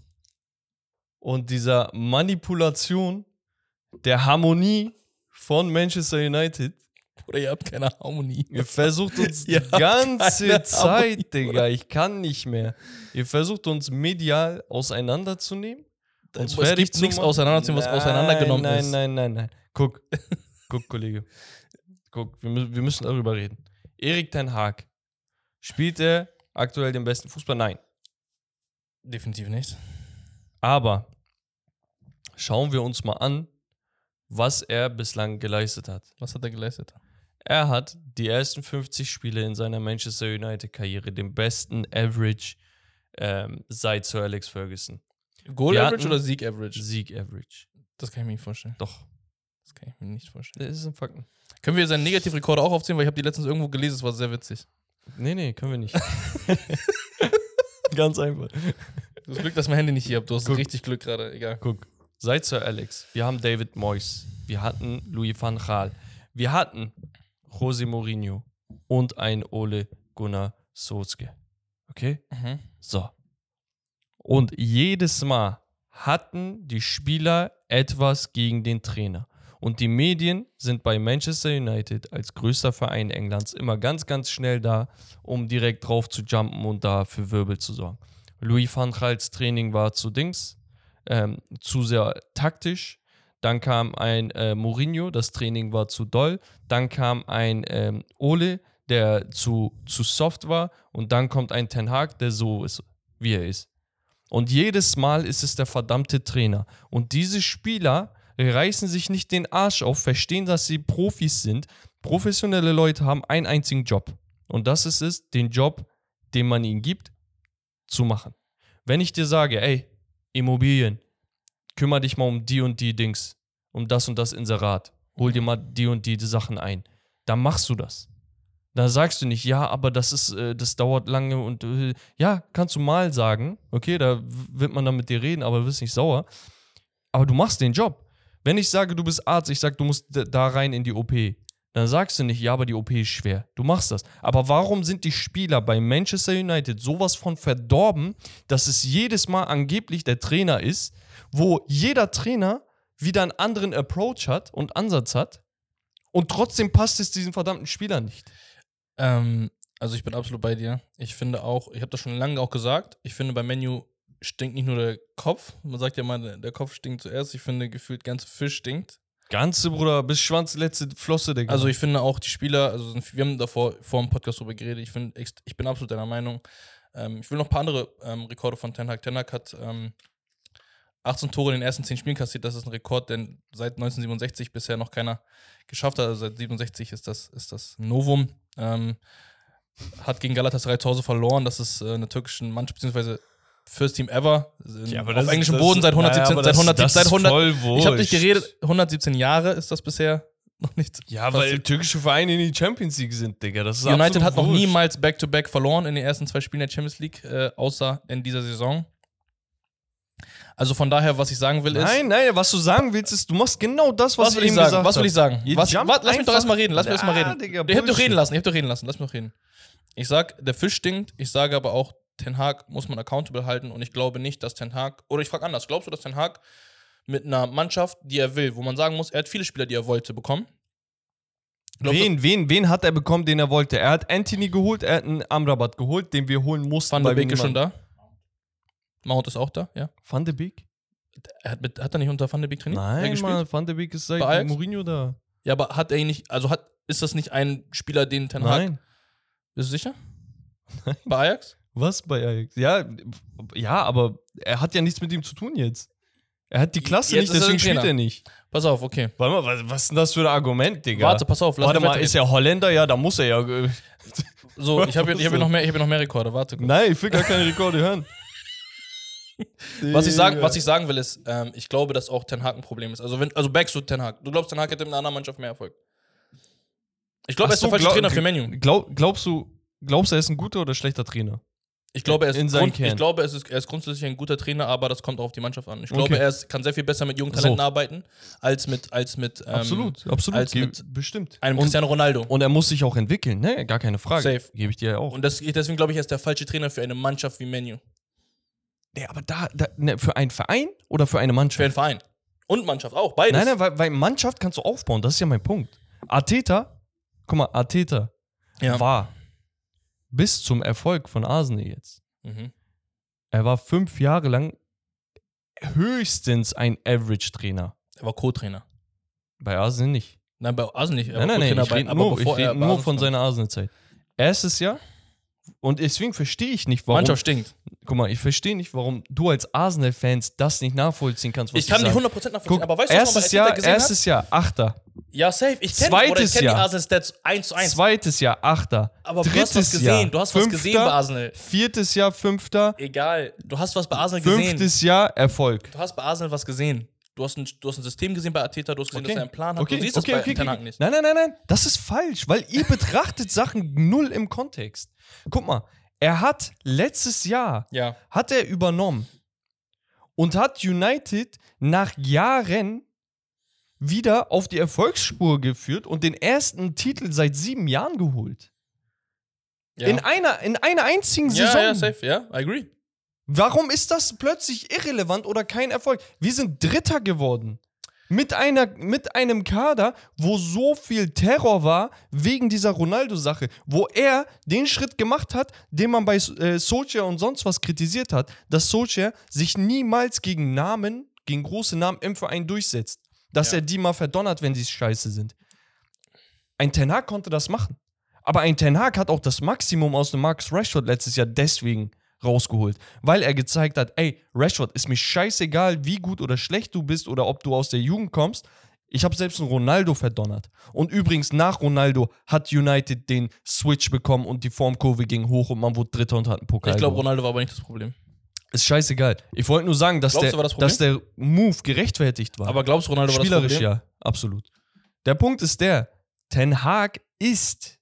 und dieser Manipulation der Harmonie von Manchester United. Oder ihr habt keine Harmonie. Ihr versucht uns Ihr die habt ganze keine Zeit, Harmonie, Digga, ich kann nicht mehr. Ihr versucht uns medial auseinanderzunehmen. Uns Es fertig gibt zu nichts machen. auseinanderzunehmen, was auseinandergenommen nein, ist. Nein, nein, nein, nein. Guck, guck, Kollege. Guck, wir, mü- wir müssen darüber reden. Erik ten Hag, spielt er aktuell den besten Fußball? Nein. Definitiv nicht. Aber schauen wir uns mal an, was er bislang geleistet hat. Was hat er geleistet? Er hat die ersten fünfzig Spiele in seiner Manchester United-Karriere den besten Average ähm, seit Sir Alex Ferguson. Goal-Average oder Sieg-Average? Sieg-Average. Das kann ich mir nicht vorstellen. Doch. Das kann ich mir nicht vorstellen. Das ist ein Fakten. Können wir seinen Negativrekord auch aufzählen, weil ich habe die letztens irgendwo gelesen, das war sehr witzig. Nee, nee, können wir nicht. Ganz einfach. Du hast Glück, dass mein Handy nicht hier habt. Du hast Guck. richtig Glück gerade, egal. Guck, seit Sir Alex, wir haben David Moyes, wir hatten Louis van Gaal, wir hatten José Mourinho und ein Ole Gunnar Solskjaer. Okay? Mhm. So. Und jedes Mal hatten die Spieler etwas gegen den Trainer. Und die Medien sind bei Manchester United als größter Verein Englands immer ganz, ganz schnell da, um direkt drauf zu jumpen und da für Wirbel zu sorgen. Louis van Gaals Training war zu Dings, ähm, zu sehr taktisch. Dann kam ein äh, Mourinho, das Training war zu doll. Dann kam ein ähm, Ole, der zu, zu soft war. Und dann kommt ein Ten Hag, der so ist, wie er ist. Und jedes Mal ist es der verdammte Trainer. Und diese Spieler reißen sich nicht den Arsch auf, verstehen, dass sie Profis sind. Professionelle Leute haben einen einzigen Job. Und das ist es, den Job, den man ihnen gibt, zu machen. Wenn ich dir sage, ey, Immobilien, kümmere dich mal um die und die Dings, um das und das Inserat, hol dir mal die und die Sachen ein, dann machst du das. Da sagst du nicht, ja, aber das ist, äh, das dauert lange und äh, ja, kannst du mal sagen, okay, da w- wird man dann mit dir reden, aber du wirst nicht sauer. Aber du machst den Job. Wenn ich sage, du bist Arzt, ich sage, du musst d- da rein in die O P, dann sagst du nicht, ja, aber die O P ist schwer. Du machst das. Aber warum sind die Spieler bei Manchester United sowas von verdorben, dass es jedes Mal angeblich der Trainer ist, wo jeder Trainer wieder einen anderen Approach hat und Ansatz hat und trotzdem passt es diesen verdammten Spielern nicht? Ähm, also ich bin absolut bei dir. Ich finde auch, ich habe das schon lange auch gesagt, ich finde beim Menu stinkt nicht nur der Kopf. Man sagt ja mal, der- der Kopf stinkt zuerst. Ich finde, gefühlt ganze Fisch stinkt. Ganze, Bruder, bis Schwanz, letzte Flosse, Digga. Also ich finde auch die Spieler, also wir haben davor vor dem Podcast drüber geredet, ich finde, ich, ich bin absolut deiner Meinung. Ähm, ich will noch ein paar andere ähm, Rekorde von Ten Hag. Ten Hag hat ähm, achtzehn Tore in den ersten zehn Spielen kassiert. Das ist ein Rekord, den seit neunzehnhundertsiebenundsechzig bisher noch keiner geschafft hat. Also seit siebenundsechzig ist das, ist das ein Novum. Ähm, hat gegen Galatasaray zu Hause verloren. Das ist äh, eine türkische Mannschaft, beziehungsweise First Team ever. Ja, aber auf das- englischem das- Boden seit hundertsiebzehn, naja, seit aber hundertsiebzehn, das- seit das ist hundert. voll Ich habe nicht wurscht. geredet, hundertsiebzehn Jahre ist das bisher noch nicht. ja, weil passiert. türkische Vereine in die Champions League sind, Digga. Das ist United absolut hat noch wurscht. niemals Back-to-Back verloren in den ersten zwei Spielen der Champions League, äh, außer in dieser Saison. Also von daher, was ich sagen will, ist. Nein, nein, was du sagen willst, ist, du machst genau das, was, Was will ich ich eben sagen? gesagt Was will ich sagen? Ihr Was, jumpt warte, lass mich doch einfach- erstmal reden. Lass mich erstmal Ja, reden. Digga, ich hab doch Bullshit. reden lassen. Ich hab doch reden lassen. Lass mich doch reden. Ich sag, der Fisch stinkt. Ich sage aber auch, Ten Hag muss man accountable halten. Und ich glaube nicht, dass Ten Hag. Oder ich frage anders. Glaubst du, dass Ten Hag mit einer Mannschaft, die er will, wo man sagen muss, er hat viele Spieler, die er wollte, bekommen? Glaubst du- Wen, wen, wen hat er bekommen, den er wollte? Er hat Anthony geholt, er hat einen Amrabat geholt, den wir holen mussten. Van der weil wir Beek ist schon niemanden- da. Mount ist auch da, ja. Van der Beek? Er hat, mit, hat er nicht unter Van der Beek trainiert? Er Nein, gespielt? Mann, Van der Beek ist seit Bei Ajax? Mourinho da. Ja, aber hat er ihn nicht, also hat, ist das nicht ein Spieler, den Ten Hag. Nein. Bist du sicher? Bei Ajax? Was bei Ajax? Ja, ja, aber er hat ja nichts mit ihm zu tun jetzt. Er hat die Klasse Jetzt nicht, ist er deswegen ein spielt Trainer. er nicht. Pass auf, okay. Warte mal, was, was ist denn das für ein Argument, Digga? Warte, pass auf, lass Warte mich mal, weiterreden. ist er Holländer? Ja, da muss er ja. äh, So, ich habe hier, ich hab hier, Was noch mehr- ich hab hier noch mehr Rekorde, warte kurz. Nein, ich will gar keine Rekorde hören. Was ich, sagen, was ich sagen will, ist, ähm, ich glaube, dass auch Ten Hag ein Problem ist. Also, wenn, also backst du Ten Hag. Du glaubst, Ten Hag hätte mit einer anderen Mannschaft mehr Erfolg. Ich glaube, er Ach ist der so, falsche glaub- Trainer für Menu. Glaub, glaubst du, glaubst du, er ist ein guter oder schlechter Trainer? Ich glaube, er ist, in seinem Grund, Kern. ich glaube es ist, er ist grundsätzlich ein guter Trainer, aber das kommt auch auf die Mannschaft an. Ich glaube, Okay. er ist, kann sehr viel besser mit jungen Talenten So. arbeiten, als mit, als mit ähm, absolut, absolut. als Ge- mit bestimmt. einem und, Cristiano Ronaldo. und er muss sich auch entwickeln, ne? Gar keine Frage. Safe. Gebe ich dir ja auch. Und das, deswegen glaube ich, er ist der falsche Trainer für eine Mannschaft wie Menu. Nee, aber da, da ne, für einen Verein oder für eine Für Mannschaft? einen Verein. Und Mannschaft auch, beides. Nein, nein, weil, weil Mannschaft kannst du aufbauen, das ist ja mein Punkt. Arteta, guck mal, Arteta Ja. war bis zum Erfolg von Arsenal jetzt. Mhm. Er war fünf Jahre lang höchstens ein Average-Trainer. Er war Co-Trainer. Bei Arsenal nicht. Nein, bei Arsenal nicht. Er Nein, war nein, nein, Co-Trainer ich bei- rede aber nur, ich bevor er red bei nur Arsenal von stand. seiner Arsenal-Zeit. Erstes Jahr, und deswegen verstehe ich nicht, warum. Mannschaft stinkt. Guck mal, ich verstehe nicht, warum du als Arsenal-Fans das nicht nachvollziehen kannst, was Ich kann die nicht sagen. hundert Prozent nachvollziehen, Guck, aber weißt du, was man bei erstes Arteta Jahr, gesehen erstes Jahr, Achter. Ja, safe. Ich kenne Zweites kenn die Jahr. Arsenal-Stats eins zu eins. Zweites Jahr, Achter. Aber du Drittes hast was gesehen. Jahr, Du hast was Fünfter. gesehen bei Arsenal. Viertes Jahr, Fünfter. Egal. Du hast was bei Arsenal gesehen. Fünftes Jahr, Erfolg. Du hast bei Arsenal was gesehen. Du hast ein, du hast ein System gesehen bei Arteta, du hast gesehen, Okay. dass er einen Plan hat. Okay, Du siehst okay, das bei okay, Ten okay. Hag nicht. Nein, nein, nein, nein. Das ist falsch, weil ihr betrachtet Sachen null im Kontext. Guck mal, er hat letztes Jahr, Ja. hat er übernommen und hat United nach Jahren wieder auf die Erfolgsspur geführt und den ersten Titel seit sieben Jahren geholt. Ja. In einer, in einer einzigen ja, Saison. ja, safe. Ja, I agree. Warum ist das plötzlich irrelevant oder kein Erfolg? Wir sind Dritter geworden. Mit, einer, mit einem Kader, wo so viel Terror war wegen dieser Ronaldo-Sache, wo er den Schritt gemacht hat, den man bei äh, Solskjaer und sonst was kritisiert hat, dass Solskjaer sich niemals gegen Namen, gegen große Namen im Verein durchsetzt. Dass Ja. er die mal verdonnert, wenn sie scheiße sind. Ein Ten Hag konnte das machen. Aber ein Ten Hag hat auch das Maximum aus dem Marcus Rashford letztes Jahr deswegen rausgeholt, weil er gezeigt hat, ey, Rashford, ist mir scheißegal, wie gut oder schlecht du bist oder ob du aus der Jugend kommst. Ich habe selbst einen Ronaldo verdonnert. Und übrigens, nach Ronaldo hat United den Switch bekommen und die Formkurve ging hoch und man wurde Dritter und hat einen Pokal Ich glaube, gewonnen. Ronaldo war aber nicht das Problem. Ist scheißegal. Ich wollte nur sagen, dass Glaubst der, du, war das Problem? dass der Move gerechtfertigt war. Aber glaubst du, Ronaldo war das Spielerisch Problem? ja, absolut. Der Punkt ist der, Ten Hag ist,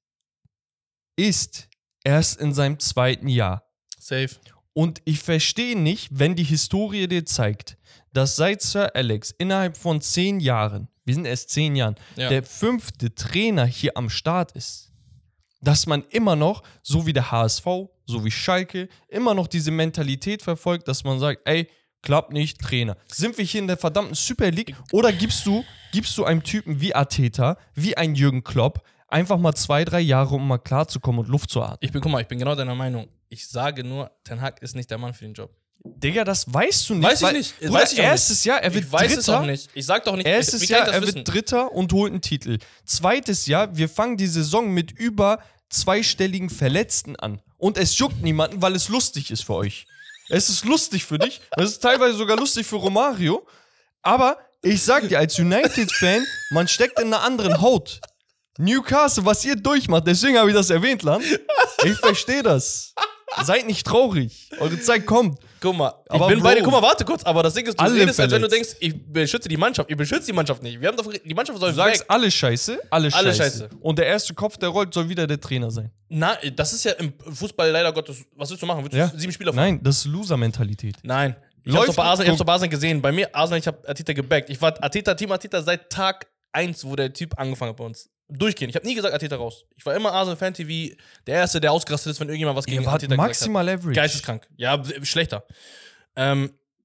ist erst in seinem zweiten Jahr. Safe. Und ich verstehe nicht, wenn die Historie dir zeigt, dass seit Sir Alex innerhalb von zehn Jahren, wir sind erst zehn Jahren, Ja. der fünfte Trainer hier am Start ist, dass man immer noch, so wie der H S V, so wie Schalke, immer noch diese Mentalität verfolgt, dass man sagt, ey, klappt nicht, Trainer. Sind wir hier in der verdammten Super League oder gibst du, gibst du einem Typen wie Arteta, wie ein Jürgen Klopp, einfach mal zwei, drei Jahre, um mal klarzukommen und Luft zu atmen? Ich bin, guck mal, ich bin genau deiner Meinung. Ich sage nur, Ten Hag ist nicht der Mann für den Job. Digga, das weißt du nicht. Weiß ich weil- nicht. Bruder, Weiß ich auch erstes nicht. Jahr, er wird Ich weiß Dritter. es auch nicht. Ich sag doch nicht, Erstes wie kann Jahr, ich das er wissen? wird Dritter und holt einen Titel. Zweites Jahr, wir fangen die Saison mit über zweistelligen Verletzten an. Und es juckt niemanden, weil es lustig ist für euch. Es ist lustig für dich. Es ist teilweise sogar lustig für Romario. Aber ich sag dir, als United-Fan, man steckt in einer anderen Haut. Newcastle, was ihr durchmacht, deswegen habe ich das erwähnt, Land. Ich verstehe das. Seid nicht traurig. Eure Zeit kommt. Guck mal, ich Aber bin Bro, bei dir. Guck mal, warte kurz. Aber das Ding ist, du alle redest, als wenn du verletzt. denkst, ich beschütze die Mannschaft. Ich beschütze die Mannschaft nicht. Wir haben doch, die Mannschaft soll Du sagst weg. alle Scheiße, alle Scheiße. Alle Scheiße. Und der erste Kopf, der rollt, soll wieder der Trainer sein. Na, das ist ja im Fußball leider Gottes. Was willst du machen? Willst du Ja. sieben Spieler fahren? Nein, das ist Loser-Mentalität. Nein. Ich Läuft hab's doch bei Arsenal, ich hab's gut. doch bei Arsenal gesehen. Bei mir, Arsenal, ich hab Arteta gebackt. Ich war Arteta, Team Arteta seit Tag eins, wo der Typ angefangen hat bei uns. Durchgehen. Ich habe nie gesagt Arteta raus. Ich war immer Arsenal-Fan-T V, der Erste, der ausgerastet ist, wenn irgendjemand was gegen Ihr wart Arteta gesagt hat. maximal average. Geisteskrank. Ja, w- schlechter. Ähm,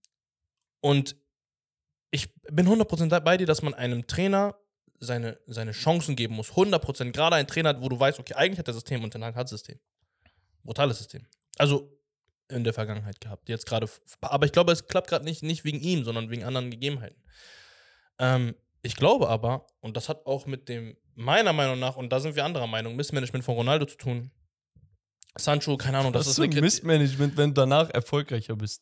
und ich bin hundert Prozent da- bei dir, dass man einem Trainer seine, seine Chancen geben muss. hundert Prozent. Gerade ein Trainer, wo du weißt, okay, eigentlich hat er System und Ten Hag hat System. Brutales System. Also in der Vergangenheit gehabt. Jetzt gerade. f- Aber ich glaube, es klappt gerade nicht, nicht wegen ihm, sondern wegen anderen Gegebenheiten. Ähm, ich glaube aber, und das hat auch mit dem, meiner Meinung nach, und da sind wir anderer Meinung, Missmanagement von Ronaldo zu tun. Sancho, keine Ahnung, das Das ist ist ein eine Kritik. Missmanagement, wenn du danach erfolgreicher bist.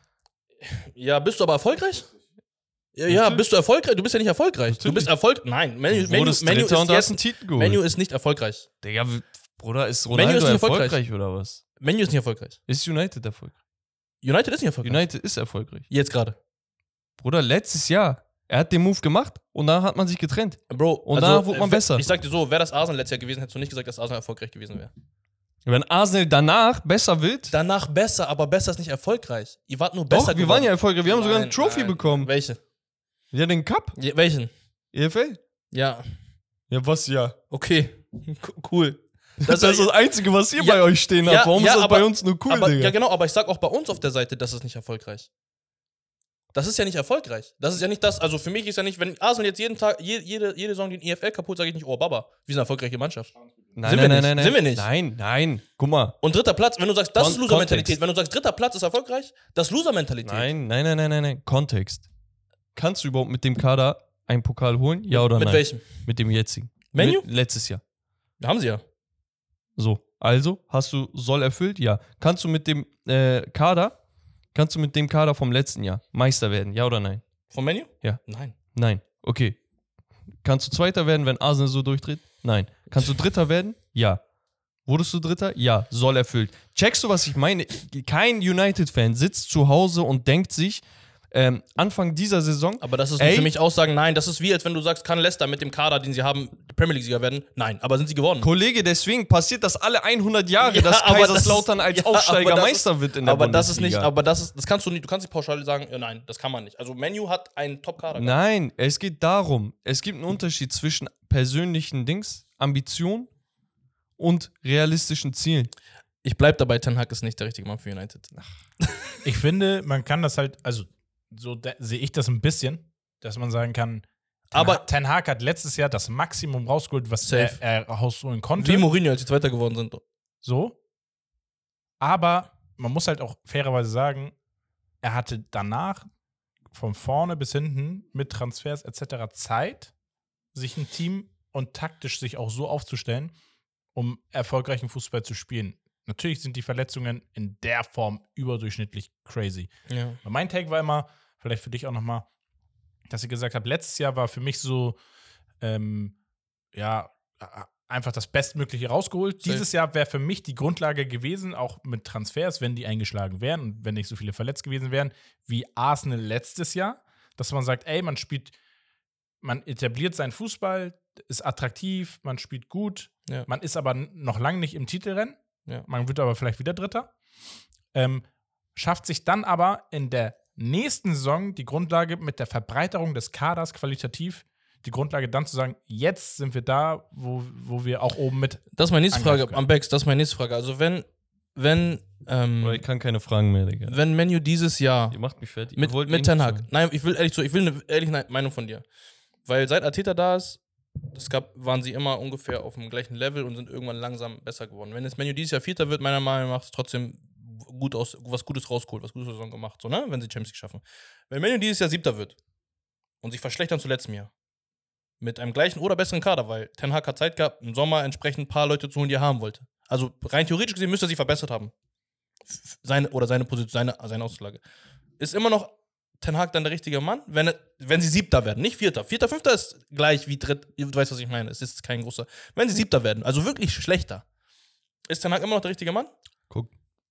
Ja, bist du aber erfolgreich? Ja, ja, bist du erfolgreich? Du bist ja nicht erfolgreich. Du bist erfolgreich. Nein, Manu, Du Manu, wurdest Manu, Dritter ist und hast einen jetzt, Titel geholt. Manu ist nicht erfolgreich. Digga, w- Bruder, ist Manu Ronaldo ist nicht erfolgreich. erfolgreich. oder was? Manu ist nicht erfolgreich. Ist United erfolgreich? United ist nicht erfolgreich. United ist erfolgreich. Jetzt gerade. Bruder, letztes Jahr, er hat den Move gemacht und dann hat man sich getrennt. Bro, Und danach wurde man äh, besser. Ich sag dir so, wäre das Arsenal letztes Jahr gewesen, hättest du nicht gesagt, dass Arsenal erfolgreich gewesen wäre. Wenn Arsenal danach besser wird, Danach besser, aber besser ist nicht erfolgreich. Ihr wart nur doch, besser wir geworden. waren ja erfolgreich. Wir haben sogar Nein, einen Trophy nein. bekommen. Welche? Ja, den Cup. Je, welchen? E F L. Ja, Ja, was ja? okay. K- cool. Das, ist das Einzige, was ihr Ja, bei euch stehen ja, habt. Warum ja, ist das aber- bei uns nur cool, aber, Digga? ja, genau, aber ich sag auch bei uns auf der Seite, das ist nicht erfolgreich. Das ist ja nicht erfolgreich. Das ist ja nicht das, also für mich ist ja nicht, wenn Arsenal jetzt jeden Tag, je, jede, jede Saison den E F L kaputt, sage ich nicht, oh Baba, wir sind eine erfolgreiche Mannschaft. Nein, Sind nein, wir nein, nicht. nein, nein. Sind wir nicht. Nein, nein. Guck mal. Und dritter Platz, wenn du sagst, das Kon- ist Loser-Mentalität, Kontext. wenn du sagst, dritter Platz ist erfolgreich, das ist Loser-Mentalität. Nein, nein, nein, nein, nein, nein. Kontext. Kannst du überhaupt mit dem Kader einen Pokal holen? Ja oder Mit nein? welchem? Mit dem jetzigen. Menu? Mit letztes Jahr. Haben sie ja. So. Also, hast du Soll erfüllt? Ja. Kannst du mit dem äh, Kader, kannst du mit dem Kader vom letzten Jahr Meister werden? Ja oder nein? Vom Menu? Ja. Nein. Nein. Okay. Kannst du Zweiter werden, wenn Arsenal so durchdreht? Nein. Kannst du Dritter werden? Ja. Wurdest du Dritter? Ja. Soll erfüllt. Checkst du, was ich meine? Kein United-Fan sitzt zu Hause und denkt sich, ähm, Anfang dieser Saison. Aber das ist ey, für mich Aussagen, nein, das ist wie, als wenn du sagst, kann Leicester mit dem Kader, den sie haben, Premier League-Sieger werden? Nein, aber sind sie geworden? Kollege, deswegen passiert das alle hundert Jahre, Ja, dass aber Kaiserslautern das ist- als ja, Aufsteiger aber das Meister ist- wird in der Aber Bundesliga. das ist nicht, aber das ist, das kannst du nicht, du kannst nicht pauschal sagen, ja, nein, das kann man nicht. Also Menu hat einen Top-Kader. gehabt. Nein, es geht darum, es gibt einen Unterschied zwischen persönlichen Dings, Ambition und realistischen Zielen. Ich bleib dabei, Ten Hag ist nicht der richtige Mann für United. Ich finde, man kann das halt, also so de- sehe ich das ein bisschen, dass man sagen kann, Ten Aber- Ha- Ten Hag hat letztes Jahr das Maximum rausgeholt, was er, Safe. er rausholen konnte. Wie Mourinho, als sie Zweiter geworden sind. So. Aber man muss halt auch fairerweise sagen, er hatte danach von vorne bis hinten mit Transfers et cetera Zeit, sich ein Team und taktisch sich auch so aufzustellen, um erfolgreichen Fußball zu spielen. Natürlich sind die Verletzungen in der Form überdurchschnittlich crazy. Ja. Aber mein Take war immer, vielleicht für dich auch nochmal, dass ich gesagt habe, letztes Jahr war für mich so, ähm, ja, einfach das Bestmögliche rausgeholt. Safe. Dieses Jahr wäre für mich die Grundlage gewesen, auch mit Transfers, wenn die eingeschlagen wären und wenn nicht so viele verletzt gewesen wären, wie Arsenal letztes Jahr, dass man sagt, ey, man spielt, man etabliert seinen Fußball, ist attraktiv, man spielt gut, Ja. man ist aber n- noch lange nicht im Titelrennen, Ja. man wird aber vielleicht wieder Dritter, ähm, schafft sich dann aber in der nächsten Saison die Grundlage mit der Verbreiterung des Kaders qualitativ, die Grundlage dann zu sagen, jetzt sind wir da, wo, wo wir auch oben mit. Das ist meine nächste Angriff Frage, können. am Bex, das ist meine nächste Frage. Also wenn, wenn, ähm, Ich kann keine Fragen mehr, Digga. wenn Menu dieses Jahr Ihr macht mich fertig. mit, Ihr wollt eh mit nicht Ten Hag, zuhören. nein, ich will ehrlich so, ich will eine ehrliche Meinung von dir. Weil seit Arteta da ist, es gab, waren sie immer ungefähr auf dem gleichen Level und sind irgendwann langsam besser geworden. Wenn das Menu dieses Jahr Vierter wird, meiner Meinung nach, ist trotzdem gut aus, was Gutes rausgeholt, was Gutes Saison gemacht, so, ne? Wenn sie Champions League schaffen. Wenn Menu dieses Jahr Siebter wird und sich verschlechtern zu letztem Jahr, mit einem gleichen oder besseren Kader, weil Ten Hag hat Zeit gehabt, im Sommer entsprechend ein paar Leute zu holen, die er haben wollte. Also rein theoretisch gesehen müsste er sich verbessert haben. F- Seine, oder seine Position, seine, seine Auslage. Ist immer noch Ten Hag dann der richtige Mann, wenn, er- wenn sie Siebter werden, nicht Vierter. Vierter, Fünfter ist gleich wie Dritt, du weißt, was ich meine, es ist kein großer. Wenn sie Siebter werden, also wirklich schlechter, ist Ten Hag immer noch der richtige Mann? Guck.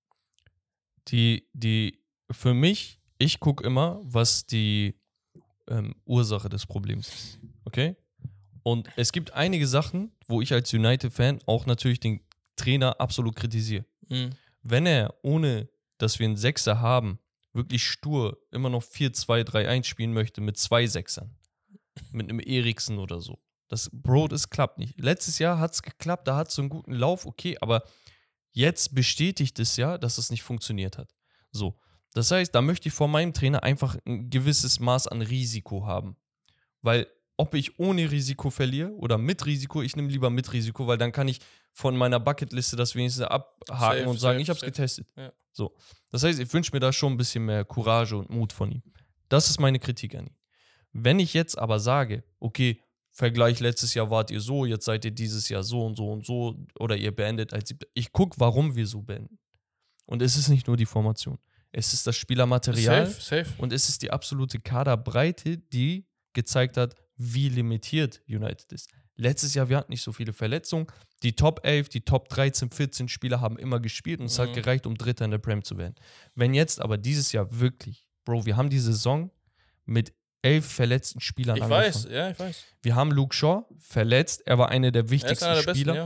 Die, die, für mich, ich gucke immer, was die ähm, Ursache des Problems ist. Okay? Und es gibt einige Sachen, wo ich als United-Fan auch natürlich den Trainer absolut kritisiere. Mhm. Wenn er, ohne dass wir einen Sechser haben, wirklich stur immer noch vier zwei drei eins spielen möchte mit zwei Sechsern, mit einem Eriksen oder so. Das, Bro, das klappt nicht. Letztes Jahr hat es geklappt, da hat es so einen guten Lauf, okay, aber jetzt bestätigt es ja, dass es nicht funktioniert hat. So, das heißt, da möchte ich vor meinem Trainer einfach ein gewisses Maß an Risiko haben. Weil, ob ich ohne Risiko verliere oder mit Risiko, ich nehme lieber mit Risiko, weil dann kann ich von meiner Bucketliste das wenigstens abhaken Safe, und sagen, safe, ich habe es safe. getestet. Ja. So, das heißt, ich wünsche mir da schon ein bisschen mehr Courage und Mut von ihm. Das ist meine Kritik an ihm. Wenn ich jetzt aber sage, okay, Vergleich letztes Jahr wart ihr so, jetzt seid ihr dieses Jahr so und so und so oder ihr beendet als siebter. Ich gucke, warum wir so beenden. Und es ist nicht nur die Formation. Es ist das Spielermaterial Safe, safe. und es ist die absolute Kaderbreite, die gezeigt hat, wie limitiert United ist. Letztes Jahr, wir hatten nicht so viele Verletzungen. Die Top elf, die Top dreizehn, vierzehn Spieler haben immer gespielt und es Mhm. hat gereicht, um Dritter in der Prem zu werden. Wenn jetzt aber dieses Jahr wirklich, Bro, wir haben die Saison mit elf verletzten Spielern Ich angefangen. weiß, ja, ich weiß. Wir haben Luke Shaw verletzt, er war einer der Er ist wichtigsten einer der besten, Spieler. ja.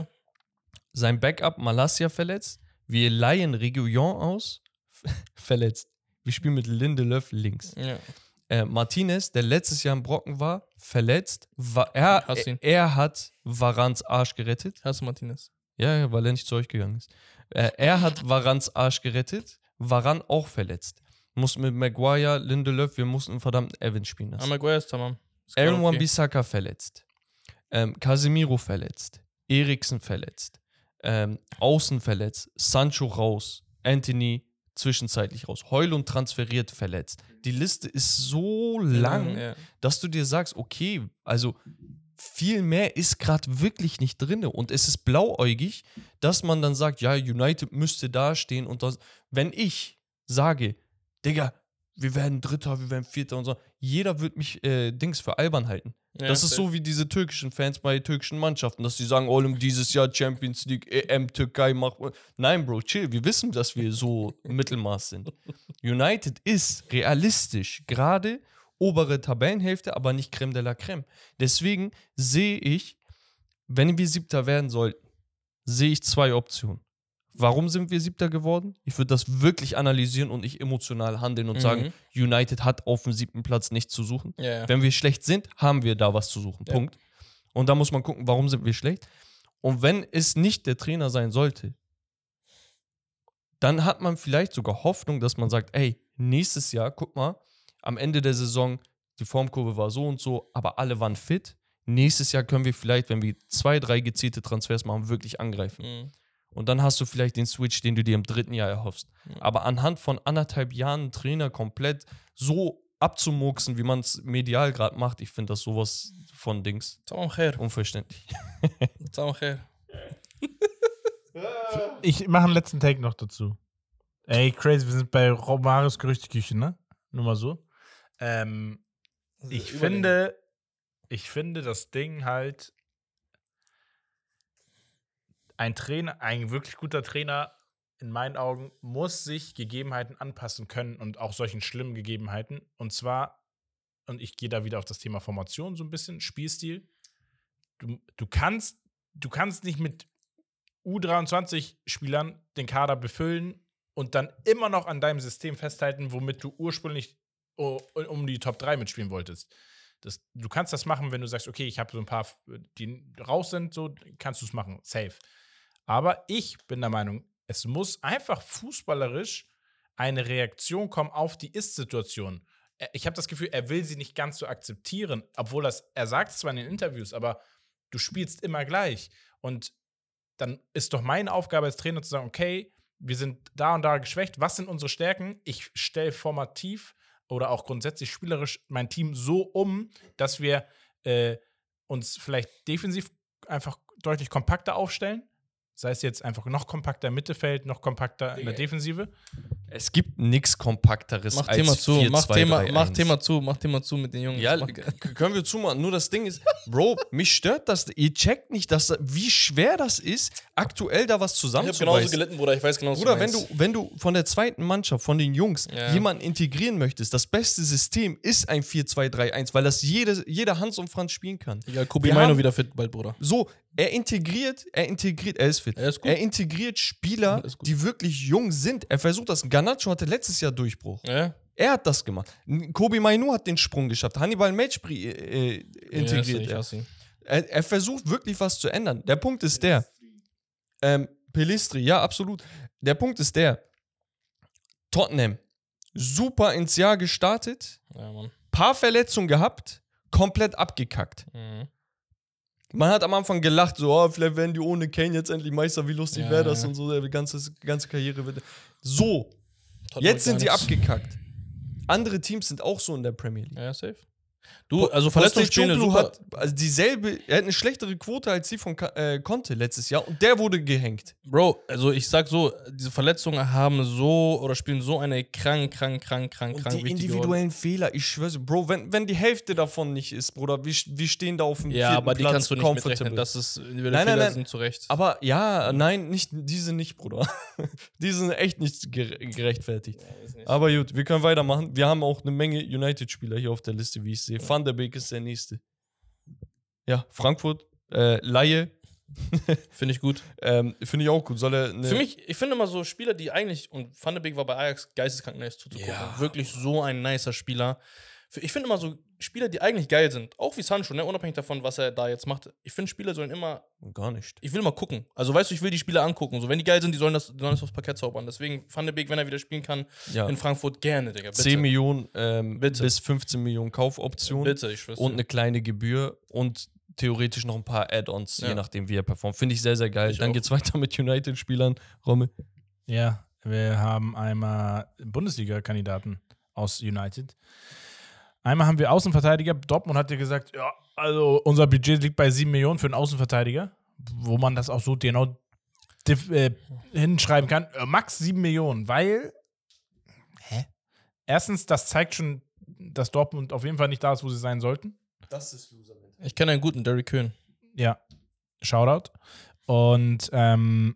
Sein Backup Malasia verletzt. Wir leihen Reguilon aus, verletzt. Wir spielen mit Lindelöf links. ja. Äh, Martinez, der letztes Jahr im Brocken war, verletzt. War, er, Hass ihn. er, er hat Varans Arsch gerettet. Hast du Martinez? Ja, ja, weil er nicht zu euch gegangen ist. Äh, er hat Varans Arsch gerettet. Varan auch verletzt. Mussten mit Maguire, Lindelöf, wir mussten einen verdammten Evans spielen lassen. Ah, Maguire ist tamam. Ist Aaron okay. Wan-Bissaka verletzt. Ähm, Casemiro verletzt. Eriksen verletzt. Ähm, Außen verletzt. Sancho raus. Anthony zwischenzeitlich raus. Højlund transferiert verletzt. Die Liste ist so lang, Ja. dass du dir sagst, okay, also viel mehr ist gerade wirklich nicht drin. Und es ist blauäugig, dass man dann sagt, ja, United müsste dastehen. Und das, wenn ich sage, Digga, wir werden Dritter, wir werden Vierter und so. Jeder wird mich äh, Dings für albern halten. Ja, das ist safe. so wie diese türkischen Fans bei türkischen Mannschaften, dass sie sagen, oh, dieses Jahr Champions League, E M, Türkei, mach. Nein, Bro, chill. Wir wissen, dass wir so Mittelmaß sind. United ist realistisch gerade obere Tabellenhälfte, aber nicht Crème de la Crème. Deswegen sehe ich, wenn wir Siebter werden sollten, sehe ich zwei Optionen. Warum sind wir Siebter geworden? Ich würde das wirklich analysieren und nicht emotional handeln und Mhm. sagen, United hat auf dem siebten Platz nichts zu suchen. Ja, ja. Wenn wir schlecht sind, haben wir da was zu suchen. Ja. Punkt. Und da muss man gucken, warum sind wir schlecht. Und wenn es nicht der Trainer sein sollte, dann hat man vielleicht sogar Hoffnung, dass man sagt, ey, nächstes Jahr, guck mal, am Ende der Saison, die Formkurve war so und so, aber alle waren fit. Nächstes Jahr können wir vielleicht, wenn wir zwei, drei gezielte Transfers machen, wirklich angreifen. Mhm. Und dann hast du vielleicht den Switch, den du dir im dritten Jahr erhoffst. Mhm. Aber anhand von anderthalb Jahren einen Trainer komplett so abzumurksen, wie man es medial gerade macht, ich finde das sowas von Dings Tamam khair. unverständlich. Tamam khair. Ich mache einen letzten Take noch dazu. Ey, crazy, wir sind bei Romarios Gerüchteküche, ne? Nur mal so. Ähm, ich finde, ich finde das Ding halt, ein Trainer, ein wirklich guter Trainer, in meinen Augen, muss sich Gegebenheiten anpassen können und auch solchen schlimmen Gegebenheiten. Und zwar, und ich gehe da wieder auf das Thema Formation so ein bisschen, Spielstil. Du, du kannst, du kannst nicht mit U dreiundzwanzig-Spielern den Kader befüllen und dann immer noch an deinem System festhalten, womit du ursprünglich oh, um die Top drei mitspielen wolltest. Das, du kannst das machen, wenn du sagst, okay, ich habe so ein paar, die raus sind, so kannst du es machen, safe. Aber ich bin der Meinung, es muss einfach fußballerisch eine Reaktion kommen auf die Ist-Situation. Ich habe das Gefühl, er will sie nicht ganz so akzeptieren, obwohl das, er sagt es zwar in den Interviews, aber du spielst immer gleich. Und dann ist doch meine Aufgabe als Trainer zu sagen, okay, wir sind da und da geschwächt, was sind unsere Stärken? Ich stelle formativ oder auch grundsätzlich spielerisch mein Team so um, dass wir äh, uns vielleicht defensiv einfach deutlich kompakter aufstellen. Sei es jetzt einfach noch kompakter im Mittelfeld, noch kompakter in der Defensive. Es gibt nichts Kompakteres Mach als Thema zu, vier, mach zwei, Thema, drei, mach eins. Thema zu, mach Thema zu mit den Jungs. Ja, Mach- k- können wir zumachen. Nur das Ding ist, Bro, mich stört das. Ihr checkt nicht, dass, wie schwer das ist, aktuell da was Ich hab genauso zusammenzubeißen. gelitten, Bruder, ich weiß genau, was Bruder, wenn meinst. du, wenn du von der zweiten Mannschaft, von den Jungs, Ja. jemanden integrieren möchtest, das beste System ist ein vier zwei drei eins, weil das jede, jeder Hans und Franz spielen kann. Egal, Kobi Wir Maino haben- wieder fit bald, Bruder. So, er integriert, er integriert, er ist fit. Er ist gut. Er integriert Spieler, Er ist gut. die wirklich jung sind. Er versucht das. Garnacho hatte letztes Jahr Durchbruch. Ja? Er hat das gemacht. Kobi Mainu hat den Sprung geschafft. Hannibal Matchbri äh, integriert Ja, er. ich er. Er versucht wirklich was zu ändern. Der Punkt ist der. Ähm, Pelistri, ja, absolut. Der Punkt ist der. Tottenham, super ins Jahr gestartet, Ja, Mann. paar Verletzungen gehabt, komplett abgekackt. Mhm. Man hat am Anfang gelacht, so, oh, vielleicht werden die ohne Kane jetzt endlich Meister, wie lustig Ja, wäre das ja. und so, die ganze, ganze Karriere wird. So, Tottenham jetzt gar sind die nichts. abgekackt. Andere Teams sind auch so in der Premier League. Ja, safe. Du, also Verletzungsspiele Postecoglou super. hat also dieselbe, er hat eine schlechtere Quote als die von Ka- äh, Conte letztes Jahr und der wurde gehängt. Bro, also ich sag so, diese Verletzungen haben so oder spielen so eine krank, krank, krank, krank, Und krank die wichtige individuellen Fehler, ich schwör's, Bro, wenn, wenn die Hälfte davon nicht ist, Bruder, wir, wir stehen da auf dem Rolle. Ja, vierten aber die Platz kannst du nicht comfortable. mitrechnen, dass es individuelle Nein, nein, Fehler nein. sind, zu Recht. Aber ja, nein, nicht, diese nicht, Bruder. Die sind echt nicht gere- gerechtfertigt. Aber gut, wir können weitermachen. Wir haben auch eine Menge United-Spieler hier auf der Liste, wie ich sehe. Van der Beek ist der nächste. Ja, Frankfurt, äh, Laie, Finde ich gut. ähm, finde ich auch gut. Soll er eine Für mich, ich finde immer so Spieler, die eigentlich, und Van de Beek war bei Ajax geisteskrank nice zuzugucken. Ja. Wirklich so ein nicer Spieler. Ich finde immer so Spieler, die eigentlich geil sind, auch wie Sancho, ne, unabhängig davon, was er da jetzt macht. Ich finde, Spieler sollen immer, Gar nicht. ich will mal gucken. Also weißt du, ich will die Spieler angucken. So, wenn die geil sind, die sollen das, die sollen das aufs Parkett zaubern. Deswegen Van de Beek, wenn er wieder spielen kann, Ja. in Frankfurt gerne, Digga. Bitte. zehn Millionen ähm, Bitte. bis fünfzehn Millionen Kaufoptionen Bitte, ich schwör's und dir. eine kleine Gebühr und theoretisch noch ein paar Add-ons, je Ja. nachdem, wie er performt. Finde ich sehr, sehr geil. Ich Dann auch. geht's weiter mit United-Spielern. Rommel. Ja, wir haben einmal Bundesliga-Kandidaten aus United. Einmal haben wir Außenverteidiger. Dortmund hat ja gesagt, ja, also unser Budget liegt bei sieben Millionen für einen Außenverteidiger, wo man das auch so genau diff- äh, hinschreiben kann. Äh, max sieben Millionen, weil hä? erstens, das zeigt schon, dass Dortmund auf jeden Fall nicht da ist, wo sie sein sollten. Das ist Loser. Ich kenne einen guten, Derrick Köhn. Ja, Shoutout. Und ähm,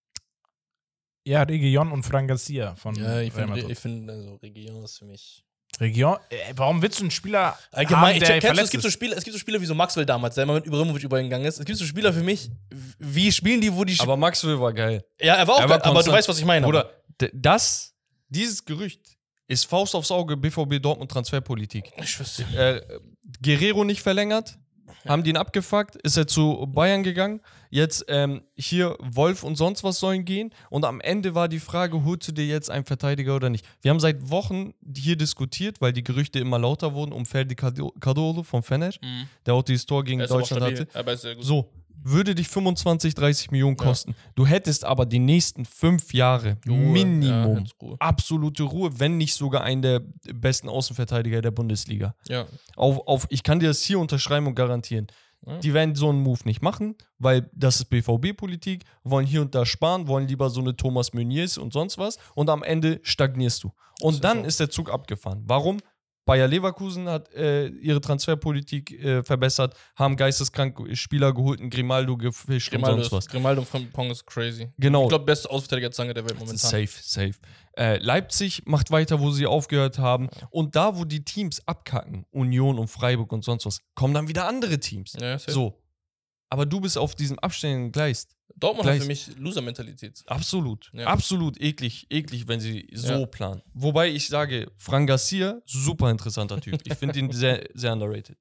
ja, Reguilon und Fran Garcia von Ja, ich Real finde, Madrid. ich find, also Region ist für mich. Reguilon, äh, warum willst du einen Spieler Allgemein, haben, ich, der kennst du, es verletzt gibt so ist? Spieler, es gibt so Spieler wie so Maxwell damals, der immer mit Ibrahimovic übergegangen ist. Es gibt so Spieler für mich, wie spielen die, wo die Aber Maxwell war geil. Ja, er war auch er war geil, aber du konstant. weißt, was ich meine. Oder d- das, dieses Gerücht ist Faust aufs Auge B V B Dortmund Transferpolitik. Ich schwör's dir. Äh, Guerrero nicht verlängert, haben die ihn abgefuckt, ist er zu Bayern gegangen. Jetzt ähm, hier Wolf und sonst was sollen gehen. Und am Ende war die Frage, holst du dir jetzt einen Verteidiger oder nicht? Wir haben seit Wochen hier diskutiert, weil die Gerüchte immer lauter wurden, um Ferdi Cardoso von Fener, Mhm. der auch dieses Tor gegen Er ist aber Deutschland stabil, hatte. aber ist sehr gut. So, würde dich fünfundzwanzig, dreißig Millionen Ja. kosten. Du hättest aber die nächsten fünf Jahre Ruhe, Minimum Ja, jetzt Ruhe. absolute Ruhe, wenn nicht sogar einen der besten Außenverteidiger der Bundesliga. Ja. Auf, auf, ich kann dir das hier unterschreiben und garantieren. Ja. Die werden so einen Move nicht machen, weil das ist B V B-Politik, wollen hier und da sparen, wollen lieber so eine Thomas Meuniers und sonst was und am Ende stagnierst du. Und ist dann so. ist der Zug abgefahren. Warum? Bayer Leverkusen hat äh, ihre Transferpolitik äh, verbessert, haben geisteskrank Spieler geholt, einen Grimaldo gefischt Grimaldo, und sonst was. ist, Grimaldo von Pong ist crazy. Genau. Ich glaube, beste Außenverteidiger-Zange der Welt momentan. Safe, safe. Äh, Leipzig macht weiter, wo sie aufgehört haben. Und da, wo die Teams abkacken, Union und Freiburg und sonst was, kommen dann wieder andere Teams. Ja, safe. So. Aber du bist auf diesem abstehenden Gleis. Dortmund Gleich- hat für mich Loser-Mentalität. Absolut. Ja. Absolut eklig, eklig, wenn sie so Ja. planen. Wobei ich sage, Fran Garcia, super interessanter Typ. Ich finde ihn sehr, sehr underrated.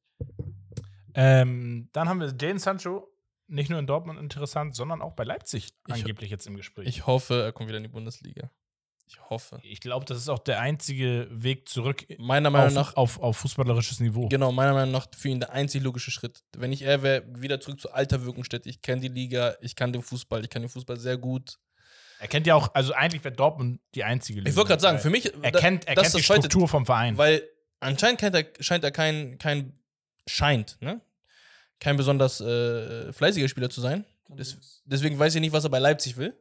Ähm, dann haben wir Jadon Sancho, nicht nur in Dortmund interessant, sondern auch bei Leipzig Ich- angeblich jetzt im Gespräch. Ich hoffe, er kommt wieder in die Bundesliga. Ich hoffe. Ich glaube, das ist auch der einzige Weg zurück Meiner Meinung auf, nach, auf, auf fußballerisches Niveau. genau, meiner Meinung nach für ihn der einzig logische Schritt. Wenn ich er wäre, wieder zurück zu alter Wirkungsstätte. Ich kenne die Liga, ich kann den Fußball, ich kann den Fußball sehr gut. Er kennt ja auch, also eigentlich wäre Dortmund die einzige Lösung. Ich wollte gerade sagen, weil für mich, er da- kennt, er das kennt ist die das Zweite, Struktur vom Verein. weil anscheinend kennt er, scheint er kein, kein, scheint, ne? Kein besonders äh, fleißiger Spieler zu sein. Des, deswegen weiß ich nicht, was er bei Leipzig will.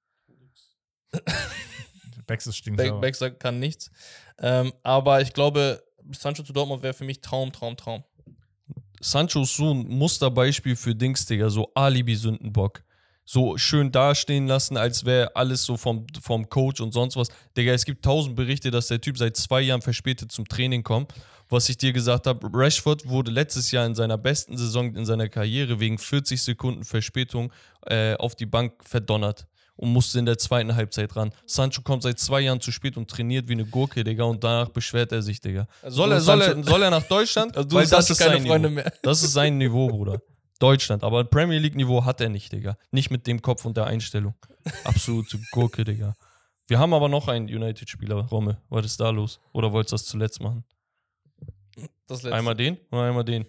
Bex ist Be stinksauer. Baxter kann nichts. Ähm, aber ich glaube, Sancho zu Dortmund wäre für mich Traum, Traum, Traum. Sancho ist so ein Musterbeispiel für Dings, Digga, so Alibi-Sündenbock. So schön dastehen lassen, als wäre alles so vom, vom Coach und sonst was. Digga, es gibt tausend Berichte, dass der Typ seit zwei Jahren verspätet zum Training kommt. Was ich dir gesagt habe, Rashford wurde letztes Jahr in seiner besten Saison in seiner Karriere wegen vierzig Sekunden Verspätung äh, auf die Bank verdonnert und musste in der zweiten Halbzeit ran. Sancho kommt seit zwei Jahren zu spät und trainiert wie eine Gurke, Digga, und danach beschwert er sich, Digga. Also soll, du er, soll, er, Sancho- soll er nach Deutschland? Also du Weil hast das ist keine sein Freunde Niveau. mehr. Das ist sein Niveau, Bruder. Deutschland, aber Premier League-Niveau hat er nicht, Digga. Nicht mit dem Kopf und der Einstellung. Absolute Gurke, Digga. Wir haben aber noch einen United-Spieler, Romme. Was ist da los? Oder wolltest du das zuletzt machen? Das letzte. Einmal den oder einmal den?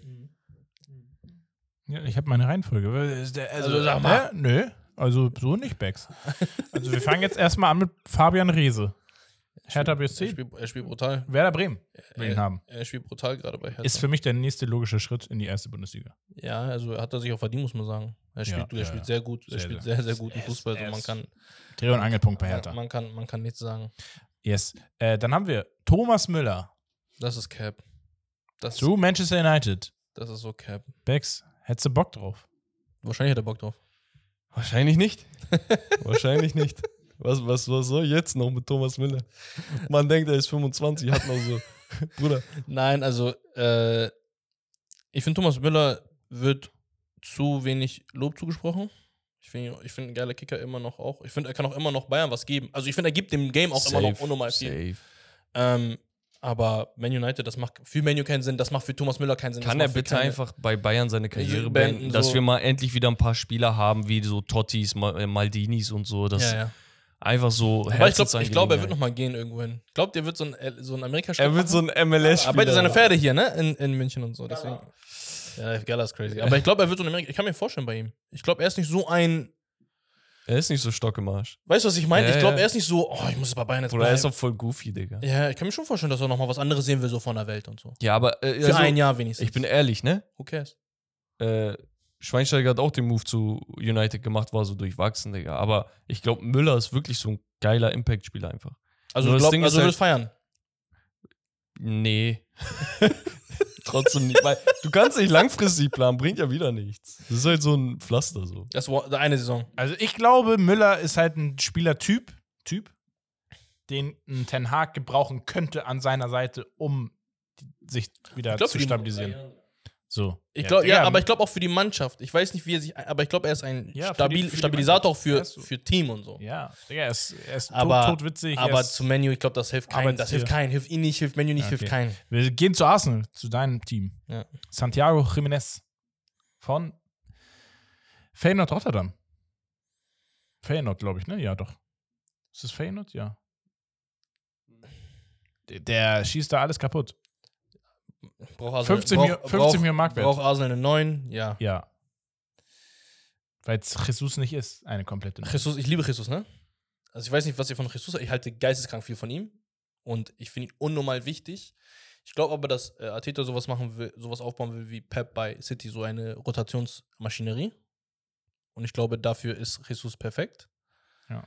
Ja, ich habe meine Reihenfolge. Ist der- Also, Also sag mal. Äh, nö, also so nicht Bex. Also wir fangen jetzt erstmal an mit Fabian Reese. Hertha B S Er C, spielt, er spielt brutal. Werder Bremen will ihn Er, haben. er spielt brutal gerade bei Hertha. Ist für mich der nächste logische Schritt in die erste Bundesliga. ja, also hat er sich auch verdient, muss man sagen. Er spielt, Ja, er ja, spielt ja. sehr gut. Er Sehr, spielt sehr. sehr, sehr guten Er ist- Fußball. er Also man ist kann, Dreh- und Angelpunkt bei Hertha. man, man, kann, man kann nichts sagen. Yes. Äh, dann haben wir Thomas Müller Das ist Cap. Das, zu Manchester United. das ist so Cap. Bex, hättest du Bock drauf? Wahrscheinlich hat er Bock drauf. Wahrscheinlich nicht. Wahrscheinlich nicht. Was, was, was soll jetzt noch mit Thomas Müller? Man denkt, er ist fünfundzwanzig, hat noch so. Bruder. Nein, also äh, ich finde, Thomas Müller wird zu wenig Lob zugesprochen. Ich finde ich find ein geiler Kicker immer noch auch. Ich finde, er kann auch immer noch Bayern was geben. Also ich finde, er gibt dem Game auch immer noch unnormal viel. safe. Ähm, aber Man United, das macht für Man U keinen Sinn, das macht für Thomas Müller keinen Sinn. Kann das er macht für bitte keine- einfach bei Bayern seine Karriere beenden, beenden, dass so. wir mal endlich wieder ein paar Spieler haben, wie so Tottis, Ma- äh, Maldinis und so. Das Ja, ja. einfach so. Aber ich glaube, ich glaub, er wird Herzensangelegenheit. nochmal gehen irgendwohin. Ich glaube, der wird so ein, so ein amerika Er wird so ein M L S-Spieler. arbeitet seine Pferde hier, ne? In, in München und so. Deswegen. Ja, Gala ist crazy. Aber ich glaube, er wird so ein Amerika. Ich kann mir vorstellen bei ihm. Ich glaube, er ist nicht so ein. Er ist nicht so stock im Arsch. Weißt du, was ich meine? Ja, ich glaube, ja. er ist nicht so, oh, ich muss jetzt bei Bayern jetzt Oder er ist bleiben. auch voll goofy, Digga. Ja, ich kann mir schon vorstellen, dass er nochmal was anderes sehen will, so von der Welt und so. Ja, aber. Äh, Für also, ein Jahr wenigstens. Ich bin ehrlich, ne? Who cares? Äh, Schweinsteiger hat auch den Move zu United gemacht, war so durchwachsen, Digga. Aber ich glaube, Müller ist wirklich so ein geiler Impact-Spieler einfach. Also, Nur du das glaub, Ding also ist du willst feiern. Nee. Trotzdem nicht. Weil du kannst nicht langfristig planen, bringt ja wieder nichts. Das ist halt so ein Pflaster so. Das war eine Saison. Also ich glaube, Müller ist halt ein Spielertyp, Typ, den ein Ten Hag gebrauchen könnte an seiner Seite, um die, sich wieder glaub, zu die- stabilisieren. So. Ich glaub, ja, Digga, aber ich glaube auch für die Mannschaft. Ich weiß nicht, wie er sich, aber ich glaube, er ist ein Ja, für Stabil, die- für die Stabilisator Mannschaft. für, Er ist so. für Team und so. Ja, Digga, er ist, er ist Aber, tot, totwitzig. er aber ist, zu Menu, ich glaube, das hilft keinen. Das Arbeitstier. hilft keinen. Hilft ihm nicht, hilft Menu nicht, Ja, hilft okay. keinen. Wir gehen zu Arsenal, zu deinem Team. Ja. Santiago Jiménez von Feyenoord Rotterdam. Feyenoord, glaube ich, ne? Ja, doch. Ist das Feyenoord? Ja. Der, der schießt da alles kaputt. Braucht Arsenal, fünfzehn brauch- Millionen- fünfzehn brauch- Millionen Marktwert. Braucht Arsenal eine neun? Ja. Ja. Weil es Jesus nicht ist, eine komplette. Jesus, ich liebe Jesus, ne? Also ich weiß nicht, was ihr von Jesus habt. Ich halte geisteskrank viel von ihm. Und ich finde ihn unnormal wichtig. Ich glaube aber, dass äh, Arteta sowas machen will, sowas aufbauen will wie Pep bei City, so eine Rotationsmaschinerie. Und ich glaube, dafür ist Jesus perfekt. Ja.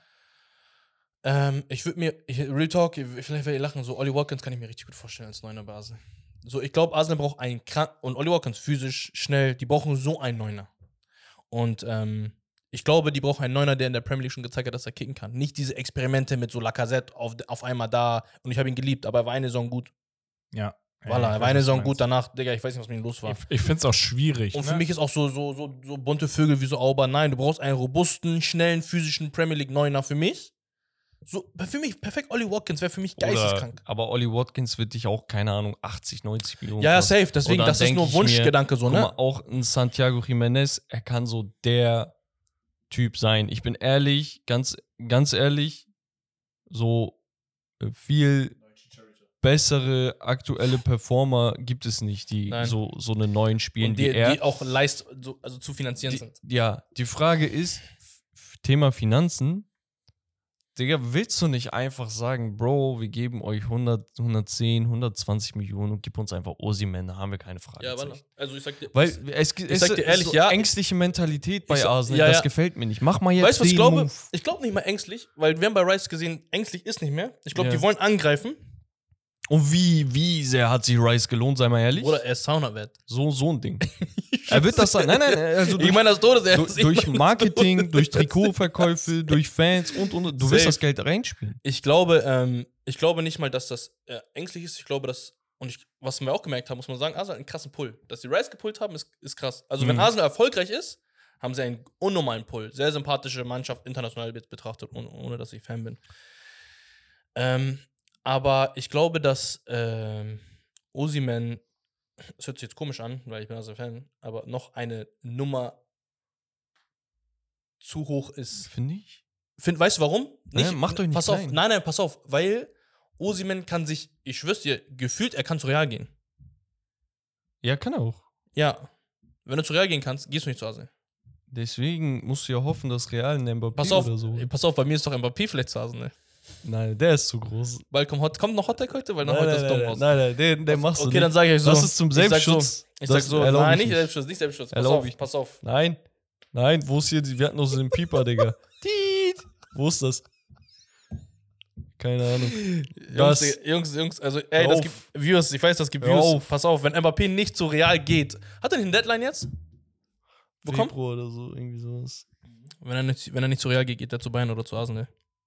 Ähm, ich würde mir, ich, Real Talk, vielleicht werdet ihr lachen, so Ollie Watkins kann ich mir richtig gut vorstellen als Neuner bei Arsenal. So, ich glaube, Arsenal braucht einen krank und Ollie Watkins physisch, schnell, die brauchen so einen Neuner. Und ähm, ich glaube, die brauchen einen Neuner, der in der Premier League schon gezeigt hat, dass er kicken kann. Nicht diese Experimente mit so Lacazette auf, auf einmal da und ich habe ihn geliebt, aber er war eine Saison gut. Ja. Voilà, Ja, er ich war eine weiß, was du Saison meinst. gut, danach, Digga, ich weiß nicht, was mit ihm los war. Ich, ich finde es auch schwierig. Und ne? für mich ist auch so, so, so, so bunte Vögel wie so Auber. Nein, du brauchst einen robusten, schnellen, physischen Premier League Neuner für mich. So, für mich perfekt. Ollie Watkins wäre für mich geisteskrank. Oder, aber Ollie Watkins wird dich auch, keine Ahnung, achtzig, neunzig Millionen Ja, ja, kosten. safe. Deswegen, Und dann das ist denk nur ich Wunschgedanke so, Guck ne? mal, auch ein Santiago Jiménez, er kann so der Typ sein. Ich bin ehrlich, ganz, ganz ehrlich, so äh, viel bessere aktuelle Performer gibt es nicht, die Nein. so, so eine neuen spielen Und die, wie er. die auch leist, so, also zu finanzieren Die, sind. ja, die Frage ist, f- Thema Finanzen, Digga, willst du nicht einfach sagen, Bro, wir geben euch hundert, hundertzehn, hundertzwanzig Millionen und gib uns einfach Osimhen, da haben wir keine Frage. Ja, warte. Also ich sag dir, Weil es, es sag dir ist ehrlich, so ja. ängstliche Mentalität bei Ich sag- Arsenal, ja, das ja. gefällt mir nicht. Mach mal jetzt weißt du, was ich den glaube? Move. Ich glaube nicht mal ängstlich, weil wir haben bei Rice gesehen, ängstlich ist nicht mehr. Ich glaube, Ja. die wollen angreifen. Und wie, wie sehr hat sich Rice gelohnt, sei mal ehrlich? Oder er ist Sauna wert. So, so ein Ding. er wird das sein. Nein, nein, also durch, Ich meine, das Todes du, durch Marketing, durch Trikotverkäufe, durch Fans und, und, und. Du willst Safe. das Geld reinspielen. Ich glaube, ähm, ich glaube nicht mal, dass das äh, ängstlich ist. Ich glaube, dass, und ich, was wir auch gemerkt haben, muss man sagen, Arsenal hat einen krassen Pull. Dass die Rice gepullt haben, ist, ist krass. Also, wenn Mhm. Arsenal erfolgreich ist, haben sie einen unnormalen Pull. Sehr sympathische Mannschaft, international betrachtet, ohne, ohne dass ich Fan bin. Ähm, aber ich glaube, dass ähm, Osimhen, es hört sich jetzt komisch an, weil ich bin also Fan, aber noch eine Nummer zu hoch ist. Finde ich. Find, weißt du warum? Nein, macht euch nicht pass auf, klein. Nein, nein, pass auf, weil Osimhen kann sich, ich schwör's dir, gefühlt, er kann zu Real gehen. Ja, kann auch. Ja. Wenn du zu Real gehen kannst, gehst du nicht zu Arsenal. Deswegen musst du ja hoffen, dass Real einen Mbappé Pass auf, oder so. ey, pass auf, bei mir ist doch Mbappé vielleicht zu Arsenal. Nein, der ist zu groß. Weil kommt, hot, kommt noch Hottag heute? Weil noch Nein, heute nein, ist dumm nein, aus. nein, nein, den, den machst du Okay, nicht. dann sage ich euch so. Das ist zum Ich sag Selbstschutz. so, ich sag Das so, erlaub nein, ich nicht Selbstschutz, nicht Selbstschutz. Pass Erlaub auf, ich pass auf. Nein, nein, wo ist hier, die- wir hatten noch so den Pieper, Digga. Tiet. Wo ist das? Keine Ahnung. Jungs, Das- Digga, Jungs, Jungs, also, ey, Hör das auf. gibt Views, ich weiß, das gibt Hör Views. auf. Pass auf, wenn Mbappé nicht zu Real geht, hat er eine Deadline jetzt? Bekommen? Februar oder so, irgendwie sowas. Wenn er, nicht, wenn er nicht zu Real geht, geht er zu Bayern oder zu Arsenal.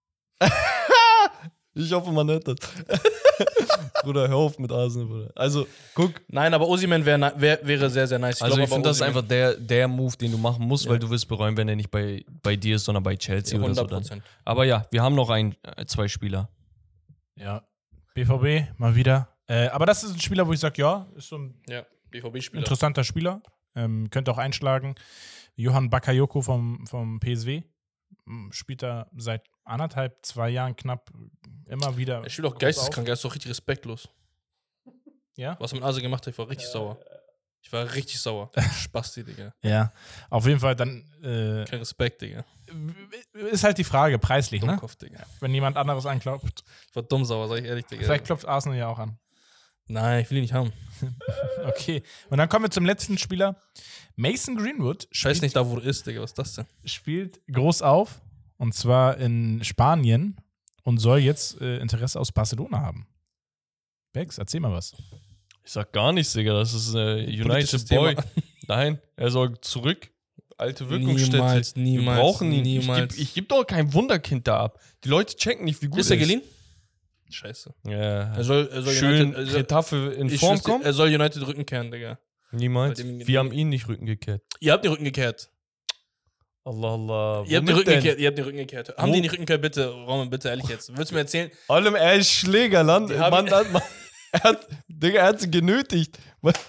Ich hoffe, man hört das. Bruder, hör auf mit Arsenal, Bruder. Also, guck. Nein, aber Osimhen wär, na- wär, wäre sehr, sehr nice. Also, glaub ich aber finde, das ist Osimhen- einfach der, der Move, den du machen musst, Ja. weil du wirst bereuen, wenn er nicht bei, bei dir ist, sondern bei Chelsea Ja, oder so hundert dann. Prozent. Aber ja, wir haben noch ein, äh, zwei Spieler. Ja. B V B, mal wieder. Äh, aber das ist ein Spieler, wo ich sage, ja, ist so ein Ja, B V B-Spieler. interessanter Spieler. Ähm, könnte auch einschlagen. Johann Bakayoko vom, vom P S V. M, Spielt da seit anderthalb, zwei Jahren knapp immer wieder. Er spielt auch groß geisteskrank, er ist doch richtig respektlos. auf. Ja? Was er mit Arsenal gemacht hat, ich war richtig sauer. Ich war richtig sauer. Spasti, Digga. Ja. Auf jeden Fall dann äh, Kein Respekt, Digga. ist halt die Frage, preislich, ne? Dummkopf, Digga. Wenn jemand anderes anklopft. Ich war dumm sauer, sag ich ehrlich, Digga. Vielleicht klopft Arsenal ja auch an. Nein, ich will ihn nicht haben. Okay. Und dann kommen wir zum letzten Spieler. Mason Greenwood Ich weiß spielt, nicht da, wo du ist, Digga. Was ist das denn? spielt groß auf. Und zwar in Spanien. Und soll jetzt äh, Interesse aus Barcelona haben. Bex, erzähl mal was. Ich sag gar nichts, Digga. Das ist ein äh, Politisches United Boy. Thema. Nein, er soll zurück. Alte Wirkungsstätte. Niemals, niemals, Wir brauchen ihn. niemals. Ich gebe geb doch kein Wunderkind da ab. Die Leute checken nicht, wie gut Ist er geliehen? Scheiße. Ja. Er soll, er soll Schön United, er soll, Getafe in ich Form schwör's dir, kommen? Er soll United Rücken kehren, Digga. Niemals. Bei dem- Wir haben ihn nicht Rücken gekehrt. Ihr habt den Rücken gekehrt. Allah, Allah. Ihr habt den Womit Rücken denn? gekehrt. Ihr habt den Rücken gekehrt. Haben Wo? die den Rücken gekehrt? Bitte, Roman, bitte, ehrlich jetzt. Willst du mir erzählen? Allem, er ist Schlägerland. Die haben- Mann, hat, man, er hat, Digga, er hat sie genötigt.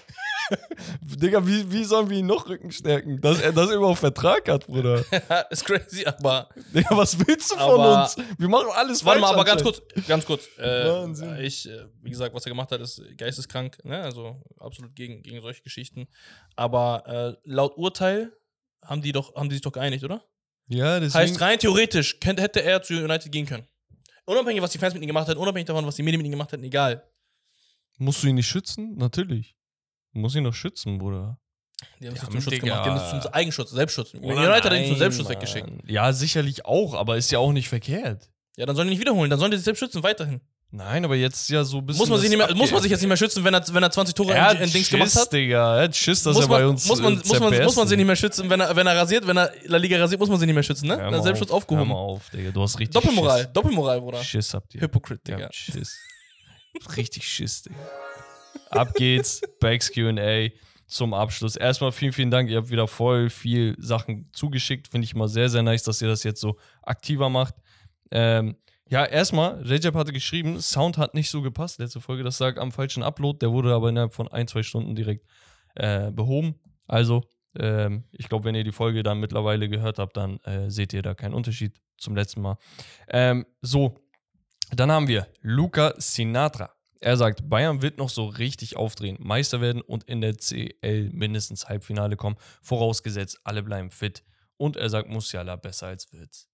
Digga, wie, wie sollen wir ihn noch Rücken stärken? Dass er das überhaupt Vertrag hat, Bruder. Ist crazy, aber. Digga, was willst du von Aber- uns? Wir machen alles Warte mal, falsch aber ganz anscheinend. kurz, ganz kurz. Äh, Wahnsinn. ich, äh, wie gesagt, was er gemacht hat, ist geisteskrank, ne? Also absolut gegen, gegen solche Geschichten. Aber äh, laut Urteil haben die doch, haben die sich doch geeinigt, oder? Ja, deswegen. Heißt rein theoretisch könnte, hätte er zu United gehen können. Unabhängig, was die Fans mit ihm gemacht haben, unabhängig davon, was die Medien mit ihm gemacht hätten, egal. Musst du ihn nicht schützen? Natürlich. Du musst ihn doch schützen, Bruder. Die haben es Ja, nicht zum Schutz Digga. gemacht, die haben es zum Eigenschutz, Selbstschutz. Oder United hat ihn zum nein, Selbstschutz Mann. weggeschickt. Ja, sicherlich auch, aber ist ja auch nicht verkehrt. Ja, dann sollen die nicht wiederholen, dann sollen die sich selbst schützen, weiterhin. Nein, aber jetzt ist ja so ein bisschen. Muss man, sich das nicht mehr, muss man abge- sich jetzt nicht mehr schützen, wenn er, wenn er zwanzig Tore Er hat in, in Dings Schiss, gemacht hat? Digga. Er hat Schiss, dass Muss er man, bei uns muss, man, äh, muss, man, muss man zerbersten. sich nicht mehr schützen, wenn er, wenn er rasiert, wenn er La Liga rasiert, muss man sich nicht mehr schützen, ne? Hör Dann mal ist Selbstschutz auf, aufgehoben. Hör mal auf, Digga. Du hast richtig Doppelmoral, Schiss. Doppelmoral, Bruder. Schiss habt ihr. Hypocrite, Ihr Digga. habt Schiss. Richtig Schiss, Digga. Ab geht's. Bags Q und A zum Abschluss. Erstmal vielen, vielen Dank. Ihr habt wieder voll viel Sachen zugeschickt. Finde ich immer sehr, sehr nice, dass ihr das jetzt so aktiver macht. Ähm, ja, erstmal, Recep hatte geschrieben, Sound hat nicht so gepasst, letzte Folge. Das lag am falschen Upload. Der wurde aber innerhalb von ein, zwei Stunden direkt äh, behoben. Also, ähm, ich glaube, wenn ihr die Folge dann mittlerweile gehört habt, dann äh, seht ihr da keinen Unterschied zum letzten Mal. Ähm, so, dann haben wir Luca Sinatra. Er sagt, Bayern wird noch so richtig aufdrehen, Meister werden und in der C L mindestens Halbfinale kommen, vorausgesetzt, alle bleiben fit. Und er sagt, Musiala besser als Wirtz.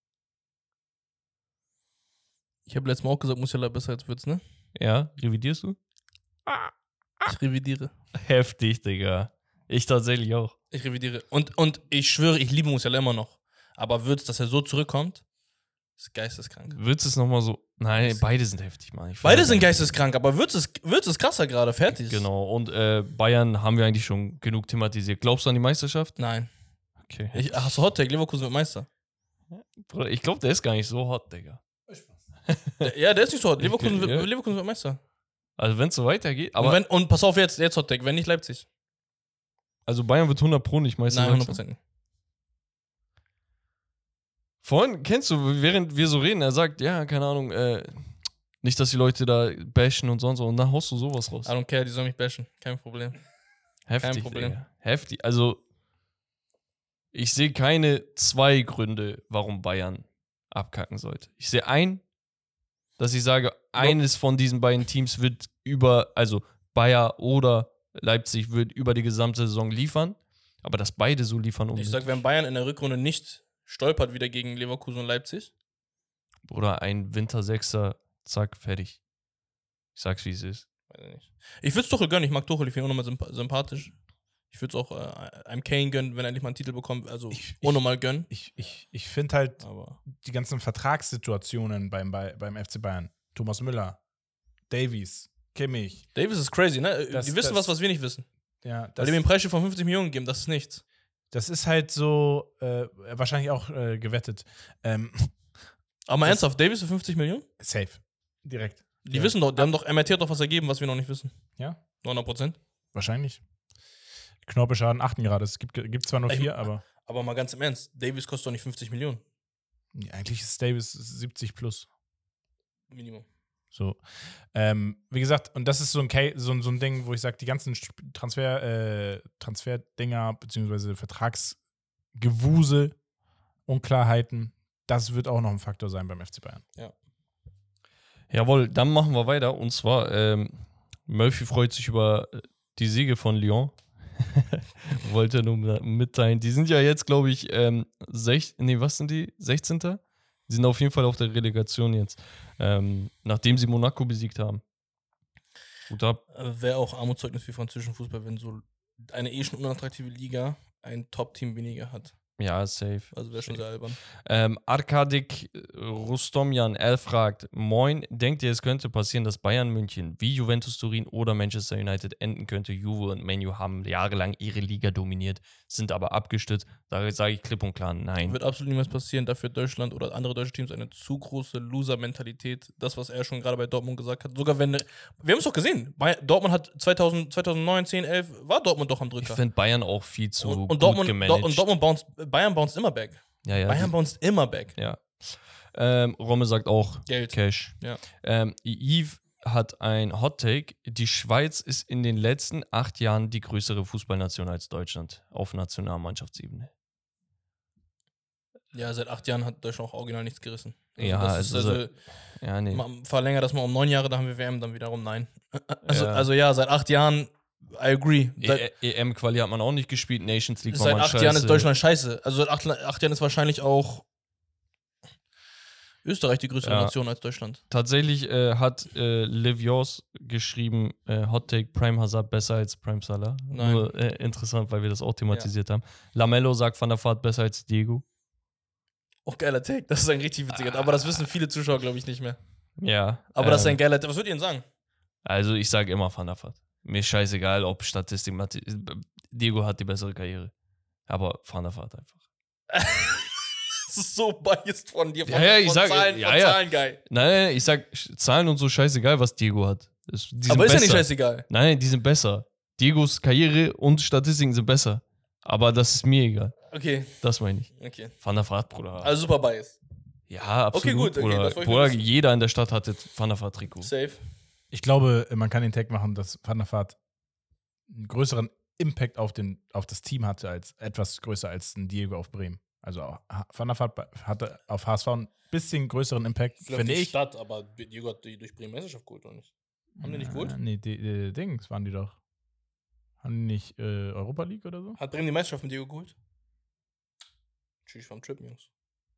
Ich habe letztes Mal auch gesagt, Musiala besser als Würz, ne? Ja, revidierst du? Ich revidiere. Heftig, Digga. Ich tatsächlich auch. Ich revidiere. Und, und ich schwöre, ich liebe Musiala immer noch. Aber Würz, dass er so zurückkommt, ist geisteskrank. Wirtz ist nochmal so. Nein, beide sind heftig, Mann. Ich Beide weiß sind nicht. geisteskrank, aber Würz ist, Würz ist krasser gerade, fertig. Genau. Und äh, Bayern haben wir eigentlich schon genug thematisiert. Glaubst du an die Meisterschaft? Nein. Okay. Ich, hast du Hottag, Leverkusen wird Meister. Bruder, ich glaube, der ist gar nicht so hot, Digga. Der, ja, der ist nicht so hot. Leverkusen, Okay, wird, ja. Leverkusen wird Meister. Also, wenn es so weitergeht. Aber Aber und, wenn, und pass auf jetzt, jetzt Hottag, wenn nicht Leipzig. also Bayern wird hundert Pro nicht Meister. Nein, hundert sagst du? Prozent nicht. Vorhin, kennst du, während wir so reden, er sagt, ja, keine Ahnung, äh, nicht, dass die Leute da bashen und sonst so. Und dann haust du sowas raus. I don't care, die sollen mich bashen. Kein Problem. Heftig, kein Problem. Digga. Heftig. Also, ich sehe keine zwei Gründe, warum Bayern abkacken sollte. Ich sehe ein, dass ich sage, eines von diesen beiden Teams wird über, also Bayer oder Leipzig wird über die gesamte Saison liefern, aber dass beide so liefern Ich und sag, wenn Bayern in der Rückrunde nicht stolpert wieder gegen Leverkusen und Leipzig, oder ein Wintersechser, zack, fertig. Ich sag's, wie es ist. weiß ich nicht. Ich würde es Tuchel gönnen, ich mag Tuchel, ich finde ihn unnormal symp sympathisch. Ich würde es auch äh, einem Kane gönnen, wenn er endlich mal einen Titel bekommt, also Ich- ich- unnormal gönnen. Ich, ich, ich finde halt Aber die ganzen Vertragssituationen beim, bei, beim F C Bayern. Thomas Müller, Davies, Kimmich. Davis ist crazy, ne? Das- die wissen das- was, was wir nicht wissen. Ja, Weil das, die mir einen Preisschild von fünfzig Millionen geben, das ist nichts. das ist halt so, äh, wahrscheinlich auch äh, gewettet. Ähm, Aber mal Das- ernsthaft, Davis für fünfzig Millionen? safe. Direkt. Die Ja. wissen doch, die haben doch, M R T hat doch was ergeben, was wir noch nicht wissen. Ja, hundert Prozent. wahrscheinlich. Knorpelschaden achten gerade. Es gibt, gibt zwar nur Ich- vier, aber Aber mal ganz im Ernst, Davis kostet doch nicht fünfzig Millionen. ja, eigentlich ist Davis siebzig plus. Minimum. So. Ähm, wie gesagt, und das ist so ein, Ca- so, ein- so ein Ding, wo ich sage, die ganzen Sp- Transfer, äh, Transferdinger, beziehungsweise Vertragsgewusel, Unklarheiten, das wird auch noch ein Faktor sein beim F C Bayern. Jawohl, dann machen wir weiter. Und zwar, ähm, Murphy freut sich über äh, die Siege von Lyon. Wollte nur mitteilen. Die sind ja jetzt, glaube ich, ähm, sech, nee, was sind die? sechzehnter Die sind auf jeden Fall auf der Relegation jetzt. Ähm, nachdem sie Monaco besiegt haben. Gut ab. Wäre auch Armutszeugnis für französischen Fußball, wenn so eine eh schon unattraktive Liga ein Top-Team weniger hat. Ja, safe. Also wäre schon sehr albern. Ähm, Arkadik Rustomjan L fragt: Moin, denkt ihr, es könnte passieren, dass Bayern München wie Juventus Turin oder Manchester United enden könnte? Juve und Man U haben jahrelang ihre Liga dominiert, sind aber abgestürzt. Da sage ich klipp und klar nein. Wird absolut niemals passieren, dafür Deutschland oder andere deutsche Teams eine zu große Loser-Mentalität. Das, was er schon gerade bei Dortmund gesagt hat. Sogar wenn, wir haben es doch gesehen, Dortmund hat zweitausend, zweitausendneun, zehn, elf, war Dortmund doch am Ich Drücker. finde Bayern auch viel zu Und, und gut Dortmund, gemanagt. Dor- und Dortmund bounced, Bayern bounced immer back. ja, ja, Bayern bounced immer back. ja. Ähm, Romme sagt auch Geld. Cash. Ja. Ähm, Yves hat ein Hot Take: Die Schweiz ist in den letzten acht Jahren die größere Fußballnation als Deutschland auf Nationalmannschaftsebene. Ja, seit acht Jahren hat Deutschland auch original nichts gerissen. Ja, das ist, also- also Ja, nee. ma- verlängert das mal um neun Jahre, dann haben wir W M, dann wiederum nein. Also Ja. ja, also ja seit acht Jahren, I agree. Seit, E- EM-Quali hat man auch nicht gespielt, Nations League war seit man acht scheiße. Jahren ist Deutschland scheiße. Also seit acht, acht Jahren ist wahrscheinlich auch Österreich die größere Ja. Nation als Deutschland. Tatsächlich äh, hat äh, Liv Yours geschrieben, äh, Hot Take: Prime Hazard besser als Prime Salah. Nein. Nur äh, interessant, weil wir das auch thematisiert haben. Lamello sagt Van der Vaart besser als Diego. Auch geiler Take, das ist ein richtig witziger. Aber das wissen viele Zuschauer, glaube ich, nicht mehr. Ja. Aber das ist ein ähm, geiler Take. Was würdet ihr denn sagen? Also ich sage immer Van der Vaart. Mir ist scheißegal, ob Statistik, Mati- Diego hat die bessere Karriere. Aber Van der Vaart einfach. Das ist so biased von dir. Von, Ja, ja, ich von sag- Zahlen, ja, von ja. Zahlen geil. Nein, ich sag Sch- Zahlen und so scheißegal, was Diego hat. Das, die sind Aber ist ja nicht besser. scheißegal. Nein, die sind besser. Diegos Karriere und Statistiken sind besser. Aber das ist mir egal. Okay, Das meine ich. okay. Van der Vaart, Bruder. Also super biased. Ja, absolut, Okay, gut, okay, Bruder. das wollte ich Bruder, nur wissen. jeder in der Stadt hat jetzt Van der Vaart-Trikot. Safe. Ich glaube, man kann den Tag machen, dass Van der Vaart einen größeren Impact auf, den, auf das Team hatte, als etwas größer als ein Diego auf Bremen. Also Ha- Van der Vaart hatte auf H S V ein bisschen größeren Impact, finde ich. Stadt, aber Diego hat die durch Bremen Meisterschaft geholt, oder nicht? Haben die nicht geholt? Ah, nee, die, die Dings waren die doch. Haben die nicht äh, Europa League oder so? Hat Bremen die Meisterschaft mit Diego geholt? Tschüss vom Trip, Jungs.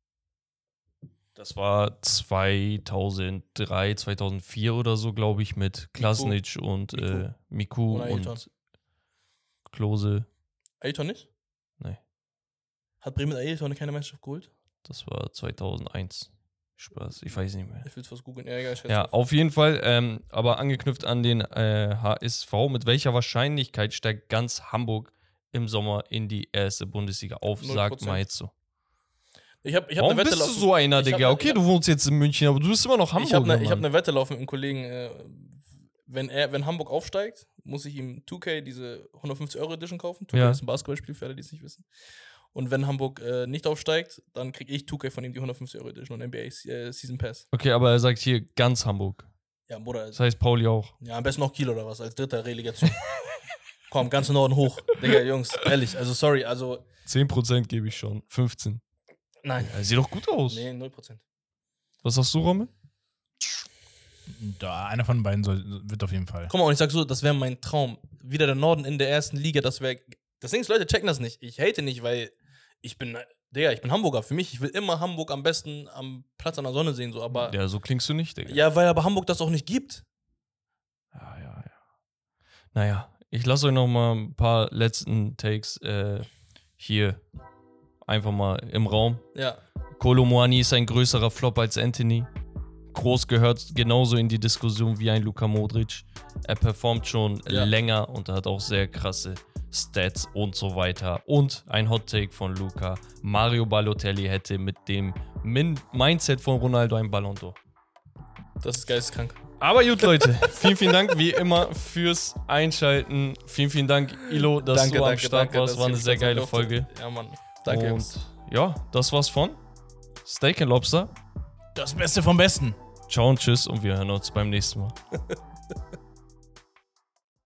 Das war zweitausenddrei, zweitausendvier oder so, glaube ich, mit Klasnic und Miku. äh, Miku Und Ailton. und Klose. Ailton nicht? Nee, Hat Bremen mit Ailton keine Meisterschaft geholt? das war zweitausendeins. Spaß, ich weiß nicht mehr. Ich will es was googeln. Ja, egal, scheiß Ja, drauf. auf jeden Fall, ähm, aber angeknüpft an den äh, H S V, mit welcher Wahrscheinlichkeit steigt ganz Hamburg im Sommer in die erste Bundesliga auf, null sagt Prozent. Maizo. Ich habe ich hab Warum eine Wette bist du laufen. so einer, Ich hab Digga? ne- Okay, ich du wohnst jetzt in München, aber du bist immer noch Hamburger, Ich habe eine hab Mann. ne Wette laufen mit einem Kollegen. Äh, wenn, er, wenn Hamburg aufsteigt, muss ich ihm zwei K, diese hundertfünfzig Euro Edition kaufen. zwei K Ja. ist ein Basketballspiel für alle, die es nicht wissen. Und wenn Hamburg äh, nicht aufsteigt, dann kriege ich zwei K von ihm die hundertfünfzig Euro Edition und N B A äh, Season Pass. Okay, aber er sagt hier ganz Hamburg. Ja, Bruder. Das heißt Pauli auch. Ja, am besten noch Kiel oder was, als dritter Relegation. Komm, ganz Norden hoch. Digga, Jungs, ehrlich, also sorry, also zehn Prozent gebe ich schon. fünfzehn. nein. Ja, sieht doch gut aus. Nee, null Prozent. Was sagst du, Rommel? Da, einer von beiden soll, wird auf jeden Fall. Guck mal, und ich sag so, das wäre mein Traum. Wieder der Norden in der ersten Liga, das wäre. Das Ding ist, Leute checken das nicht. Ich hate nicht, weil ich bin, Digga, ich bin Hamburger. Für mich, ich will immer Hamburg am besten am Platz an der Sonne sehen, so, aber. Ja, Ja, so klingst du nicht, Digga. ja weil aber Hamburg das auch nicht gibt. Ja, ja, ja. Naja, ich lasse euch noch mal ein paar letzten Takes äh, hier einfach mal im Raum. Ja. Kolo Muani ist ein größerer Flop als Anthony. Kroos gehört genauso in die Diskussion wie ein Luka Modric. Er performt schon Ja. länger und hat auch sehr krasse Stats und so weiter. Und ein Hot Take von Luca: Mario Balotelli hätte mit dem Min- Mindset von Ronaldo einen Ballon d'Or. Das ist geisteskrank. Aber gut, Leute, vielen, vielen Dank wie immer fürs Einschalten. Vielen, vielen Dank, Ilo, dass danke, du am danke, Start danke. warst. dass War ich eine am sehr Start sein geile durfte. Folge. Ja, Mann. Danke, Und Jungs. ja, das war's von Steak and Lobster. Das Beste vom Besten. Ciao und tschüss und wir hören uns beim nächsten Mal.